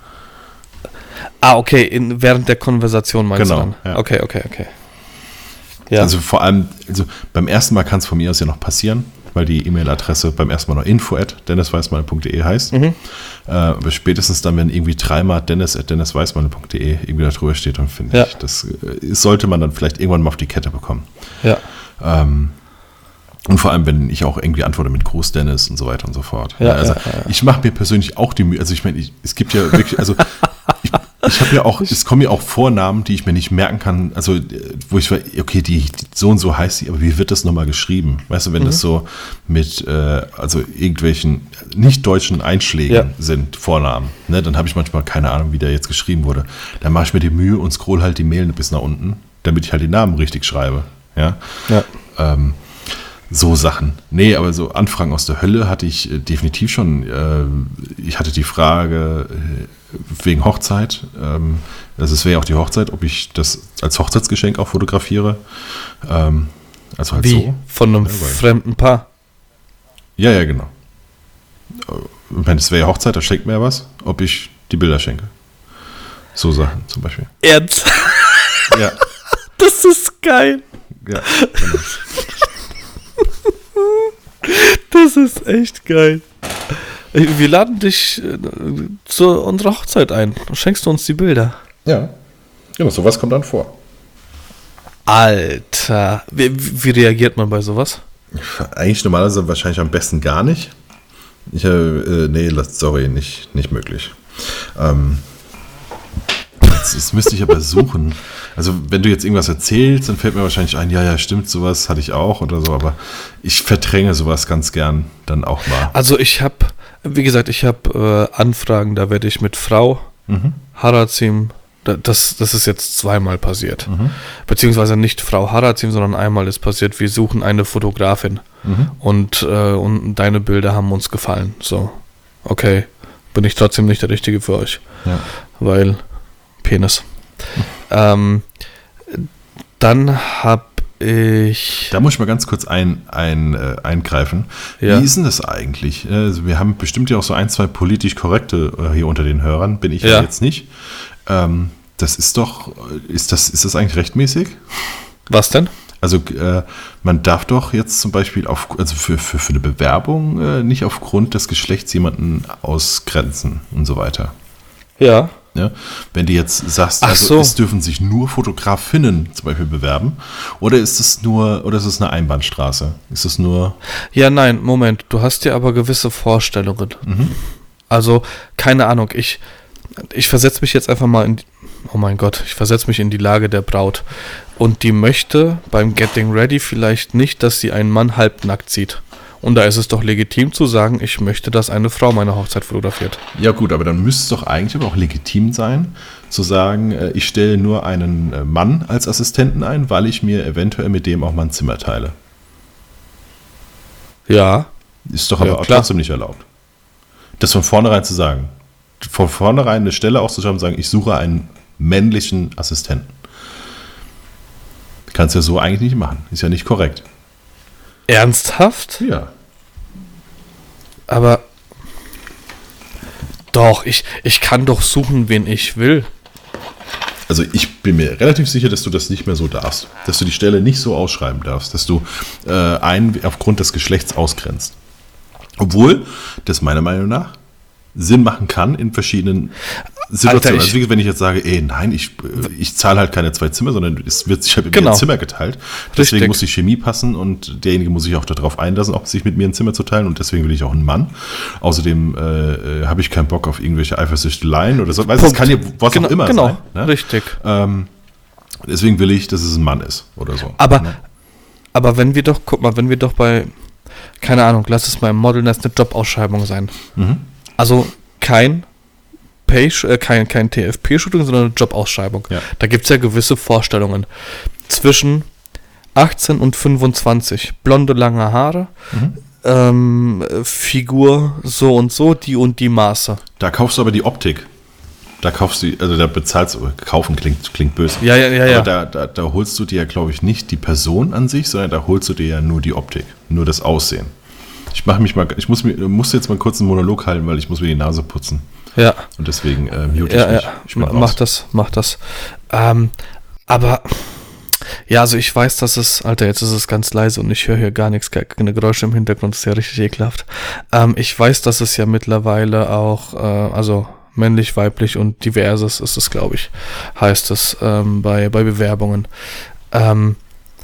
Speaker 1: Ah, okay, in, während der Konversation meinst
Speaker 2: genau,
Speaker 1: du dann?
Speaker 2: Ja.
Speaker 1: Okay, okay, okay. Ja.
Speaker 2: Also vor allem, also beim ersten Mal kann es von mir aus ja noch passieren, weil die E-Mail-Adresse beim ersten Mal noch info at dennisweismann punkt de heißt. Mhm. Äh, aber spätestens dann, wenn irgendwie dreimal dennis at dennisweismann punkt de irgendwie da drüber steht, dann finde
Speaker 1: ja.
Speaker 2: ich, das äh, sollte man dann vielleicht irgendwann mal auf die Kette bekommen.
Speaker 1: Ja.
Speaker 2: Ähm, und vor allem, wenn ich auch irgendwie antworte mit Gruß Dennis und so weiter und so fort.
Speaker 1: Ja,
Speaker 2: also
Speaker 1: ja, ja, ja.
Speaker 2: ich mache mir persönlich auch die Mühe, also ich meine, ich, es gibt ja wirklich, also ich, ich habe ja auch, es kommen ja auch Vornamen, die ich mir nicht merken kann, also wo ich, okay, die, die so und so heißt sie, aber wie wird das nochmal geschrieben? Weißt du, wenn mhm. das so mit, äh, also irgendwelchen nicht deutschen Einschlägen ja. sind, Vornamen, ne, dann habe ich manchmal keine Ahnung, wie der jetzt geschrieben wurde. Dann mache ich mir die Mühe und scroll halt die Mail bis nach unten, damit ich halt den Namen richtig schreibe. Ja.
Speaker 1: ja.
Speaker 2: Ähm, So Sachen. Nee, aber so Anfragen aus der Hölle hatte ich äh, definitiv schon. Äh, ich hatte die Frage äh, wegen Hochzeit. Ähm, also es wäre ja auch die Hochzeit, ob ich das als Hochzeitsgeschenk auch fotografiere. Ähm, also halt
Speaker 1: Wie?
Speaker 2: so.
Speaker 1: Von einem
Speaker 2: Ja, weil-
Speaker 1: fremden Paar?
Speaker 2: Ja, ja, genau. Ich meine, es wäre ja Hochzeit, da schenkt mir ja was, ob ich die Bilder schenke. So Sachen zum Beispiel.
Speaker 1: Ernst?
Speaker 2: Ja,
Speaker 1: Das ist geil.
Speaker 2: ja. Genau.
Speaker 1: Das ist echt geil. Wir laden dich äh, zu unserer Hochzeit ein. Schenkst du uns die Bilder?
Speaker 2: Ja, genau, sowas kommt dann vor.
Speaker 1: Alter. Wie, wie reagiert man bei sowas?
Speaker 2: Eigentlich normalerweise wahrscheinlich am besten gar nicht. Ich, äh, nee, sorry, nicht, nicht möglich. Ähm, das, das müsste ich aber suchen. Also wenn du jetzt irgendwas erzählst, dann fällt mir wahrscheinlich ein, ja, ja, stimmt, sowas hatte ich auch oder so, aber ich verdränge sowas ganz gern dann auch mal.
Speaker 1: Also ich habe, wie gesagt, ich habe äh, Anfragen, da werde ich mit Frau,
Speaker 2: Mhm.
Speaker 1: Harazim, da, das, das ist jetzt zweimal passiert.
Speaker 2: Mhm.
Speaker 1: Beziehungsweise nicht Frau Harazim, sondern einmal ist passiert, wir suchen eine Fotografin
Speaker 2: Mhm.
Speaker 1: und, äh, und deine Bilder haben uns gefallen. So, okay, bin ich trotzdem nicht der Richtige für euch,
Speaker 2: Ja.
Speaker 1: weil Penis. Ähm, dann habe ich...
Speaker 2: Da muss ich mal ganz kurz ein, ein, äh, eingreifen.
Speaker 1: Ja.
Speaker 2: Wie ist denn das eigentlich? Also wir haben bestimmt ja auch so ein, zwei politisch Korrekte äh, hier unter den Hörern, bin ich ja,
Speaker 1: Ja.
Speaker 2: jetzt nicht. Ähm, das ist doch, ist das, ist das eigentlich rechtmäßig?
Speaker 1: Was denn?
Speaker 2: Also äh, man darf doch jetzt zum Beispiel auf, also für, für, für eine Bewerbung äh, nicht aufgrund des Geschlechts jemanden ausgrenzen und so weiter.
Speaker 1: Ja.
Speaker 2: Ja? Wenn du jetzt sagst,
Speaker 1: Ach
Speaker 2: also
Speaker 1: so.
Speaker 2: es dürfen sich nur Fotografinnen zum Beispiel bewerben, oder ist es nur, oder ist es eine Einbahnstraße? Ist es nur.
Speaker 1: Ja, nein, Moment, du hast ja aber gewisse Vorstellungen.
Speaker 2: Mhm.
Speaker 1: Also, keine Ahnung, ich, ich versetze mich jetzt einfach mal in, oh mein Gott, ich versetze mich in die Lage der Braut. Und die möchte beim Getting Ready vielleicht nicht, dass sie einen Mann halbnackt sieht. Und da ist es doch legitim zu sagen, ich möchte, dass eine Frau meine Hochzeit fotografiert.
Speaker 2: Ja gut, aber dann müsste es doch eigentlich aber auch legitim sein, zu sagen, äh, ich stelle nur einen äh, Mann als Assistenten ein, weil ich mir eventuell mit dem auch mal ein Zimmer teile.
Speaker 1: Ja.
Speaker 2: Ist doch
Speaker 1: Ja,
Speaker 2: aber auch
Speaker 1: klar.
Speaker 2: trotzdem nicht erlaubt. Das von vornherein zu sagen. Von vornherein eine Stelle auszuschreiben und sagen, ich suche einen männlichen Assistenten. Kannst du ja so eigentlich nicht machen. Ist ja nicht korrekt.
Speaker 1: Ernsthaft?
Speaker 2: Ja.
Speaker 1: Aber doch, ich, ich kann doch suchen, wen ich will.
Speaker 2: Also ich bin mir relativ sicher, dass du das nicht mehr so darfst. Dass du die Stelle nicht so ausschreiben darfst. Dass du äh, einen aufgrund des Geschlechts ausgrenzt. Obwohl das meiner Meinung nach Sinn machen kann in verschiedenen Situationen.
Speaker 1: Alter, ich-
Speaker 2: also wie wenn ich jetzt sage, ey, nein, ich, ich zahle halt keine zwei Zimmer, sondern es wird sich halt mit
Speaker 1: Genau.
Speaker 2: mir ein Zimmer geteilt. Deswegen
Speaker 1: Richtig.
Speaker 2: muss die Chemie passen und derjenige muss sich auch darauf einlassen, auch sich mit mir ein Zimmer zu teilen und deswegen will ich auch einen Mann. Außerdem äh, äh, habe ich keinen Bock auf irgendwelche Eifersüchteleien oder so. Weißt du, es kann ja was
Speaker 1: genau,
Speaker 2: auch immer
Speaker 1: genau,
Speaker 2: sein. Ne?
Speaker 1: richtig.
Speaker 2: Ähm, deswegen will ich, dass es ein Mann ist oder so.
Speaker 1: Aber,
Speaker 2: Ne?
Speaker 1: aber wenn wir doch, guck mal, wenn wir doch bei, keine Ahnung, lass es mal im Model-Nest eine Jobausschreibung sein.
Speaker 2: Mhm.
Speaker 1: Also kein Pay, äh, kein, kein T F P-Shooting, sondern eine Jobausschreibung.
Speaker 2: Ja.
Speaker 1: Da gibt es ja gewisse Vorstellungen. Zwischen achtzehn und fünfundzwanzig. Blonde, lange Haare.
Speaker 2: Mhm.
Speaker 1: Ähm, Figur so und so, die und die Maße.
Speaker 2: Da kaufst du aber die Optik. Da kaufst du, also da bezahlst du, kaufen klingt, klingt böse.
Speaker 1: Ja, ja, ja,
Speaker 2: aber
Speaker 1: ja.
Speaker 2: Da, da, da holst du dir ja, glaube ich, nicht die Person an sich, sondern da holst du dir ja nur die Optik, nur das Aussehen. Ich mache mich mal, ich muss mir, muss jetzt mal kurz einen Monolog halten, weil ich muss mir die Nase putzen.
Speaker 1: Ja.
Speaker 2: Und deswegen äh, mute ich
Speaker 1: Ja,
Speaker 2: mich.
Speaker 1: ja,
Speaker 2: Ich bin
Speaker 1: ma-
Speaker 2: raus.
Speaker 1: mach das, mach das. Ähm, aber, ja, also ich weiß, dass es, Alter, jetzt ist es ganz leise und ich höre hier gar nichts, gar keine Geräusche im Hintergrund, das ist ja richtig ekelhaft. Ähm, ich weiß, dass es ja mittlerweile auch, äh, also männlich, weiblich und diverses ist es, glaube ich, heißt es ähm, bei, bei Bewerbungen. Ähm,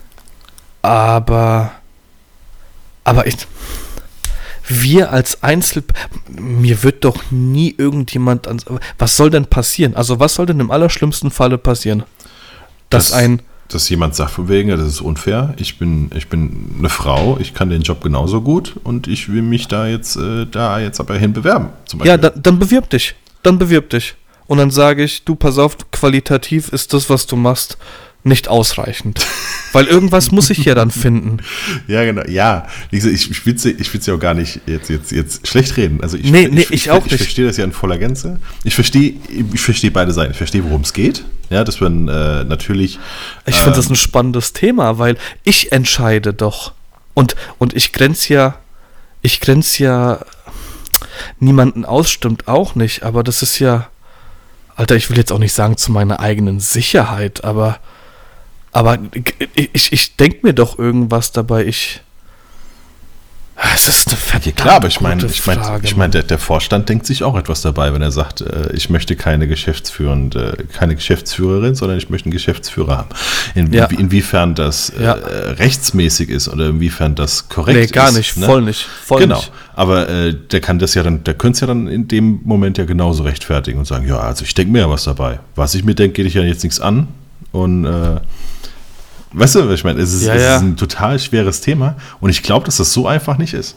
Speaker 1: aber, aber ich... Wir als Einzel... Mir wird doch nie irgendjemand... Ans was soll denn passieren? Also was soll denn im allerschlimmsten Falle passieren? Dass
Speaker 2: Das-
Speaker 1: ein...
Speaker 2: Dass jemand sagt von wegen, ja, das ist unfair, ich bin, ich bin eine Frau, ich kann den Job genauso gut und ich will mich da jetzt, äh, da jetzt aber hin bewerben. Zum Beispiel.
Speaker 1: Ja, dann, dann bewirb dich. Dann bewirb dich. Und dann sage ich, du, pass auf, qualitativ ist das, was du machst, nicht ausreichend. Weil irgendwas muss ich ja dann finden.
Speaker 2: Ja, genau. Ja, ich, ich will sie ich will's ja auch gar nicht jetzt, jetzt, jetzt schlecht reden. Also ich,
Speaker 1: nee, nee,
Speaker 2: ich,
Speaker 1: ich,
Speaker 2: ich
Speaker 1: auch
Speaker 2: ich
Speaker 1: nicht.
Speaker 2: verstehe das ja in voller Gänze. Ich verstehe ich verstehe beide Seiten. Ich verstehe, worum es geht. Ja, dass man äh, natürlich...
Speaker 1: Ich finde ähm, das ein spannendes Thema, weil ich entscheide doch. Und, und ich grenze ja, ich grenze ja niemanden aus, stimmt auch nicht. Aber das ist ja... Alter, ich will jetzt auch nicht sagen zu meiner eigenen Sicherheit, aber... Aber ich, ich denke mir doch irgendwas dabei, ich... Es ist eine
Speaker 2: verdammt klar, aber ich meine, ich meine, ich mein, der, der Vorstand denkt sich auch etwas dabei, wenn er sagt, äh, ich möchte keine Geschäftsführende, keine Geschäftsführerin, sondern ich möchte einen Geschäftsführer haben. In, ja. Inwiefern das äh, ja. rechtsmäßig ist oder inwiefern das korrekt ist. Nee,
Speaker 1: gar nicht,
Speaker 2: ne?
Speaker 1: voll nicht. Voll
Speaker 2: genau.
Speaker 1: nicht.
Speaker 2: Aber äh, der kann das ja dann, der könnte es ja dann in dem Moment ja genauso rechtfertigen und sagen, ja, also ich denke mir ja was dabei. Was ich mir denke, geht dich ja jetzt nichts an. Und äh, weißt du, was ich meine? Es ist,
Speaker 1: ja,
Speaker 2: es
Speaker 1: ja.
Speaker 2: ist ein total schweres Thema und ich glaube, dass das so einfach nicht ist.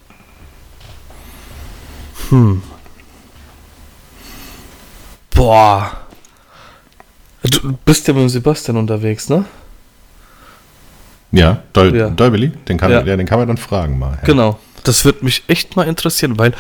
Speaker 1: Hm. Boah. Du bist ja mit dem Sebastian unterwegs, ne?
Speaker 2: Ja, Dol-
Speaker 1: ja.
Speaker 2: Dolbeli, den kann,
Speaker 1: ja.
Speaker 2: den kann man dann fragen mal. Ja.
Speaker 1: Genau, das würde mich echt mal interessieren, weil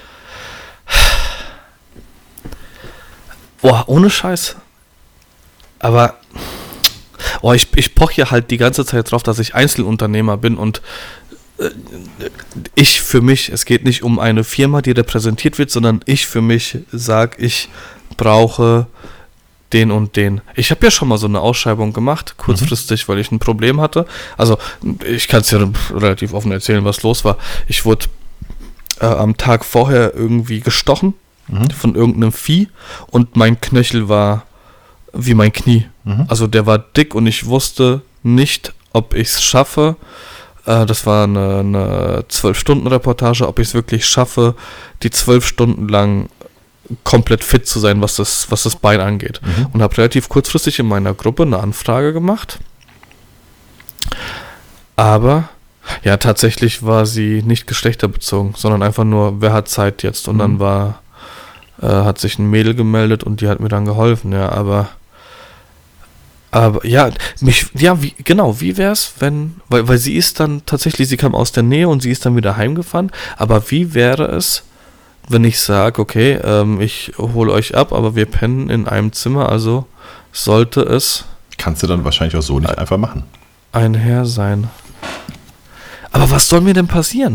Speaker 1: boah, ohne Scheiß. Aber oh, ich, ich poche ja halt die ganze Zeit drauf, dass ich Einzelunternehmer bin und äh, ich für mich, es geht nicht um eine Firma, die repräsentiert wird, sondern ich für mich sage, ich brauche den und den. Ich habe ja schon mal so eine Ausschreibung gemacht, kurzfristig, mhm. weil ich ein Problem hatte. Also ich kann es ja relativ offen erzählen, was los war. Ich wurde äh, am Tag vorher irgendwie gestochen mhm. von irgendeinem Vieh und mein Knöchel war wie mein Knie. Mhm. Also der war dick und ich wusste nicht, ob ich es schaffe. Äh, das war eine, eine zwölf-Stunden-Reportage, ob ich es wirklich schaffe, die zwölf Stunden lang komplett fit zu sein, was das, was das Bein angeht. Mhm. Und habe relativ kurzfristig in meiner Gruppe eine Anfrage gemacht. Aber ja, tatsächlich war sie nicht geschlechterbezogen, sondern einfach nur, wer hat Zeit jetzt? Und mhm. dann war, äh, hat sich ein Mädel gemeldet und die hat mir dann geholfen, ja, aber Aber ja, mich, ja, wie, genau, wie wär's, wenn, weil, weil sie ist dann tatsächlich, sie kam aus der Nähe und sie ist dann wieder heimgefahren, aber wie wäre es, wenn ich sage, okay, ähm, ich hole euch ab, aber wir pennen in einem Zimmer, also sollte es...
Speaker 2: Kannst du dann wahrscheinlich auch so nicht einfach machen.
Speaker 1: Ein Herr sein. Aber was soll mir denn passieren?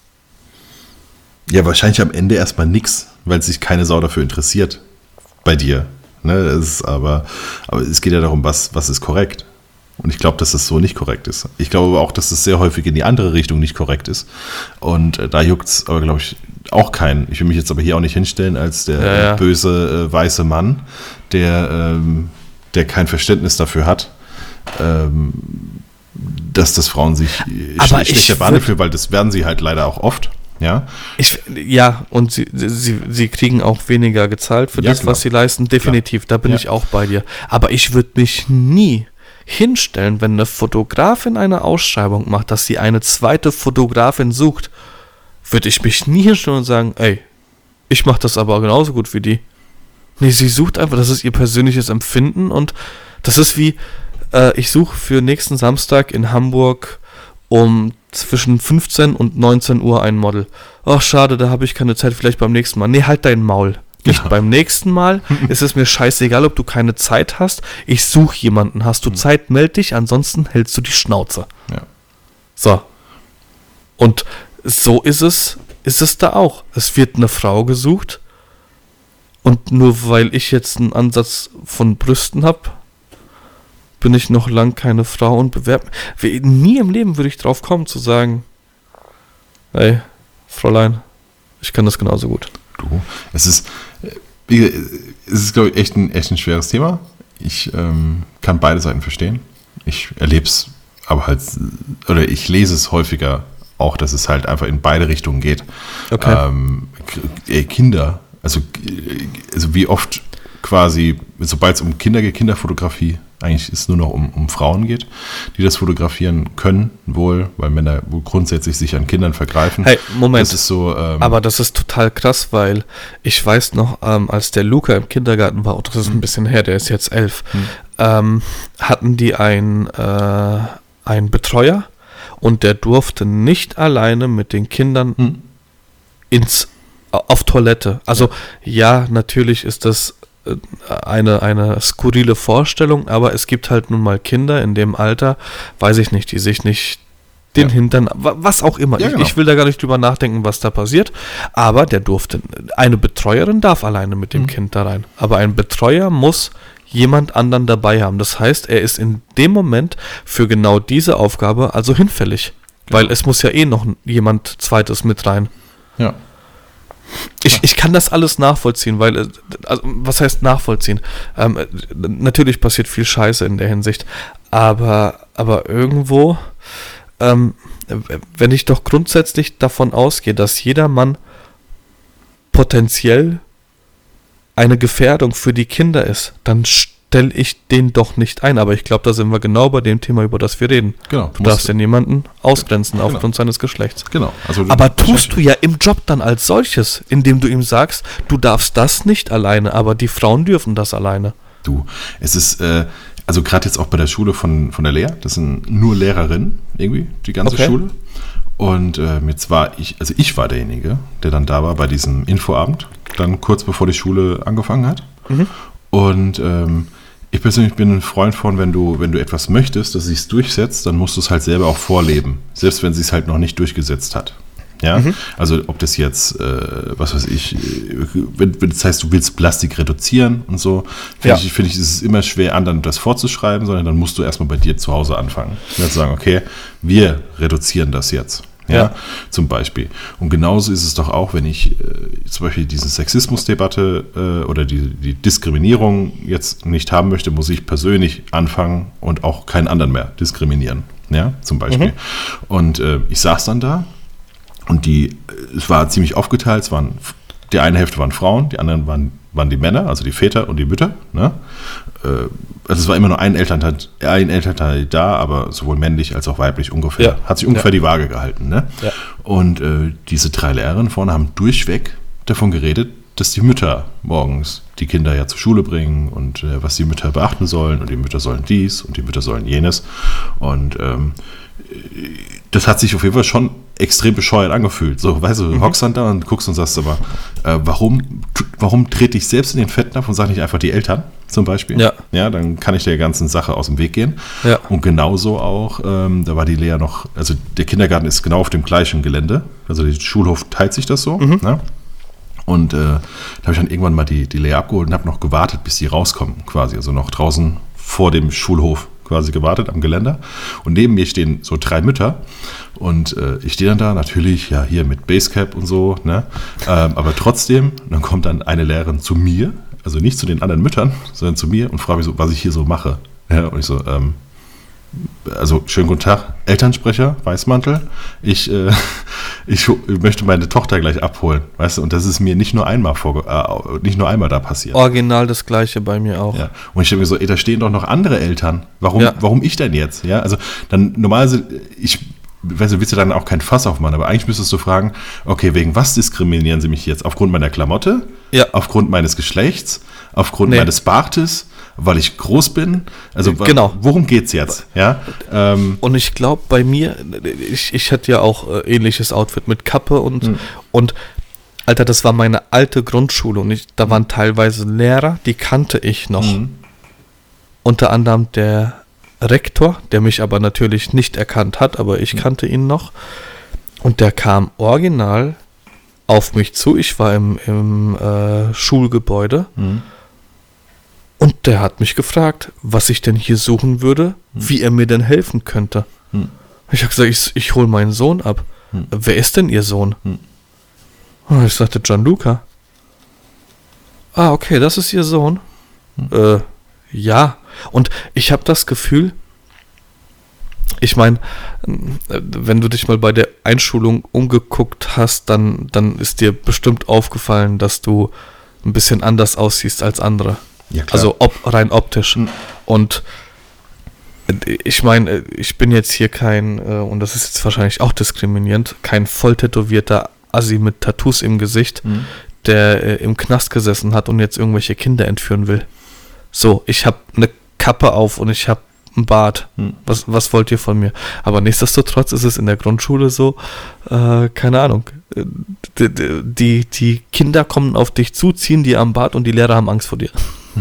Speaker 2: Ja, wahrscheinlich am Ende erstmal nix, weil sich keine Sau dafür interessiert bei dir. Ne, es ist aber, aber es geht ja darum, was, was ist korrekt. Und ich glaube, dass das so nicht korrekt ist. Ich glaube aber auch, dass das sehr häufig in die andere Richtung nicht korrekt ist. Und äh, da juckt es aber, glaube ich, auch keinen. Ich will mich jetzt aber hier auch nicht hinstellen als der
Speaker 1: ja, ja.
Speaker 2: böse äh, weiße Mann, der, ähm, der kein Verständnis dafür hat, ähm, dass das Frauen sich
Speaker 1: aber
Speaker 2: schlechter behandeln fühlen, weil das werden sie halt leider auch oft. Ja,
Speaker 1: ich, ja und sie, sie, sie kriegen auch weniger gezahlt für
Speaker 2: ja,
Speaker 1: das,
Speaker 2: klar.
Speaker 1: was sie leisten, definitiv, klar. Da bin
Speaker 2: ja.
Speaker 1: ich auch bei dir. Aber ich würde mich nie hinstellen, wenn eine Fotografin eine Ausschreibung macht, dass sie eine zweite Fotografin sucht, würde ich mich nie hinstellen und sagen, ey, ich mache das aber genauso gut wie die. Nee, sie sucht einfach, das ist ihr persönliches Empfinden und das ist wie, äh, ich suche für nächsten Samstag in Hamburg um zwischen fünfzehn und neunzehn Uhr ein Model. Ach, schade, da habe ich keine Zeit, vielleicht beim nächsten Mal. Nee, halt dein Maul. Nicht ja. beim nächsten Mal. Ist es mir scheißegal, ob du keine Zeit hast. Ich suche jemanden. Hast du mhm. Zeit, meld dich, ansonsten hältst du die Schnauze.
Speaker 2: Ja.
Speaker 1: So. Und so ist es, ist es da auch. Es wird eine Frau gesucht und nur weil ich jetzt einen Ansatz von Brüsten habe, bin ich noch lang keine Frau und bewerbe mich. Nie im Leben würde ich drauf kommen zu sagen, hey, Fräulein, ich kann das genauso gut.
Speaker 2: Du, es ist, es ist, glaube ich, echt ein, echt ein schweres Thema. Ich ähm, kann beide Seiten verstehen. Ich erlebe es aber halt, oder ich lese es häufiger auch, dass es halt einfach in beide Richtungen geht.
Speaker 1: Okay.
Speaker 2: Ähm, Kinder, also, also wie oft quasi, sobald es um Kinder geht, Kinderfotografie, eigentlich es nur noch um, um Frauen geht, die das fotografieren können, wohl, weil Männer wohl grundsätzlich sich an Kindern vergreifen.
Speaker 1: Hey, Moment.
Speaker 2: Das ist so, ähm,
Speaker 1: aber das ist total krass, weil ich weiß noch, ähm, als der Luca im Kindergarten war, oh, das ist ein bisschen her, der ist jetzt elf, hm. ähm, hatten die ein, äh, einen Betreuer und der durfte nicht alleine mit den Kindern hm. ins, auf Toilette. Also ja, ja natürlich ist das eine, eine skurrile Vorstellung, aber es gibt halt nun mal Kinder in dem Alter, weiß ich nicht, die sich nicht den ja. Hintern, was auch immer. Ja, genau. ich, ich will da gar nicht drüber nachdenken, was da passiert, aber der durfte, eine Betreuerin darf alleine mit dem mhm. Kind da rein, aber ein Betreuer muss jemand anderen dabei haben. Das heißt, er ist in dem Moment für genau diese Aufgabe also hinfällig, genau. weil es muss ja eh noch jemand Zweites mit rein.
Speaker 2: Ja.
Speaker 1: Ich, ich kann das alles nachvollziehen, weil, also, was heißt nachvollziehen? Ähm, natürlich passiert viel Scheiße in der Hinsicht, aber, aber irgendwo, ähm, wenn ich doch grundsätzlich davon ausgehe, dass jeder Mann potenziell eine Gefährdung für die Kinder ist, dann stelle ich den doch nicht ein. Aber ich glaube, da sind wir genau bei dem Thema, über das wir reden.
Speaker 2: Genau.
Speaker 1: Du darfst ja niemanden ausgrenzen genau. aufgrund seines Geschlechts.
Speaker 2: Genau. Also,
Speaker 1: aber tust du ja im Job dann als solches, indem du ihm sagst, du darfst das nicht alleine, aber die Frauen dürfen das alleine.
Speaker 2: Du, es ist, äh, also gerade jetzt auch bei der Schule von, von der Lea, das sind nur Lehrerinnen irgendwie, die ganze
Speaker 1: okay.
Speaker 2: Schule. Und äh, jetzt war ich, also ich war derjenige, der dann da war bei diesem Infoabend, dann kurz bevor die Schule angefangen hat. Mhm. Und ähm, ich persönlich bin ein Freund von, wenn du, wenn du etwas möchtest, dass sich es durchsetzt, dann musst du es halt selber auch vorleben, selbst wenn sie es halt noch nicht durchgesetzt hat. Ja, mhm. also ob das jetzt, äh, was weiß ich, wenn, wenn das heißt, du willst Plastik reduzieren und so, finde ja. ich, find ich, ist es immer schwer, anderen das vorzuschreiben, sondern dann musst du erstmal bei dir zu Hause anfangen. Und sagen, okay, wir reduzieren das jetzt. Ja, ja, zum Beispiel. Und genauso ist es doch auch, wenn ich äh, zum Beispiel diese Sexismusdebatte äh, oder die, die Diskriminierung jetzt nicht haben möchte, muss ich persönlich anfangen und auch keinen anderen mehr diskriminieren. Ja, zum Beispiel. Mhm. Und äh, ich saß dann da und die, es war ziemlich aufgeteilt, es waren, die eine Hälfte waren Frauen, die anderen waren, waren die Männer, also die Väter und die Mütter. Ne? Äh, also es war immer nur ein Elternteil, ein Elternteil da, aber sowohl männlich als auch weiblich ungefähr. Ja. Hat sich ungefähr ja. die Waage gehalten. Ne? Ja. Und äh, diese drei Lehrerinnen vorne haben durchweg davon geredet, dass die Mütter morgens die Kinder ja zur Schule bringen und äh, was die Mütter beachten sollen und die Mütter sollen dies und die Mütter sollen jenes. Und ähm, das hat sich auf jeden Fall schon extrem bescheuert angefühlt. So, weißt du, du mhm. hockst dann da und guckst und sagst aber, äh, warum, warum trete ich selbst in den Fettnapf und sage nicht einfach die Eltern zum Beispiel? Ja. Ja, dann kann ich der ganzen Sache aus dem Weg gehen. Ja. Und genauso auch, ähm, da war die Lea noch, also der Kindergarten ist genau auf dem gleichen Gelände, also der Schulhof teilt sich das so, mhm. ne? Und äh, da habe ich dann irgendwann mal die, die Lea abgeholt und habe noch gewartet, bis die rauskommen quasi, also noch draußen vor dem Schulhof quasi gewartet am Geländer. Und neben mir stehen so drei Mütter und äh, ich stehe dann da natürlich, ja, hier mit Basecap und so, ne? Ähm, aber trotzdem, dann kommt dann eine Lehrerin zu mir, also nicht zu den anderen Müttern, sondern zu mir und fragt mich so, was ich hier so mache. Ja, und ich so, ähm, also schönen guten Tag, Elternsprecher, Weißmantel. Ich, äh, ich möchte meine Tochter gleich abholen, weißt du, und das ist mir nicht nur einmal vorge- äh, nicht nur einmal da passiert.
Speaker 1: Original das Gleiche bei mir auch.
Speaker 2: Ja. Und ich denke mir so, ey, da stehen doch noch andere Eltern. Warum, ja. warum ich denn jetzt? Ja, also dann normalerweise, ich weiß nicht, willst du dann auch kein Fass aufmachen, aber eigentlich müsstest du fragen, okay, wegen was diskriminieren sie mich jetzt? Aufgrund meiner Klamotte? Ja. Aufgrund meines Geschlechts? Aufgrund nee. meines Bartes? Weil ich groß bin? Also
Speaker 1: genau.
Speaker 2: worum geht's jetzt? Ja? Ähm,
Speaker 1: und ich glaube bei mir, ich, ich hatte ja auch äh, ähnliches Outfit mit Kappe und, mhm. und Alter, das war meine alte Grundschule und ich, da waren teilweise Lehrer, die kannte ich noch. Mhm. Unter anderem der Rektor, der mich aber natürlich nicht erkannt hat, aber ich mhm. kannte ihn noch. Und der kam original auf mich zu. Ich war im, im äh, Schulgebäude. Mhm. Und der hat mich gefragt, was ich denn hier suchen würde, hm. wie er mir denn helfen könnte. Hm. Ich habe gesagt, ich, ich hole meinen Sohn ab. Hm. Wer ist denn Ihr Sohn? Hm. Und ich sagte, Gianluca. Ah, okay, das ist Ihr Sohn? Hm. Äh, ja. Und ich habe das Gefühl, ich meine, wenn du dich mal bei der Einschulung umgeguckt hast, dann, dann ist dir bestimmt aufgefallen, dass du ein bisschen anders aussiehst als andere. Ja, also ob, rein optisch. Mhm. Und ich meine, ich bin jetzt hier kein, und das ist jetzt wahrscheinlich auch diskriminierend, kein volltätowierter Assi mit Tattoos im Gesicht, mhm. der äh, im Knast gesessen hat und jetzt irgendwelche Kinder entführen will. So, ich habe eine Kappe auf und ich habe einen Bart. Hm. Was, was wollt ihr von mir? Aber nichtsdestotrotz ist es in der Grundschule so, äh, keine Ahnung, die, die, die Kinder kommen auf dich zu, ziehen dir am Bart und die Lehrer haben Angst vor dir.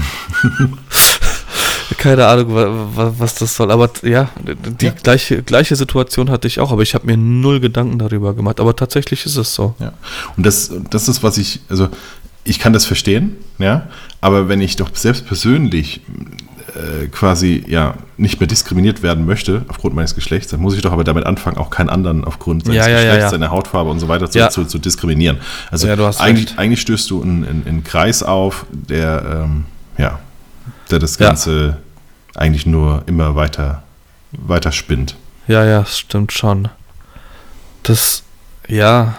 Speaker 1: Keine Ahnung, was, was das soll. Aber ja, die ja. Gleiche, gleiche Situation hatte ich auch, aber ich habe mir null Gedanken darüber gemacht. Aber tatsächlich ist es so.
Speaker 2: Ja. Und das, das ist, was ich, also ich kann das verstehen, ja, aber wenn ich doch selbst persönlich äh, quasi ja nicht mehr diskriminiert werden möchte aufgrund meines Geschlechts, dann muss ich doch aber damit anfangen, auch keinen anderen aufgrund seines
Speaker 1: ja, ja,
Speaker 2: Geschlechts,
Speaker 1: ja, ja.
Speaker 2: seiner Hautfarbe und so weiter zu,
Speaker 1: ja.
Speaker 2: zu, zu diskriminieren. Also
Speaker 1: ja, du hast
Speaker 2: eigentlich,
Speaker 1: recht.
Speaker 2: eigentlich stößt du einen, einen, einen Kreis auf, der ähm, ja, der das Ganze ja. eigentlich nur immer weiter, weiter spinnt.
Speaker 1: Ja, ja, das stimmt schon. Das, ja.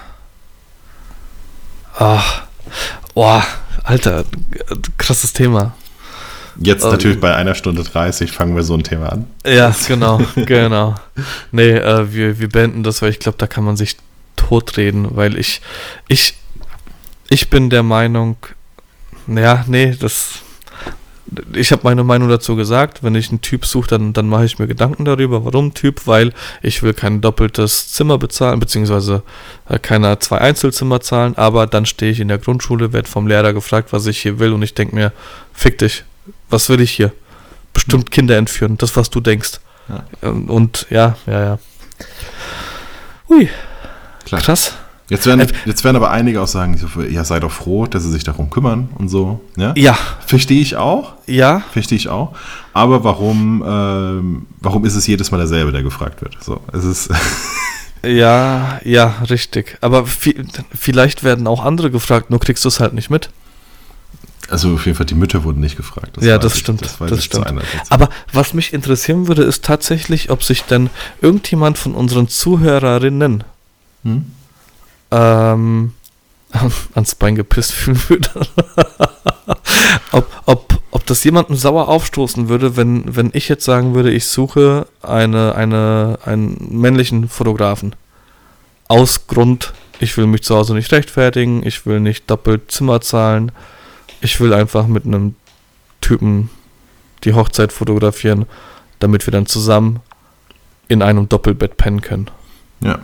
Speaker 1: Ach, boah, Alter, krasses Thema.
Speaker 2: Jetzt ähm, natürlich bei einer Stunde dreißig fangen wir so ein Thema an.
Speaker 1: Ja, genau, genau. Nee, äh, wir, wir beenden das, weil ich glaube, da kann man sich totreden, weil ich, ich, ich bin der Meinung, ja, nee, das, ich habe meine Meinung dazu gesagt, wenn ich einen Typ suche, dann, dann mache ich mir Gedanken darüber, warum Typ, weil ich will kein doppeltes Zimmer bezahlen, beziehungsweise äh, keine zwei Einzelzimmer zahlen, aber dann stehe ich in der Grundschule, werde vom Lehrer gefragt, was ich hier will und ich denke mir, fick dich, was will ich hier? Bestimmt Kinder entführen, das, was du denkst. Ja. Und ja, ja, ja. Ui,
Speaker 2: klar.
Speaker 1: Krass.
Speaker 2: Jetzt werden, jetzt werden aber einige auch sagen, ja, sei doch froh, dass sie sich darum kümmern und so. Ja.
Speaker 1: ja.
Speaker 2: Verstehe ich auch.
Speaker 1: Ja.
Speaker 2: Verstehe ich auch. Aber warum, ähm, warum ist es jedes Mal derselbe, der gefragt wird? So, es ist.
Speaker 1: ja, ja, richtig. Aber viel, vielleicht werden auch andere gefragt, nur kriegst du es halt nicht mit.
Speaker 2: Also auf jeden Fall, die Mütter wurden nicht gefragt.
Speaker 1: Das ja, das ich, stimmt. Das, das stimmt. Aber was mich interessieren würde, ist tatsächlich, ob sich denn irgendjemand von unseren Zuhörerinnen hm? ähm, ans Bein gepisst fühlen würde. ob, ob, ob das jemandem sauer aufstoßen würde, wenn, wenn ich jetzt sagen würde, ich suche eine, eine, einen männlichen Fotografen. Aus Grund, ich will mich zu Hause nicht rechtfertigen, ich will nicht doppelt Zimmer zahlen, ich will einfach mit einem Typen die Hochzeit fotografieren, damit wir dann zusammen in einem Doppelbett pennen können.
Speaker 2: Ja.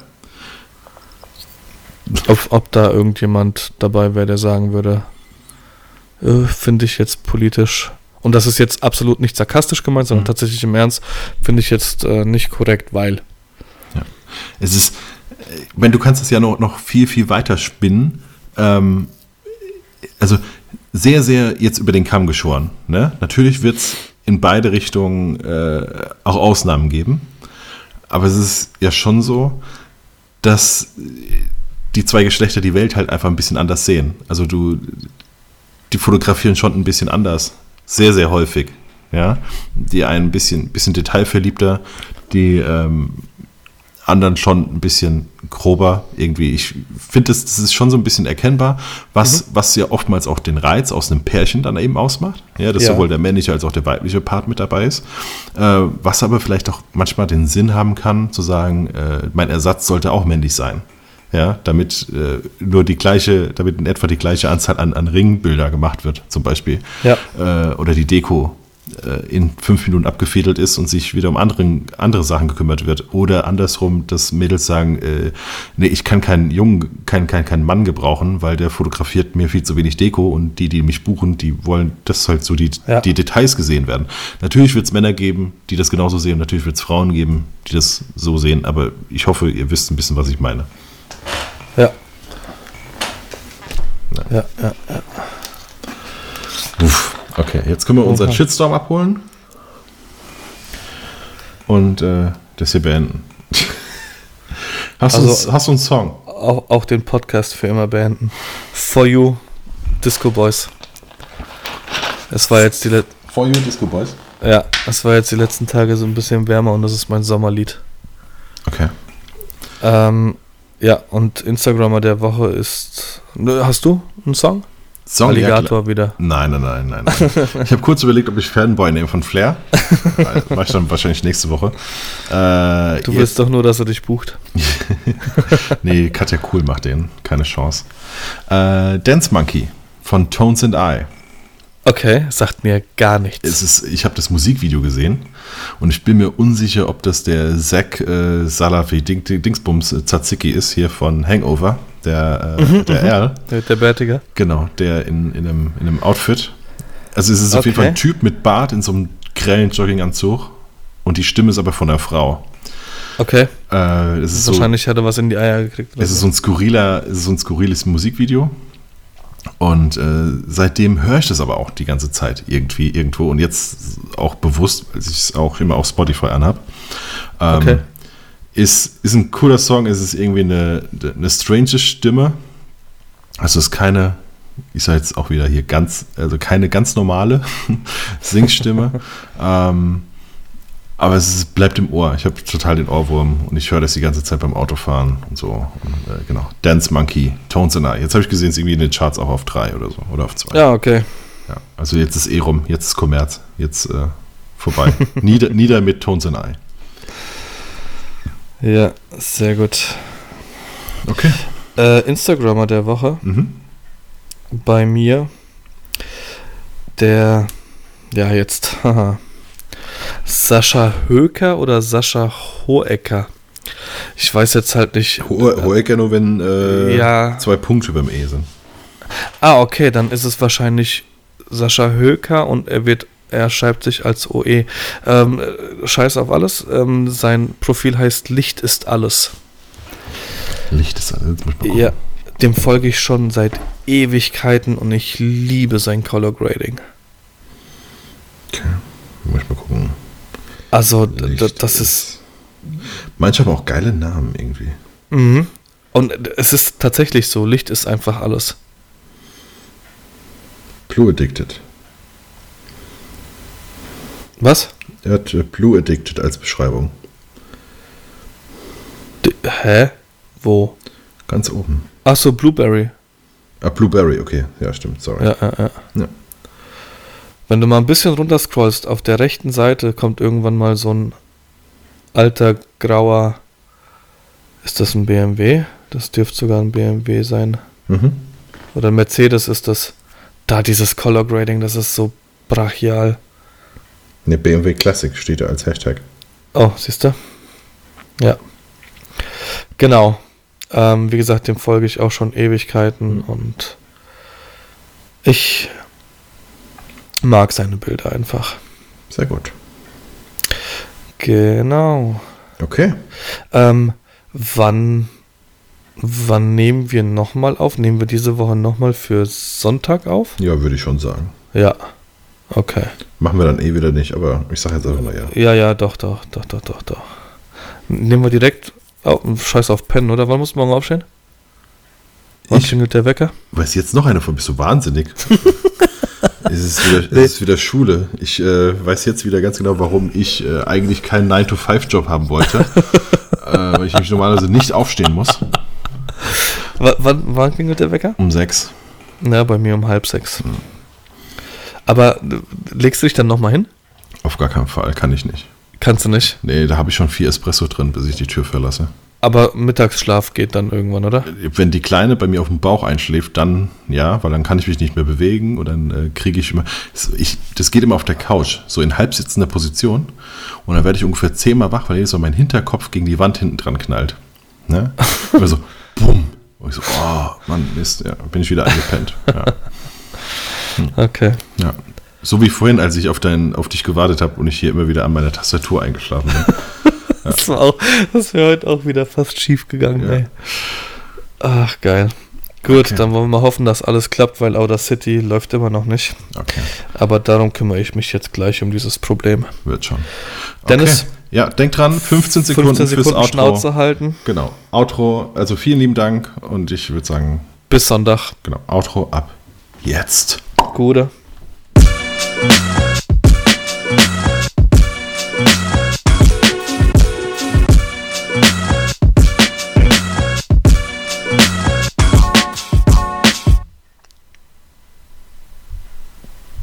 Speaker 1: Ob, ob da irgendjemand dabei wäre, der sagen würde, äh, finde ich jetzt politisch, und das ist jetzt absolut nicht sarkastisch gemeint, sondern mhm. tatsächlich im Ernst, finde ich jetzt äh, nicht korrekt, weil.
Speaker 2: Ja. Es ist, wenn du kannst es ja noch, noch viel, viel weiter spinnen, ähm, also sehr, sehr jetzt über den Kamm geschoren. Ne? Natürlich wird es in beide Richtungen äh, auch Ausnahmen geben, aber es ist ja schon so, dass die zwei Geschlechter die Welt halt einfach ein bisschen anders sehen. Also du, die fotografieren schon ein bisschen anders. Sehr, sehr häufig. Ja? Die einen ein bisschen, bisschen detailverliebter, die ähm, anderen schon ein bisschen grober irgendwie. Ich finde, das, das ist schon so ein bisschen erkennbar, was, mhm. was ja oftmals auch den Reiz aus einem Pärchen dann eben ausmacht. Ja, dass ja. sowohl der männliche als auch der weibliche Part mit dabei ist. Äh, was aber vielleicht auch manchmal den Sinn haben kann, zu sagen, äh, mein Ersatz sollte auch männlich sein. Ja, damit äh, nur die gleiche, damit in etwa die gleiche Anzahl an, an Ringbilder gemacht wird, zum Beispiel.
Speaker 1: Ja.
Speaker 2: Äh, oder die Deko äh, in fünf Minuten abgefädelt ist und sich wieder um anderen, andere Sachen gekümmert wird. Oder andersrum, dass Mädels sagen, äh, nee, ich kann keinen Jungen, keinen kein, kein Mann gebrauchen, weil der fotografiert mir viel zu wenig Deko und die, die mich buchen, die wollen, dass halt so die, ja. die Details gesehen werden. Natürlich wird es Männer geben, die das genauso sehen, natürlich wird es Frauen geben, die das so sehen, aber ich hoffe, ihr wisst ein bisschen, was ich meine.
Speaker 1: Ja. Ja, ja, ja.
Speaker 2: Uff, okay, jetzt können wir unseren okay. Shitstorm abholen und äh, das hier beenden. hast,
Speaker 1: also,
Speaker 2: du uns, hast du einen Song?
Speaker 1: Auch, auch den Podcast für immer beenden. For You, Disco Boys. Es war jetzt die letzten...
Speaker 2: For You, Disco Boys?
Speaker 1: Ja, es war jetzt die letzten Tage so ein bisschen wärmer und das ist mein Sommerlied.
Speaker 2: Okay.
Speaker 1: Ähm... Ja, und Instagrammer der Woche ist... Hast du einen Song?
Speaker 2: Song
Speaker 1: Alligator wieder.
Speaker 2: Nein, nein, nein, nein. nein. Ich habe kurz überlegt, ob ich Fanboy nehme von Flair. Mach ich dann wahrscheinlich nächste Woche. Äh,
Speaker 1: du willst doch nur, dass er dich bucht.
Speaker 2: Nee, Katja Cool macht den. Keine Chance. Äh, Dance Monkey von Tones and I.
Speaker 1: Okay, sagt mir gar nichts.
Speaker 2: Es ist, ich habe das Musikvideo gesehen und ich bin mir unsicher, ob das der Zach äh, Salafi Ding, Dingsbums äh, Tzatziki ist, hier von Hangover, der, äh,
Speaker 1: mhm,
Speaker 2: der Al.
Speaker 1: Der, der Bärtiger.
Speaker 2: Genau, der in, in, einem, in einem Outfit. Also es ist auf
Speaker 1: Okay.
Speaker 2: jeden Fall ein Typ mit Bart in so einem grellen Jogginganzug und die Stimme ist aber von einer Frau.
Speaker 1: Okay.
Speaker 2: Äh, es ist
Speaker 1: Wahrscheinlich
Speaker 2: so,
Speaker 1: hat er was in die Eier gekriegt.
Speaker 2: es ist so ein skurriler, es ist so ein skurriles Musikvideo. Und äh, seitdem höre ich das aber auch die ganze Zeit irgendwie, irgendwo und jetzt auch bewusst, als ich es auch immer auf Spotify anhab. Ähm,
Speaker 1: Okay.
Speaker 2: Ist, ist ein cooler Song, es ist irgendwie eine, eine strange Stimme. Also es ist keine, ich sage jetzt auch wieder hier ganz, also keine ganz normale Singstimme. ähm, aber es ist, bleibt im Ohr. Ich habe total den Ohrwurm und ich höre das die ganze Zeit beim Autofahren und so. Und, äh, genau. Dance Monkey, Tones and I. Jetzt habe ich gesehen, es ist irgendwie in den Charts auch auf drei oder so. Oder auf zwei.
Speaker 1: Ja, okay.
Speaker 2: Ja, also jetzt ist eh rum, jetzt ist Kommerz. Jetzt äh, vorbei. nieder, nieder mit Tones and I.
Speaker 1: Ja, sehr gut.
Speaker 2: Okay.
Speaker 1: Äh, Instagrammer der Woche
Speaker 2: Mhm.
Speaker 1: bei mir, der, ja jetzt, haha, Sascha Höker oder Sascha Hohecker. Ich weiß jetzt halt nicht.
Speaker 2: Ho- Hohecker nur, wenn äh,
Speaker 1: Ja.
Speaker 2: zwei Punkte beim E sind.
Speaker 1: Ah, okay, dann ist es wahrscheinlich Sascha Höker und er wird, er schreibt sich als O E. Ähm, äh, Scheiß auf alles. Ähm, sein Profil heißt Licht ist alles.
Speaker 2: Licht ist alles. Jetzt muss ich mal gucken.
Speaker 1: Ja, dem folge ich schon seit Ewigkeiten und ich liebe sein Color Grading.
Speaker 2: Okay. Muss ich mal gucken.
Speaker 1: Also, d- d-
Speaker 2: Licht
Speaker 1: das ist.
Speaker 2: Manche haben auch geile Namen irgendwie.
Speaker 1: Mhm. Und es ist tatsächlich so, Licht ist einfach alles.
Speaker 2: Blue Addicted.
Speaker 1: Was?
Speaker 2: Er hat äh, Blue Addicted als Beschreibung.
Speaker 1: D- Hä? Wo?
Speaker 2: Ganz oben.
Speaker 1: Ach so, Blueberry.
Speaker 2: Ah, Blueberry, okay. Ja, stimmt, sorry.
Speaker 1: Ja, ja, ja.
Speaker 2: Ja.
Speaker 1: Wenn du mal ein bisschen runter scrollst, auf der rechten Seite kommt irgendwann mal so ein alter, grauer. Ist das ein B M W? Das dürfte sogar ein B M W sein.
Speaker 2: Mhm.
Speaker 1: Oder ein Mercedes ist das. Da dieses Color Grading, das ist so brachial.
Speaker 2: Ne, B M W Classic steht da als Hashtag.
Speaker 1: Oh, siehst du? Ja. Genau. Ähm, wie gesagt, dem folge ich auch schon Ewigkeiten
Speaker 2: Mhm.
Speaker 1: und ich mag seine Bilder einfach.
Speaker 2: Sehr gut.
Speaker 1: Genau.
Speaker 2: Okay.
Speaker 1: Ähm, wann, wann nehmen wir nochmal auf? Nehmen wir diese Woche nochmal für Sonntag auf?
Speaker 2: Ja, würde ich schon sagen.
Speaker 1: Ja. Okay.
Speaker 2: Machen wir dann eh wieder nicht, aber ich sage jetzt einfach mal ja.
Speaker 1: Ja, ja, doch, doch, doch, doch, doch, doch. Nehmen wir direkt auf, Scheiß auf Pennen, oder? Wann muss man morgen aufstehen? Wann
Speaker 2: Ich
Speaker 1: klingelt der Wecker?
Speaker 2: weiß jetzt noch eine von, bist du wahnsinnig? es, ist wieder,
Speaker 1: Nee.
Speaker 2: es ist wieder Schule. Ich äh, weiß jetzt wieder ganz genau, warum ich äh, eigentlich keinen nine to five Job haben wollte. äh, weil ich nämlich normalerweise nicht aufstehen muss.
Speaker 1: W wann, wann klingelt der Wecker?
Speaker 2: Um sechs.
Speaker 1: Na, bei mir um halb sechs. Aber äh, legst du dich dann nochmal hin?
Speaker 2: Auf gar keinen Fall, kann ich nicht.
Speaker 1: Kannst du nicht.
Speaker 2: Nee, da habe ich schon vier Espresso drin, bis ich die Tür verlasse.
Speaker 1: Aber Mittagsschlaf geht dann irgendwann, oder?
Speaker 2: Wenn die Kleine bei mir auf dem Bauch einschläft, dann ja, weil dann kann ich mich nicht mehr bewegen und dann äh, kriege ich immer. Ich, das geht immer auf der Couch, so in halbsitzender Position. Und dann werde ich ungefähr zehnmal wach, weil jedes Mal mein Hinterkopf gegen die Wand hinten dran knallt. Ne? Immer so, bumm. Und ich so, oh, Mann, Mist, ja, bin ich wieder eingepennt. Ja.
Speaker 1: Okay.
Speaker 2: Ja. So wie vorhin, als ich auf, dein, auf dich gewartet habe und ich hier immer wieder an meiner Tastatur eingeschlafen bin.
Speaker 1: Das war auch, das wäre heute auch wieder fast schief gegangen,
Speaker 2: Ja.
Speaker 1: ey. Ach, geil. Gut,
Speaker 2: Okay.
Speaker 1: dann wollen wir mal hoffen, dass alles klappt, weil Outer City läuft immer noch nicht.
Speaker 2: Okay,
Speaker 1: Aber darum kümmere ich mich jetzt gleich um dieses Problem.
Speaker 2: wird schon.
Speaker 1: Dennis,
Speaker 2: Okay. Ja, denk dran, fünfzehn Sekunden,
Speaker 1: fünfzehn Sekunden
Speaker 2: fürs Outro.
Speaker 1: Schnauze halten.
Speaker 2: Genau, Outro, also vielen lieben Dank und ich würde sagen,
Speaker 1: Bis Sonntag.
Speaker 2: genau, Outro ab jetzt.
Speaker 1: Gute.